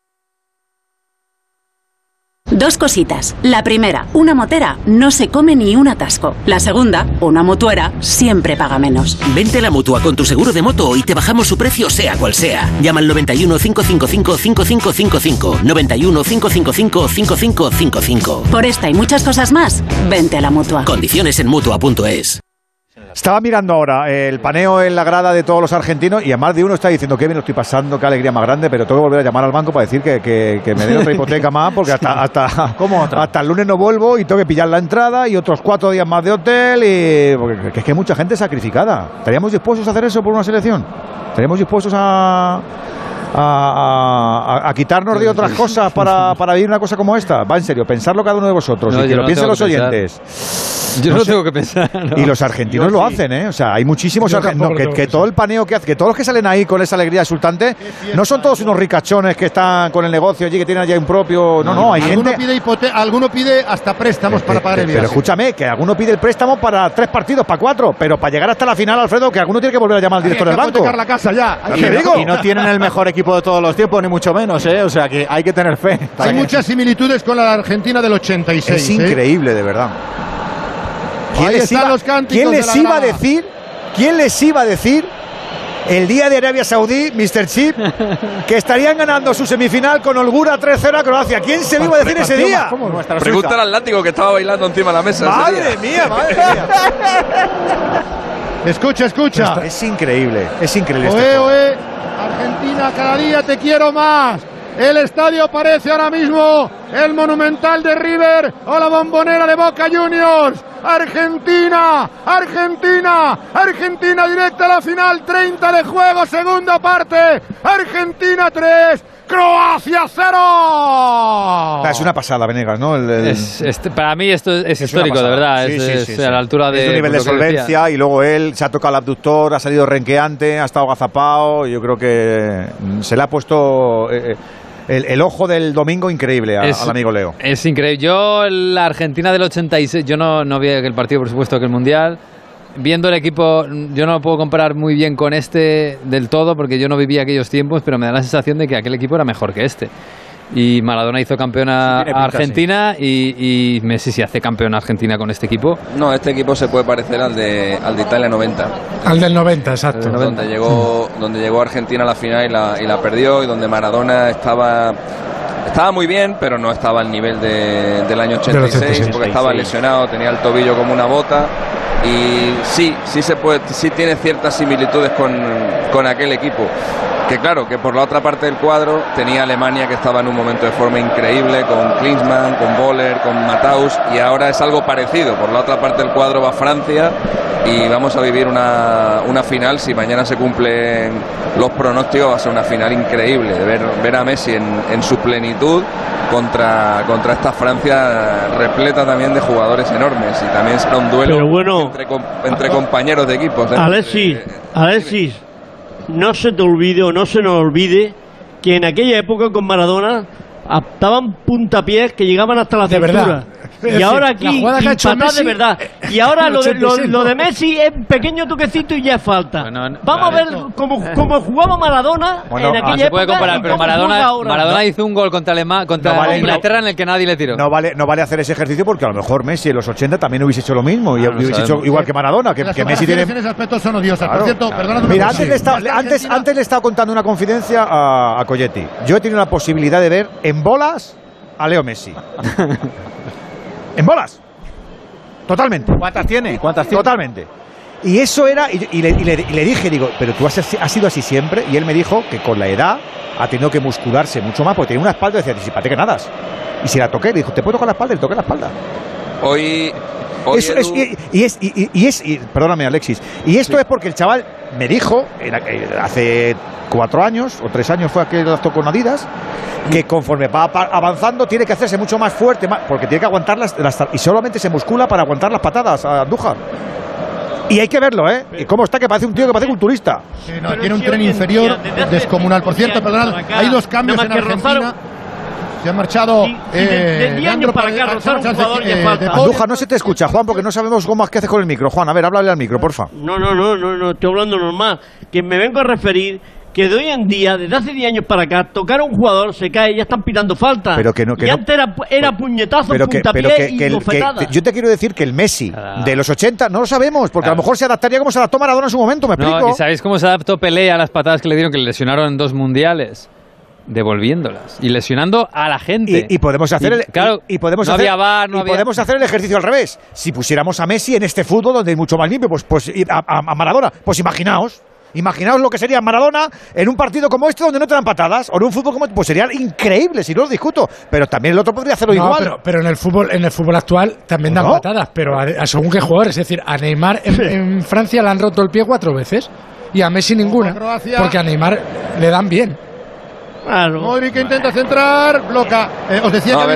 Dos cositas. La primera, una motera no se come ni un atasco. La segunda, una mutuera siempre paga menos. Vente a la Mutua con tu seguro de moto y te bajamos su precio sea cual sea. Llama al 91 555 5555. 91 555 5555. Por esta y muchas cosas más, vente a la Mutua. Condiciones en Mutua.es. Estaba mirando ahora el paneo en la grada de todos los argentinos y a más de uno está diciendo que bien lo estoy pasando, qué alegría más grande, pero tengo que volver a llamar al banco para decir que me den otra hipoteca más porque hasta el lunes no vuelvo y tengo que pillar la entrada y otros 4 días más de hotel y porque es que hay mucha gente sacrificada. ¿Estaríamos dispuestos a hacer eso por una selección? ¿Estaríamos dispuestos a quitarnos de otras cosas para vivir una cosa como esta? Va, en serio, pensarlo cada uno de vosotros y que lo piensen los oyentes. Yo no tengo que pensar. ¿No? Y los argentinos lo hacen, ¿eh? O sea, hay muchísimos argentinos que todo el paneo que hace, que todos los que salen ahí con esa alegría exultante, no son todos unos ricachones que están con el negocio allí, que tienen allá un propio. No, hay alguno gente. Alguno pide hasta préstamos para pagar el viaje. Pero escúchame, que alguno pide el préstamo para 3 partidos, para 4, pero para llegar hasta la final, Alfredo, que alguno tiene que volver a llamar al director del banco. La casa ya. Y no tienen el mejor equipo de todos los tiempos, ni mucho menos, ¿eh? O sea, que hay que tener fe. Hay muchas similitudes con la Argentina del 86. Es increíble, de verdad. ¿Quién les iba a decir el día de Arabia Saudí, Mr. Chip, que estarían ganando su semifinal con holgura 3-0 a Croacia? ¿Quién se lo iba a decir ese día? Pregunta al Atlántico que estaba bailando encima de la mesa. Madre mía. Escucha. Es increíble. Oe, Argentina, cada día te quiero más. El estadio parece ahora mismo el Monumental de River o la Bombonera de Boca Juniors. Argentina directa a la final, 30 de juego, segunda parte. Argentina 3, Croacia 0. Es una pasada, Venegas, ¿no? Para mí esto es histórico, de verdad. Es a la altura de... Es un nivel de solvencia y luego él se ha tocado el abductor, ha salido renqueante, ha estado agazapado. Yo creo que se le ha puesto... El ojo del domingo increíble al amigo Leo. Es increíble. Yo, la Argentina del 86, yo no vi el partido, por supuesto, que el Mundial. Viendo el equipo, yo no lo puedo comparar muy bien con este del todo, porque yo no viví aquellos tiempos, pero me da la sensación de que aquel equipo era mejor que este. Y Maradona hizo campeona a Argentina, sí. y Messi se hace campeón a Argentina con este equipo. No, este equipo se puede parecer al de Italia 90. Al del 90, exacto. Donde llegó Argentina a la final y la perdió, y donde Maradona estaba muy bien, pero no estaba al nivel del año 86, porque estaba lesionado, tenía el tobillo como una bota. Y sí tiene ciertas similitudes con aquel equipo. Que claro, que por la otra parte del cuadro tenía Alemania, que estaba en un momento de forma increíble, con Klinsmann, con Boller, con Matthaus, y ahora es algo parecido. Por la otra parte del cuadro va Francia y vamos a vivir una final. Si mañana se cumplen los pronósticos, va a ser una final increíble, de ver a Messi en su plenitud contra esta Francia repleta también de jugadores enormes, y también será un duelo entre compañeros de equipos. Alexis, no se te olvide o no se nos olvide que en aquella época con Maradona daban puntapiés que llegaban hasta la cintura. Y ahora aquí, patadas de verdad. Y ahora lo de Messi es un pequeño toquecito y ya es falta. Vamos a ver cómo jugaba Maradona en aquella se puede época. comparar, pero Maradona hizo un gol contra Inglaterra en el que nadie le tiró. No vale hacer ese ejercicio porque a lo mejor Messi en los 80 también hubiese hecho lo mismo y hubiese hecho igual que Maradona, que Messi tiene... en ese aspecto son odiosas. Claro. Por cierto, perdóname. Mira, antes le he estado contando una confidencia a Colletti. Yo he tenido la posibilidad de ver en bolas a Leo Messi. En bolas. Totalmente. ¿Cuántas tiene? Totalmente. Y eso era, y le dije, digo, pero tú has sido así siempre, y él me dijo que con la edad ha tenido que muscularse mucho más, porque tenía una espalda y decía, disipate que nadas. Y si la toqué, le dijo, ¿te puedo tocar la espalda? Y le toqué la espalda. Perdóname, Alexis, y esto es porque el chaval me dijo, hace 4 años o 3 años fue aquel acto con Adidas, que conforme va avanzando tiene que hacerse mucho más fuerte, porque tiene que aguantar y solamente se muscula para aguantar las patadas a Andújar. Y hay que verlo, ¿eh? Y cómo está, que parece un tío que parece culturista. Sí, no, tiene un tren inferior descomunal. Por cierto, perdonad, hay 2 cambios en Argentina. Se ha marchado. De 10 años para acá, rozar un jugador que falta. Andújar, no se te escucha, Juan, porque no sabemos qué haces con el micro. Juan, a ver, háblale al micro, porfa. No, estoy hablando normal. Que me vengo a referir que de hoy en día, desde hace 10 años para acá, tocar a un jugador, se cae y ya están pitando falta. Pero que no, y antes era puñetazo, puntapié y bofetada. Yo te quiero decir que el Messi de los 80 no lo sabemos, porque a lo mejor se adaptaría como se adaptó Maradona en su momento, ¿me explico? ¿Y sabéis cómo se adaptó Pelé a las patadas que le dieron, que le lesionaron en 2 mundiales? Devolviéndolas y lesionando a la gente. Y podemos hacer podemos hacer el ejercicio al revés. Si pusiéramos a Messi en este fútbol donde es mucho más limpio, pues a Maradona, pues imaginaos lo que sería Maradona en un partido como este donde no te dan patadas, o en un fútbol como este, pues sería increíble, si no lo discuto, pero también el otro podría hacerlo igual. Pero en el fútbol actual también dan patadas, pero a según qué jugadores, es decir, a Neymar en Francia le han roto el pie 4 veces y a Messi ninguna, porque a Neymar le dan bien. Claro. Modric intenta centrar, bloca. Os decía que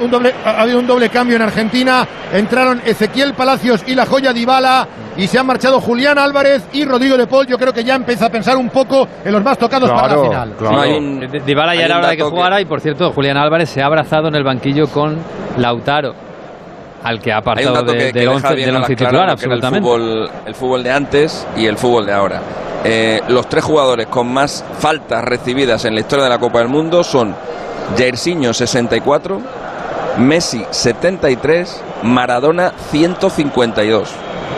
ha habido un doble cambio en Argentina. Entraron Ezequiel Palacios y la joya Dybala, y se han marchado Julián Álvarez y Rodrigo de Paul. Yo creo que ya empieza a pensar un poco en los más tocados para la final. Claro. Dybala ya era hora de que jugara, y por cierto, Julián Álvarez se ha abrazado en el banquillo con Lautaro, al que ha apartado del once titular, absolutamente. El fútbol de antes y el fútbol de ahora. Los 3 jugadores con más faltas recibidas en la historia de la Copa del Mundo son Jairzinho 64, Messi 73, Maradona 152.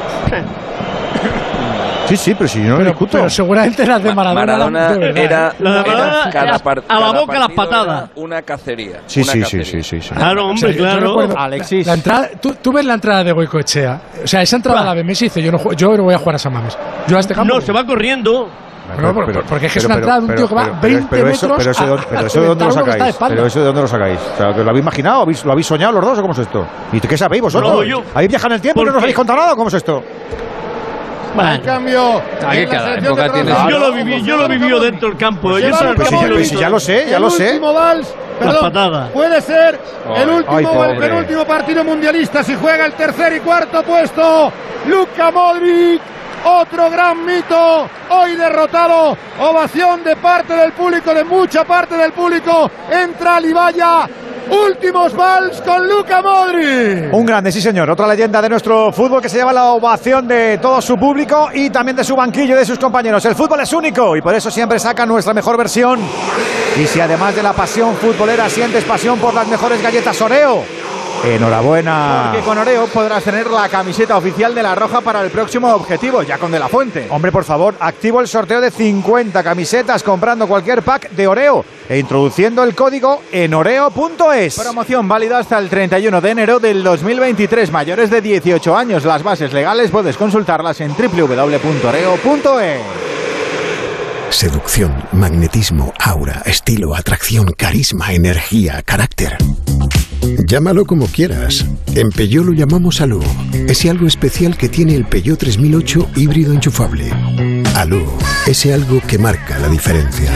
Sí, pero si yo no lo discuto. Pero seguramente las de Maradona era a la boca las patadas. Una cacería. Sí. Claro, hombre, claro. Alexis. La entrada, tú ves la entrada de Goicoechea. O sea, esa entrada la ve Messi y dice, yo no voy a jugar a San Mames. Yo a este campo. No, se va corriendo. Porque es que es una entrada de un tío que va 20 metros. Pero eso de dónde lo sacáis. Pero eso de dónde lo sacáis. O sea, ¿lo habéis imaginado? ¿Lo habéis soñado los dos o cómo es esto? ¿Y qué sabéis vosotros? No, yo. ¿Habéis viajado en el tiempo y no nos habéis contado nada? ¿Cómo es esto? En cambio, yo lo viví dentro del campo. Ya lo sé. El último vals, puede ser el último partido mundialista si juega el tercer y cuarto puesto. Luka Modric, otro gran mito, hoy derrotado. Ovación de parte del público, de mucha parte del público. Entra Libaya. Últimos vals con Luka Modric. Un grande, sí señor. Otra leyenda de nuestro fútbol que se lleva la ovación de todo su público y también de su banquillo y de sus compañeros. El fútbol es único y por eso siempre saca nuestra mejor versión. Y si además de la pasión futbolera sientes pasión por las mejores galletas Oreo, enhorabuena. Porque con Oreo podrás tener la camiseta oficial de La Roja para el próximo objetivo, ya con De La Fuente. Hombre, por favor, activo el sorteo de 50 camisetas comprando cualquier pack de Oreo e introduciendo el código en oreo.es. Promoción válida hasta el 31 de enero del 2023. Mayores de 18 años. Las bases legales puedes consultarlas en www.oreo.es. Seducción, magnetismo, aura, estilo, atracción, carisma, energía, carácter. Llámalo como quieras. En Peugeot lo llamamos Alú. Ese algo especial que tiene el Peugeot 3008 híbrido enchufable. Alú, ese algo que marca la diferencia.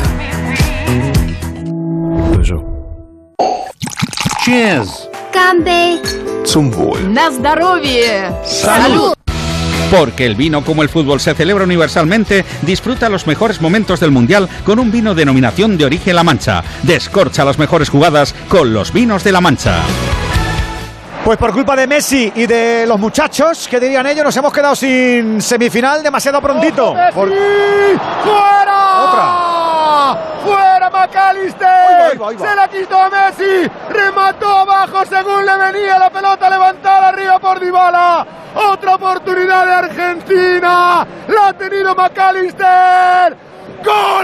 Cheers. Кампе. Zum Wohl. На здоровье. Salud. Porque el vino, como el fútbol, se celebra universalmente, disfruta los mejores momentos del Mundial con un vino denominación de origen La Mancha. Descorcha las mejores jugadas con los vinos de La Mancha. Pues por culpa de Messi y de los muchachos, ¿qué dirían ellos? Nos hemos quedado sin semifinal demasiado prontito. ¡Fuera! Otra. ¡Fuera McAllister! Ahí va. Se la quitó a Messi, remató abajo según le venía la pelota levantada arriba por Dybala. Otra oportunidad de Argentina, la ha tenido McAllister. ¡Gol!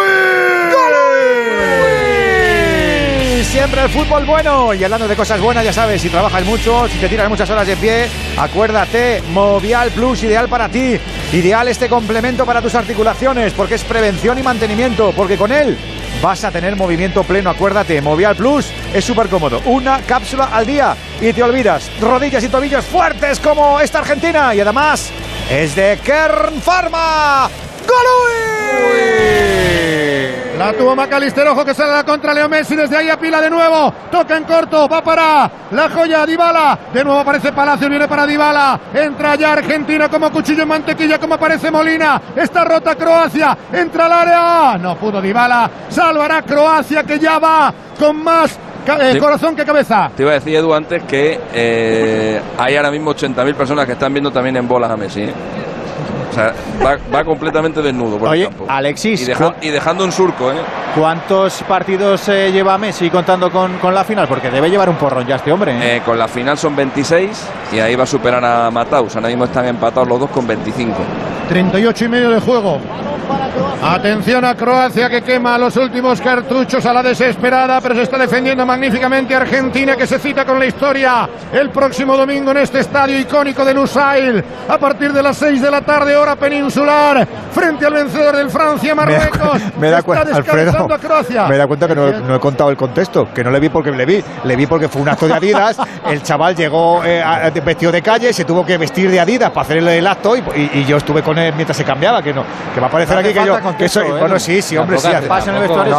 Siempre el fútbol bueno. Y hablando de cosas buenas, ya sabes, si trabajas mucho, si te tiras muchas horas de pie, acuérdate, Movial Plus, ideal para ti. Ideal este complemento para tus articulaciones, porque es prevención y mantenimiento, porque con él vas a tener movimiento pleno. Acuérdate, Movial Plus es súper cómodo. Una cápsula al día y te olvidas. Rodillas y tobillos fuertes como esta Argentina. Y además es de Kern Pharma. ¡Gol! La tuvo McAllister, ojo que sale la contra Leo Messi, desde ahí apila de nuevo, toca en corto, va para la joya Dybala, de nuevo aparece Palacio, viene para Dybala, entra ya Argentina como cuchillo en mantequilla, como aparece Molina, está rota Croacia, entra al área, no pudo Dybala, salvará Croacia que ya va con más corazón que cabeza. Te iba a decir, Edu, antes que hay ahora mismo 80.000 personas que están viendo también en bolas a Messi, ¿eh? O sea, va completamente desnudo por el campo. Alexis, y dejando un surco, ¿eh? ¿Cuántos partidos lleva Messi contando con la final? Porque debe llevar un porrón ya este hombre, ¿eh? Con la final son 26 y ahí va a superar a Mataus. Ahora mismo están empatados los dos con 25. 38 y medio de juego. Atención a Croacia que quema los últimos cartuchos a la desesperada, pero se está defendiendo magníficamente Argentina, que se cita con la historia el próximo domingo en este estadio icónico de Lusail a partir de las 6 de la tarde hora peninsular, frente al vencedor del Francia-Marruecos. Me da cuenta, Alfredo, a Croacia. me da cuenta que no he contado el contexto, que no le vi porque le vi porque fue un acto de Adidas. El chaval llegó vestido de calle, se tuvo que vestir de Adidas para hacer el acto y yo estuve con él mientras se cambiaba, que va a parecer aquí que yo bueno, sí, hombre, sí. Pasa en el vestuario.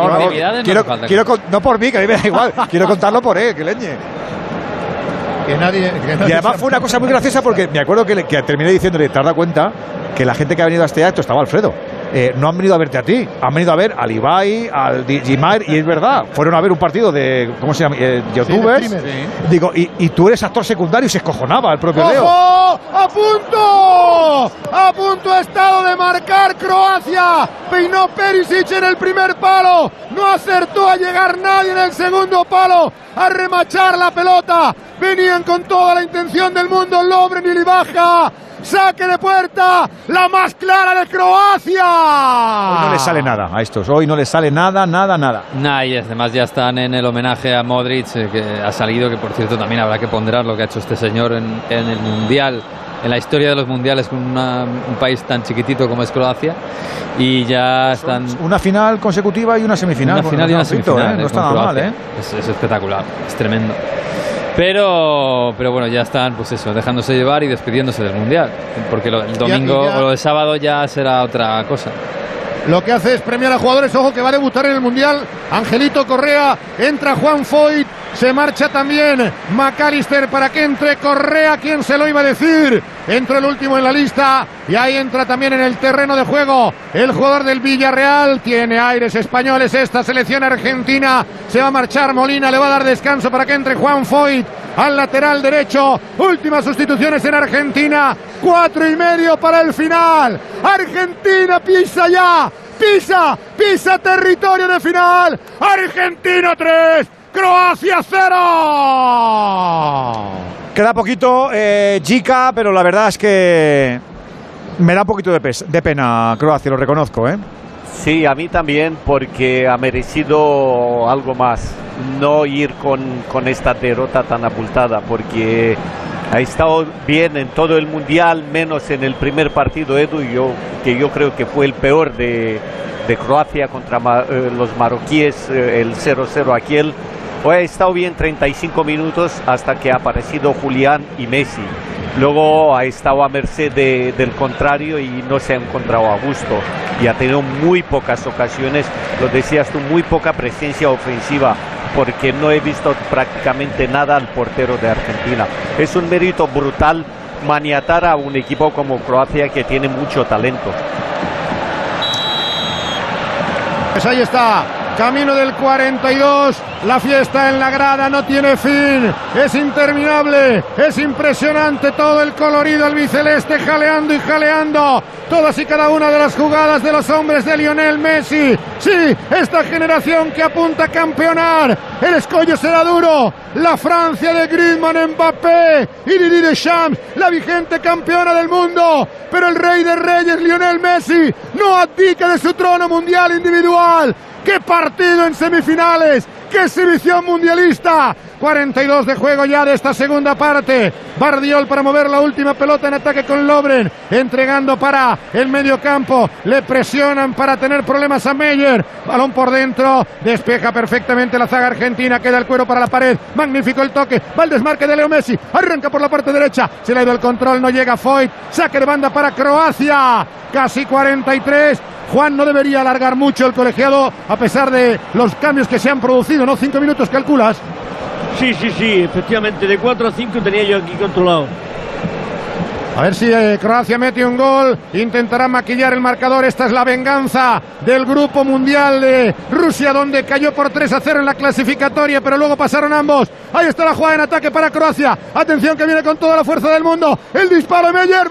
No por mí, que a mí me da igual. Quiero contarlo por él, que leñe. Que nadie y además fue una cosa muy graciosa porque me acuerdo que terminé diciéndole, ¿te has dado cuenta que la gente que ha venido a este acto estaba Alfredo? No han venido a verte a ti, han venido a ver al Ibai, al Jimair, y es verdad, fueron a ver un partido de, ¿cómo se llama? Youtubers. Sí. Digo, y tú eres actor secundario, y se escojonaba el propio Leo. ¡Ojo! ¡A punto ha estado de marcar Croacia! Peinó Perisic en el primer palo, no acertó a llegar nadie en el segundo palo a remachar la pelota. Venían con toda la intención del mundo, Lovren y Livaja. Saque de puerta, la más clara de Croacia. Hoy no les sale nada a estos, hoy no les sale nada. Y además ya están en el homenaje a Modric, que ha salido, que por cierto también habrá que ponderar lo que ha hecho este señor en el Mundial, en la historia de los mundiales con un país tan chiquitito como es Croacia, y ya están... Una final consecutiva y una semifinal. Una final y una semifinal, no está nada mal, ¿eh? Es espectacular, es tremendo. Pero bueno, ya están, pues eso, dejándose llevar y despidiéndose del Mundial, porque el domingo o lo de sábado ya será otra cosa. Lo que hace es premiar a jugadores, ojo que va a debutar en el Mundial Angelito Correa, entra Juan Foyt, se marcha también McAllister para que entre Correa, ¿quién se lo iba a decir? Entró el último en la lista y ahí entra también en el terreno de juego el jugador del Villarreal, tiene aires españoles esta selección argentina, se va a marchar Molina, le va a dar descanso para que entre Juan Foyt al lateral derecho, últimas sustituciones en Argentina, 4:30 para el final, Argentina pisa ya, pisa territorio de final, Argentina 3, Croacia 0. Queda poquito, Jica, pero la verdad es que me da un poquito de pena Croacia, lo reconozco, ¿eh? Sí, a mí también, porque ha merecido algo más. No ir con esta derrota tan abultada, porque ha estado bien en todo el Mundial, menos en el primer partido, Edu, que yo creo que fue el peor de Croacia contra los marroquíes, el 0-0 aquel. Hoy ha estado bien 35 minutos hasta que ha aparecido Julián y Messi. Luego ha estado a merced del contrario y no se ha encontrado a gusto. Y ha tenido muy pocas ocasiones, lo decías tú, muy poca presencia ofensiva, porque no he visto prácticamente nada al portero de Argentina. Es un mérito brutal maniatar a un equipo como Croacia, que tiene mucho talento. Pues ahí está camino del 42. La fiesta en la grada no tiene fin, es interminable, es impresionante todo el colorido albiceleste jaleando y jaleando todas y cada una de las jugadas de los hombres de Lionel Messi. Sí, esta generación que apunta a campeonar. El escollo será duro. La Francia de Griezmann, Mbappé y Didier Deschamps, la vigente campeona del mundo. Pero el rey de reyes, Lionel Messi, no abdica de su trono mundial individual. ¡Qué partido en semifinales! ¡Qué exhibición mundialista! 42 de juego ya de esta segunda parte. Bardiol para mover la última pelota en ataque con Lovren, entregando para el medio campo. Le presionan para tener problemas a Meyer. Balón por dentro, despeja perfectamente la zaga argentina. Queda el cuero para la pared. Magnífico el toque. Va el desmarque de Leo Messi. Arranca por la parte derecha. Se le ha ido el control, no llega Foyt. Saque de banda para Croacia. Casi 43. Juan, no debería alargar mucho el colegiado a pesar de los cambios que se han producido, ¿no? 5 minutos, calculas. Sí, efectivamente, de 4 a 5 tenía yo aquí controlado. A ver si Croacia mete un gol, intentará maquillar el marcador. Esta es la venganza del Grupo Mundial de Rusia, donde cayó por 3-0 en la clasificatoria, pero luego pasaron ambos. Ahí está la jugada en ataque para Croacia. Atención que viene con toda la fuerza del mundo. El disparo de Meyer,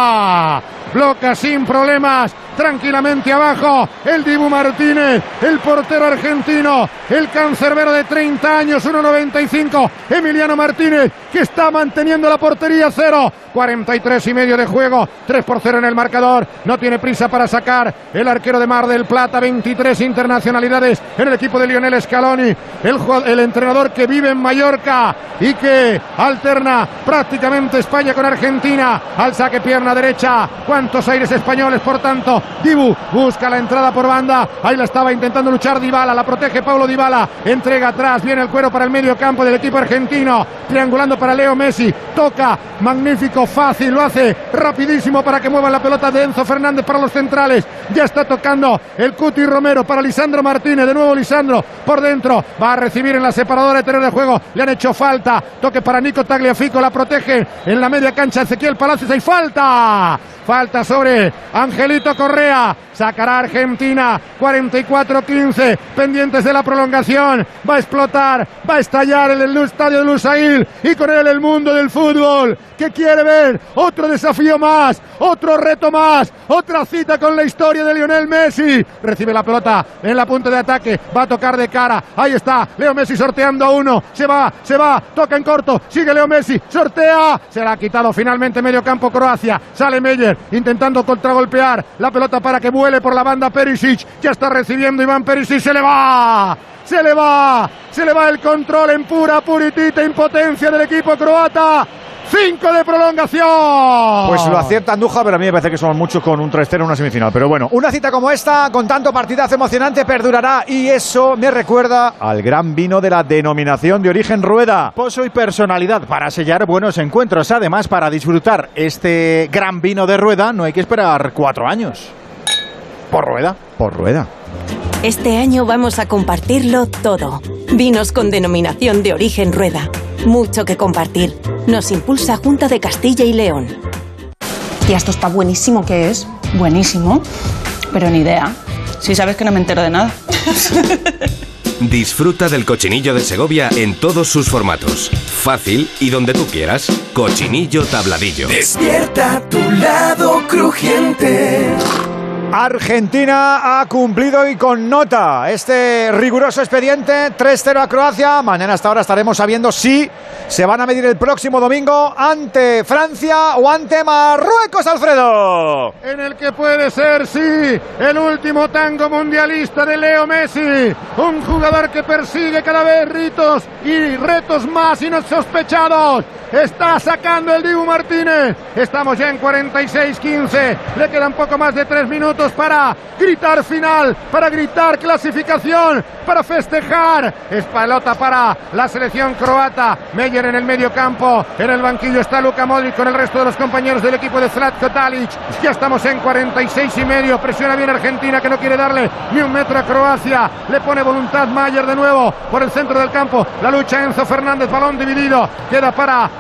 bloca sin problemas, tranquilamente abajo, el Dibu Martínez, el portero argentino, el cancerbero de 30 años, 1.95, Emiliano Martínez, que está manteniendo la portería 0, 43 y medio de juego, 3-0 en el marcador, no tiene prisa para sacar el arquero de Mar del Plata, 23 internacionalidades en el equipo de Lionel Scaloni, el entrenador que vive en Mallorca y que alterna prácticamente España con Argentina, al saque pierna derecha, cuántos aires españoles, por tanto, Dibu busca la entrada por banda, ahí la estaba intentando luchar Dybala, la protege Paulo Dybala, entrega atrás, viene el cuero para el medio campo del equipo argentino, triangulando para Leo Messi, toca, magnífico, fácil, lo hace rapidísimo para que mueva la pelota de Enzo Fernández para los centrales, ya está tocando el Cuti Romero para Lisandro Martínez, de nuevo Lisandro por dentro, va a recibir en la separadora de terreno de juego, le han hecho falta, toque para Nico Tagliafico, la protege en la media cancha Ezequiel Palacios, hay falta sobre Angelito Correa, sacará Argentina, 44-15, pendientes de la prolongación, va a explotar, va a estallar en el estadio de Lusail y con él el mundo del fútbol, que quiere ver otro desafío más, otro reto más, otra cita con la historia de Lionel Messi, recibe la pelota en la punta de ataque, va a tocar de cara, ahí está, Leo Messi sorteando a uno, se va, toca en corto, sigue Leo Messi, sortea, se la ha quitado finalmente medio campo Croacia, sale Meyer, intentando contragolpear la pelota para que vuele por la banda Perisic, ya está recibiendo Iván Perisic, se le va el control en puritita impotencia del equipo croata. 5 de prolongación. Pues lo acierta Andújar, pero a mí me parece que somos muchos con un 3-0 en una semifinal. Pero bueno, una cita como esta, con tanto partidazo emocionante, perdurará. Y eso me recuerda al gran vino de la denominación de origen Rueda. Pozo y personalidad para sellar buenos encuentros. Además, para disfrutar este gran vino de Rueda no hay que esperar 4 años. Por Rueda. Este año vamos a compartirlo todo. Vinos con denominación de origen Rueda. Mucho que compartir. Nos impulsa Junta de Castilla y León. Tía, esto está buenísimo. ¿Qué es? Buenísimo. Pero ni idea. Si sabes que no me entero de nada. Disfruta del cochinillo de Segovia en todos sus formatos. Fácil y donde tú quieras. Cochinillo tabladillo. Despierta tu lado crujiente. Argentina ha cumplido y con nota este riguroso expediente, 3-0 a Croacia. Mañana hasta ahora estaremos sabiendo si se van a medir el próximo domingo ante Francia o ante Marruecos, Alfredo. En el que puede ser, sí, el último tango mundialista de Leo Messi, un jugador que persigue cada vez ritos y retos más insospechados. Está sacando el Dibu Martínez. Estamos ya en 46-15. Le quedan poco más de 3 minutos para gritar final, para gritar clasificación, para festejar. Es pelota para la selección croata. Meyer en el medio campo. En el banquillo está Luka Modric con el resto de los compañeros del equipo de Zlatko Dalic. Ya estamos en 46,5. Presiona bien Argentina, que no quiere darle ni un metro a Croacia. Le pone voluntad Meyer de nuevo por el centro del campo. La lucha Enzo Fernández, balón dividido. Queda para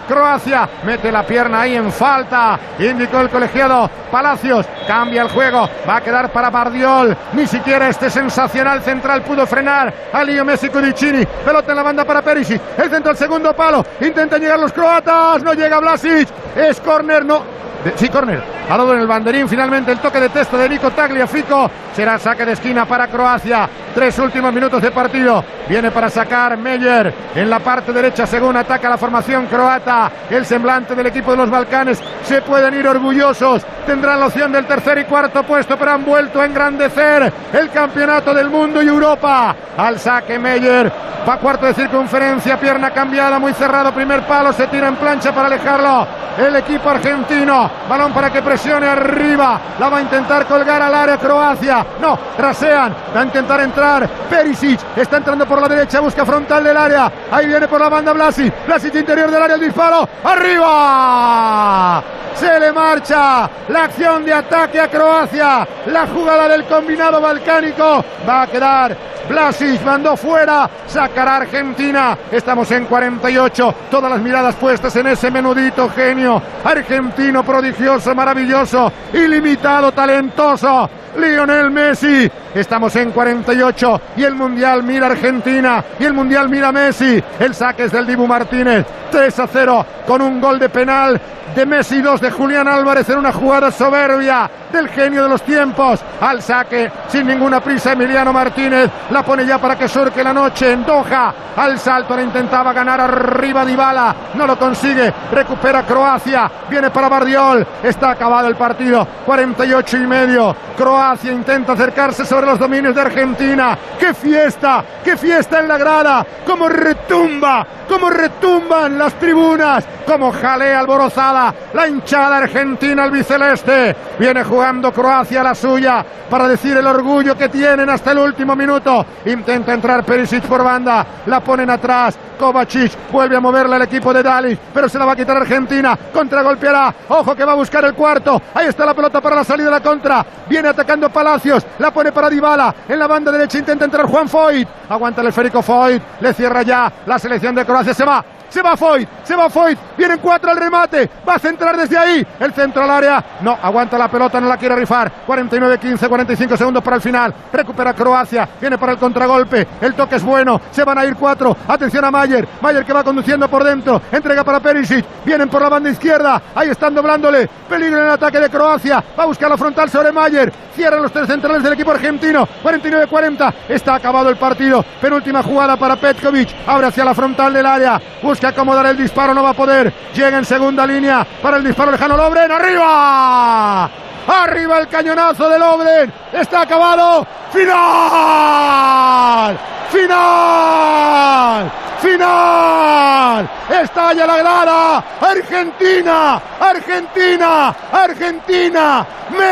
Croacia mete la pierna ahí en falta, indicó el colegiado Palacios, cambia el juego, va a quedar para Bardiol, ni siquiera este sensacional central pudo frenar a Leo Messi. Cudicini, pelota en la banda para Perisic, el centro al segundo palo, intentan llegar los croatas, no llega Vlasic, es córner, no. Sí, córner, ha dado en el banderín finalmente el toque de testa de Nico Tagliafico, será saque de esquina para Croacia, 3 últimos minutos de partido, viene para sacar Meyer en la parte derecha según ataca la formación croata, el semblante del equipo de los Balcanes, se pueden ir orgullosos, tendrán la opción del tercer y cuarto puesto, pero han vuelto a engrandecer el campeonato del mundo y Europa, al saque Meyer, va cuarto de circunferencia, pierna cambiada, muy cerrado, primer palo, se tira en plancha para alejarlo, el equipo argentino, balón para que presione arriba, la va a intentar colgar al área Croacia, no, trasean, va a intentar entrar Perisic, está entrando por la derecha, busca frontal del área, ahí viene por la banda Vlasic interior del área, el disparo, arriba, se le marcha la acción de ataque a Croacia, la jugada del combinado balcánico, va a quedar Vlasic, mandó fuera, sacará Argentina, estamos en 48, todas las miradas puestas en ese menudito genio argentino, prodigioso, maravilloso, ilimitado, talentoso, Lionel Messi. Estamos en 48 y el Mundial mira Argentina y el Mundial mira Messi. El saque es del Dibu Martínez, 3-0 con un gol de penal de Messi, 2 de Julián Álvarez en una jugada soberbia del genio de los tiempos. Al saque, sin ninguna prisa, Emiliano Martínez la pone ya para que surque la noche en Doha. Al salto le intentaba ganar arriba Dybala, no lo consigue, recupera Croacia, viene para Bardiol, está acabado el partido, 48 y medio. Croacia intenta acercarse sobre los dominios de Argentina. ¡Qué fiesta! ¡Qué fiesta en la grada! ¡Cómo retumban las tribunas! ¡Cómo jalea alborozada la hinchada argentina albiceleste! Viene jugando Croacia la suya para decir el orgullo que tienen hasta el último minuto. Intenta entrar Perisic por banda, la ponen atrás. Kovacic vuelve a moverla el equipo de Dalic, pero se la va a quitar Argentina. Contragolpeará. Ojo que va a buscar el cuarto. Ahí está la pelota para la salida de la contra. Viene atacando Palacios, la pone para Dybala. En la banda derecha intenta entrar Juan Foyt. Aguanta el esférico Foyt. Le cierra ya la selección de Croacia. Se va Foyt, vienen 4 al remate, va a centrar desde ahí, el centro al área, no, aguanta la pelota, no la quiere rifar, 49-15, 45 segundos para el final, recupera Croacia, viene para el contragolpe, el toque es bueno, se van a ir 4, atención a Mayer que va conduciendo por dentro, entrega para Perisic, vienen por la banda izquierda, ahí están doblándole, peligro en el ataque de Croacia, va a buscar la frontal sobre Mayer, cierran los 3 centrales del equipo argentino, 49-40, está acabado el partido, penúltima jugada para Petkovic, abre hacia la frontal del área, busca acomodar el disparo, no va a poder, llega en segunda línea para el disparo lejano Lovren, arriba el cañonazo de Lovren, está acabado, final, estalla la grada, Argentina,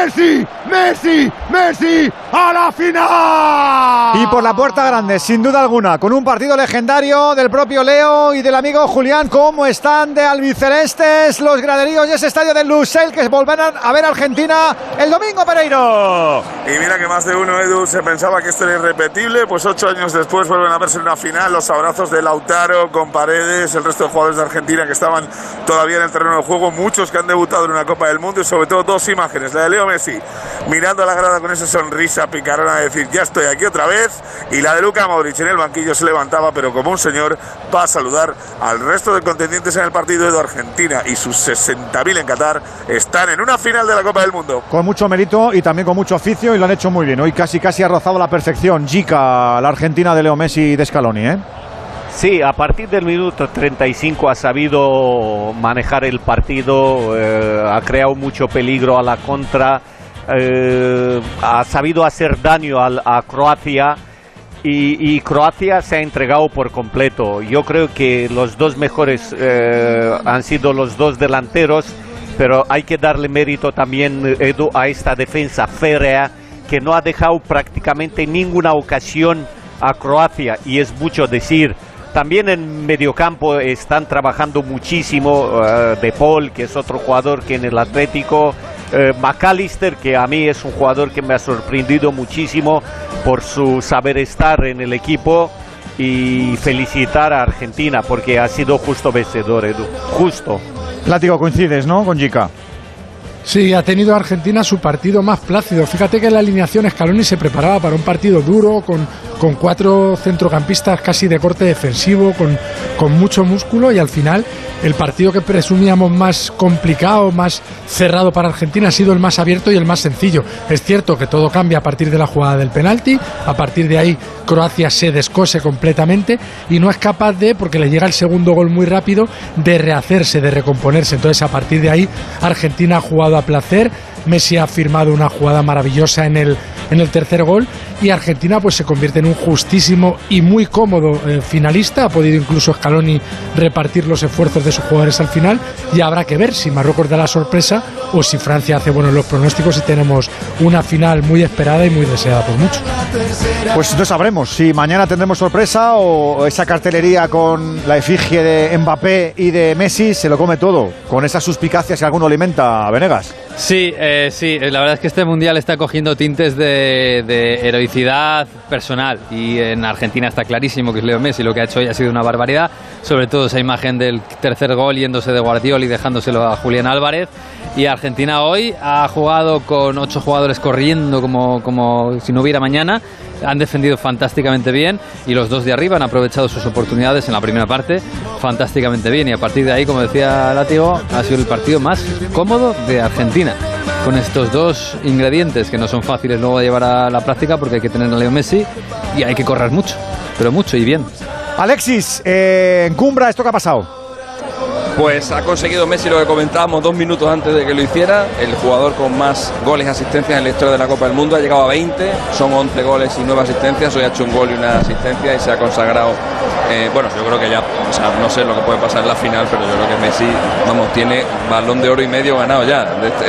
Messi, a la final. Y por la puerta grande, sin duda alguna, con un partido legendario del propio Leo y del amigo Julián. ¿Cómo están de albicelestes los graderíos y ese estadio de Lusail que volverán a ver a Argentina el domingo, Pereiro? Y mira que más de uno, Edu, se pensaba que esto era irrepetible, pues 8 años después vuelven a verse en una final, los abrazos de Lautaro con Paredes, el resto de jugadores de Argentina que estaban todavía en el terreno de juego, muchos que han debutado en una Copa del Mundo y sobre todo 2 imágenes, la de Leo Messi mirando a la grada con esa sonrisa picarona de decir ya estoy aquí otra vez, y la de Luka Modric en el banquillo se levantaba pero como un señor va a saludar al resto de contendientes en el partido de Argentina y sus 60.000 en Qatar están en una final de la Copa del Mundo. Con mucho mérito y también con mucho oficio y lo han hecho muy bien, hoy casi ha rozado la perfección, Gica, la Argentina de Leo Messi y de Scaloni, ¿eh? Sí, a partir del minuto 35 ha sabido manejar el partido, ha creado mucho peligro a la contra, ha sabido hacer daño a Croacia y Croacia se ha entregado por completo. Yo creo que los 2 mejores han sido los 2 delanteros, pero hay que darle mérito también, Edu, a esta defensa férrea que no ha dejado prácticamente ninguna ocasión a Croacia, y es mucho decir. También en mediocampo están trabajando muchísimo, De Paul, que es otro jugador que en el Atlético, McAllister, que a mí es un jugador que me ha sorprendido muchísimo por su saber estar en el equipo, y felicitar a Argentina porque ha sido justo vencedor, Edu. Justo. Látigo, coincides, ¿no? Con Jica. Sí, ha tenido Argentina su partido más plácido. Fíjate que en la alineación Scaloni se preparaba para un partido duro, con 4 centrocampistas casi de corte defensivo, con mucho músculo, y al final el partido que presumíamos más complicado, más cerrado para Argentina, ha sido el más abierto y el más sencillo. Es cierto que todo cambia a partir de la jugada del penalti, a partir de ahí Croacia se descose completamente y no es capaz porque le llega el segundo gol muy rápido, de rehacerse, de recomponerse. Entonces a partir de ahí Argentina ha jugado a placer. Messi ha firmado una jugada maravillosa en el tercer gol y Argentina pues se convierte en un justísimo y muy cómodo finalista. Ha podido incluso Scaloni repartir los esfuerzos de sus jugadores al final, y habrá que ver si Marruecos da la sorpresa o si Francia hace buenos los pronósticos y tenemos una final muy esperada y muy deseada por muchos. Pues no sabremos si mañana tendremos sorpresa o esa cartelería con la efigie de Mbappé y de Messi se lo come todo, con esas suspicacias que alguno alimenta, Venegas. Sí, la verdad es que este Mundial está cogiendo tintes de heroicidad personal, y en Argentina está clarísimo que es Leo Messi. Lo que ha hecho hoy ha sido una barbaridad, sobre todo esa imagen del tercer gol yéndose de Guardiola y dejándoselo a Julián Álvarez. Y Argentina hoy ha jugado con 8 jugadores corriendo como si no hubiera mañana. Han defendido fantásticamente bien y los 2 de arriba han aprovechado sus oportunidades en la primera parte fantásticamente bien, y a partir de ahí, como decía Látigo, ha sido el partido más cómodo de Argentina, con estos 2 ingredientes que no son fáciles luego de llevar a la práctica, porque hay que tener a Leo Messi y hay que correr mucho, pero mucho y bien. Alexis, en Cumbra, ¿esto qué ha pasado? Pues ha conseguido Messi lo que comentábamos 2 minutos antes de que lo hiciera, el jugador con más goles y asistencias en la historia de la Copa del Mundo. Ha llegado a 20, son 11 goles y 9 asistencias. Hoy ha hecho un gol y una asistencia y se ha consagrado. Bueno, yo creo que ya, no sé lo que puede pasar en la final, pero yo creo que Messi, tiene Balón de Oro y medio ganado ya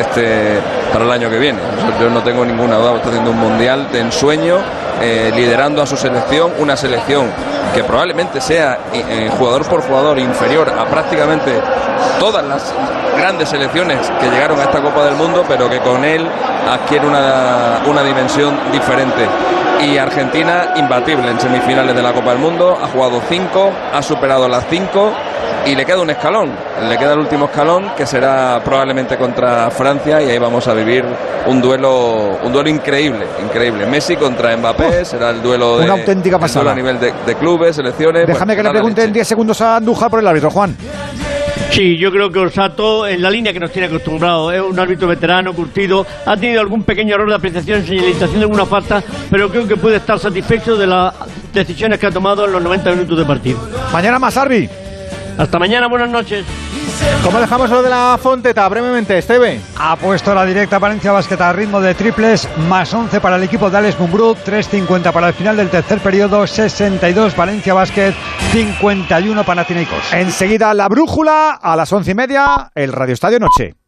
para el año que viene. Yo no tengo ninguna duda, está haciendo un mundial de ensueño, liderando a su selección, una selección que probablemente sea jugador por jugador inferior a prácticamente todas las grandes selecciones que llegaron a esta Copa del Mundo, pero que con él adquiere una dimensión diferente. Y Argentina imbatible en semifinales de la Copa del Mundo, ha jugado 5, ha superado las 5 y le queda un escalón, le queda el último escalón, que será probablemente contra Francia, y ahí vamos a vivir un duelo increíble. Messi contra Mbappé, será el duelo una auténtica pasada a nivel de clubes, selecciones. Déjame que le pregunte en 10 segundos a Andújar por el árbitro, Juan. Sí, yo creo que Orsato, en la línea que nos tiene acostumbrado, es un árbitro veterano, curtido, ha tenido algún pequeño error de apreciación, señalización de alguna falta, pero creo que puede estar satisfecho de las decisiones que ha tomado en los 90 minutos de partido. Mañana más, Arbi. Hasta mañana, buenas noches. ¿Cómo dejamos lo de la Fonteta? Brevemente, Esteve. Ha puesto la directa Valencia Basket a ritmo de triples, más 11 para el equipo de Alex Mumbrú, 3.50 para el final del tercer periodo, 62 Valencia Basket, 51 Panathinaikos. Enseguida la brújula, a las 11:30, el Radio Estadio Noche.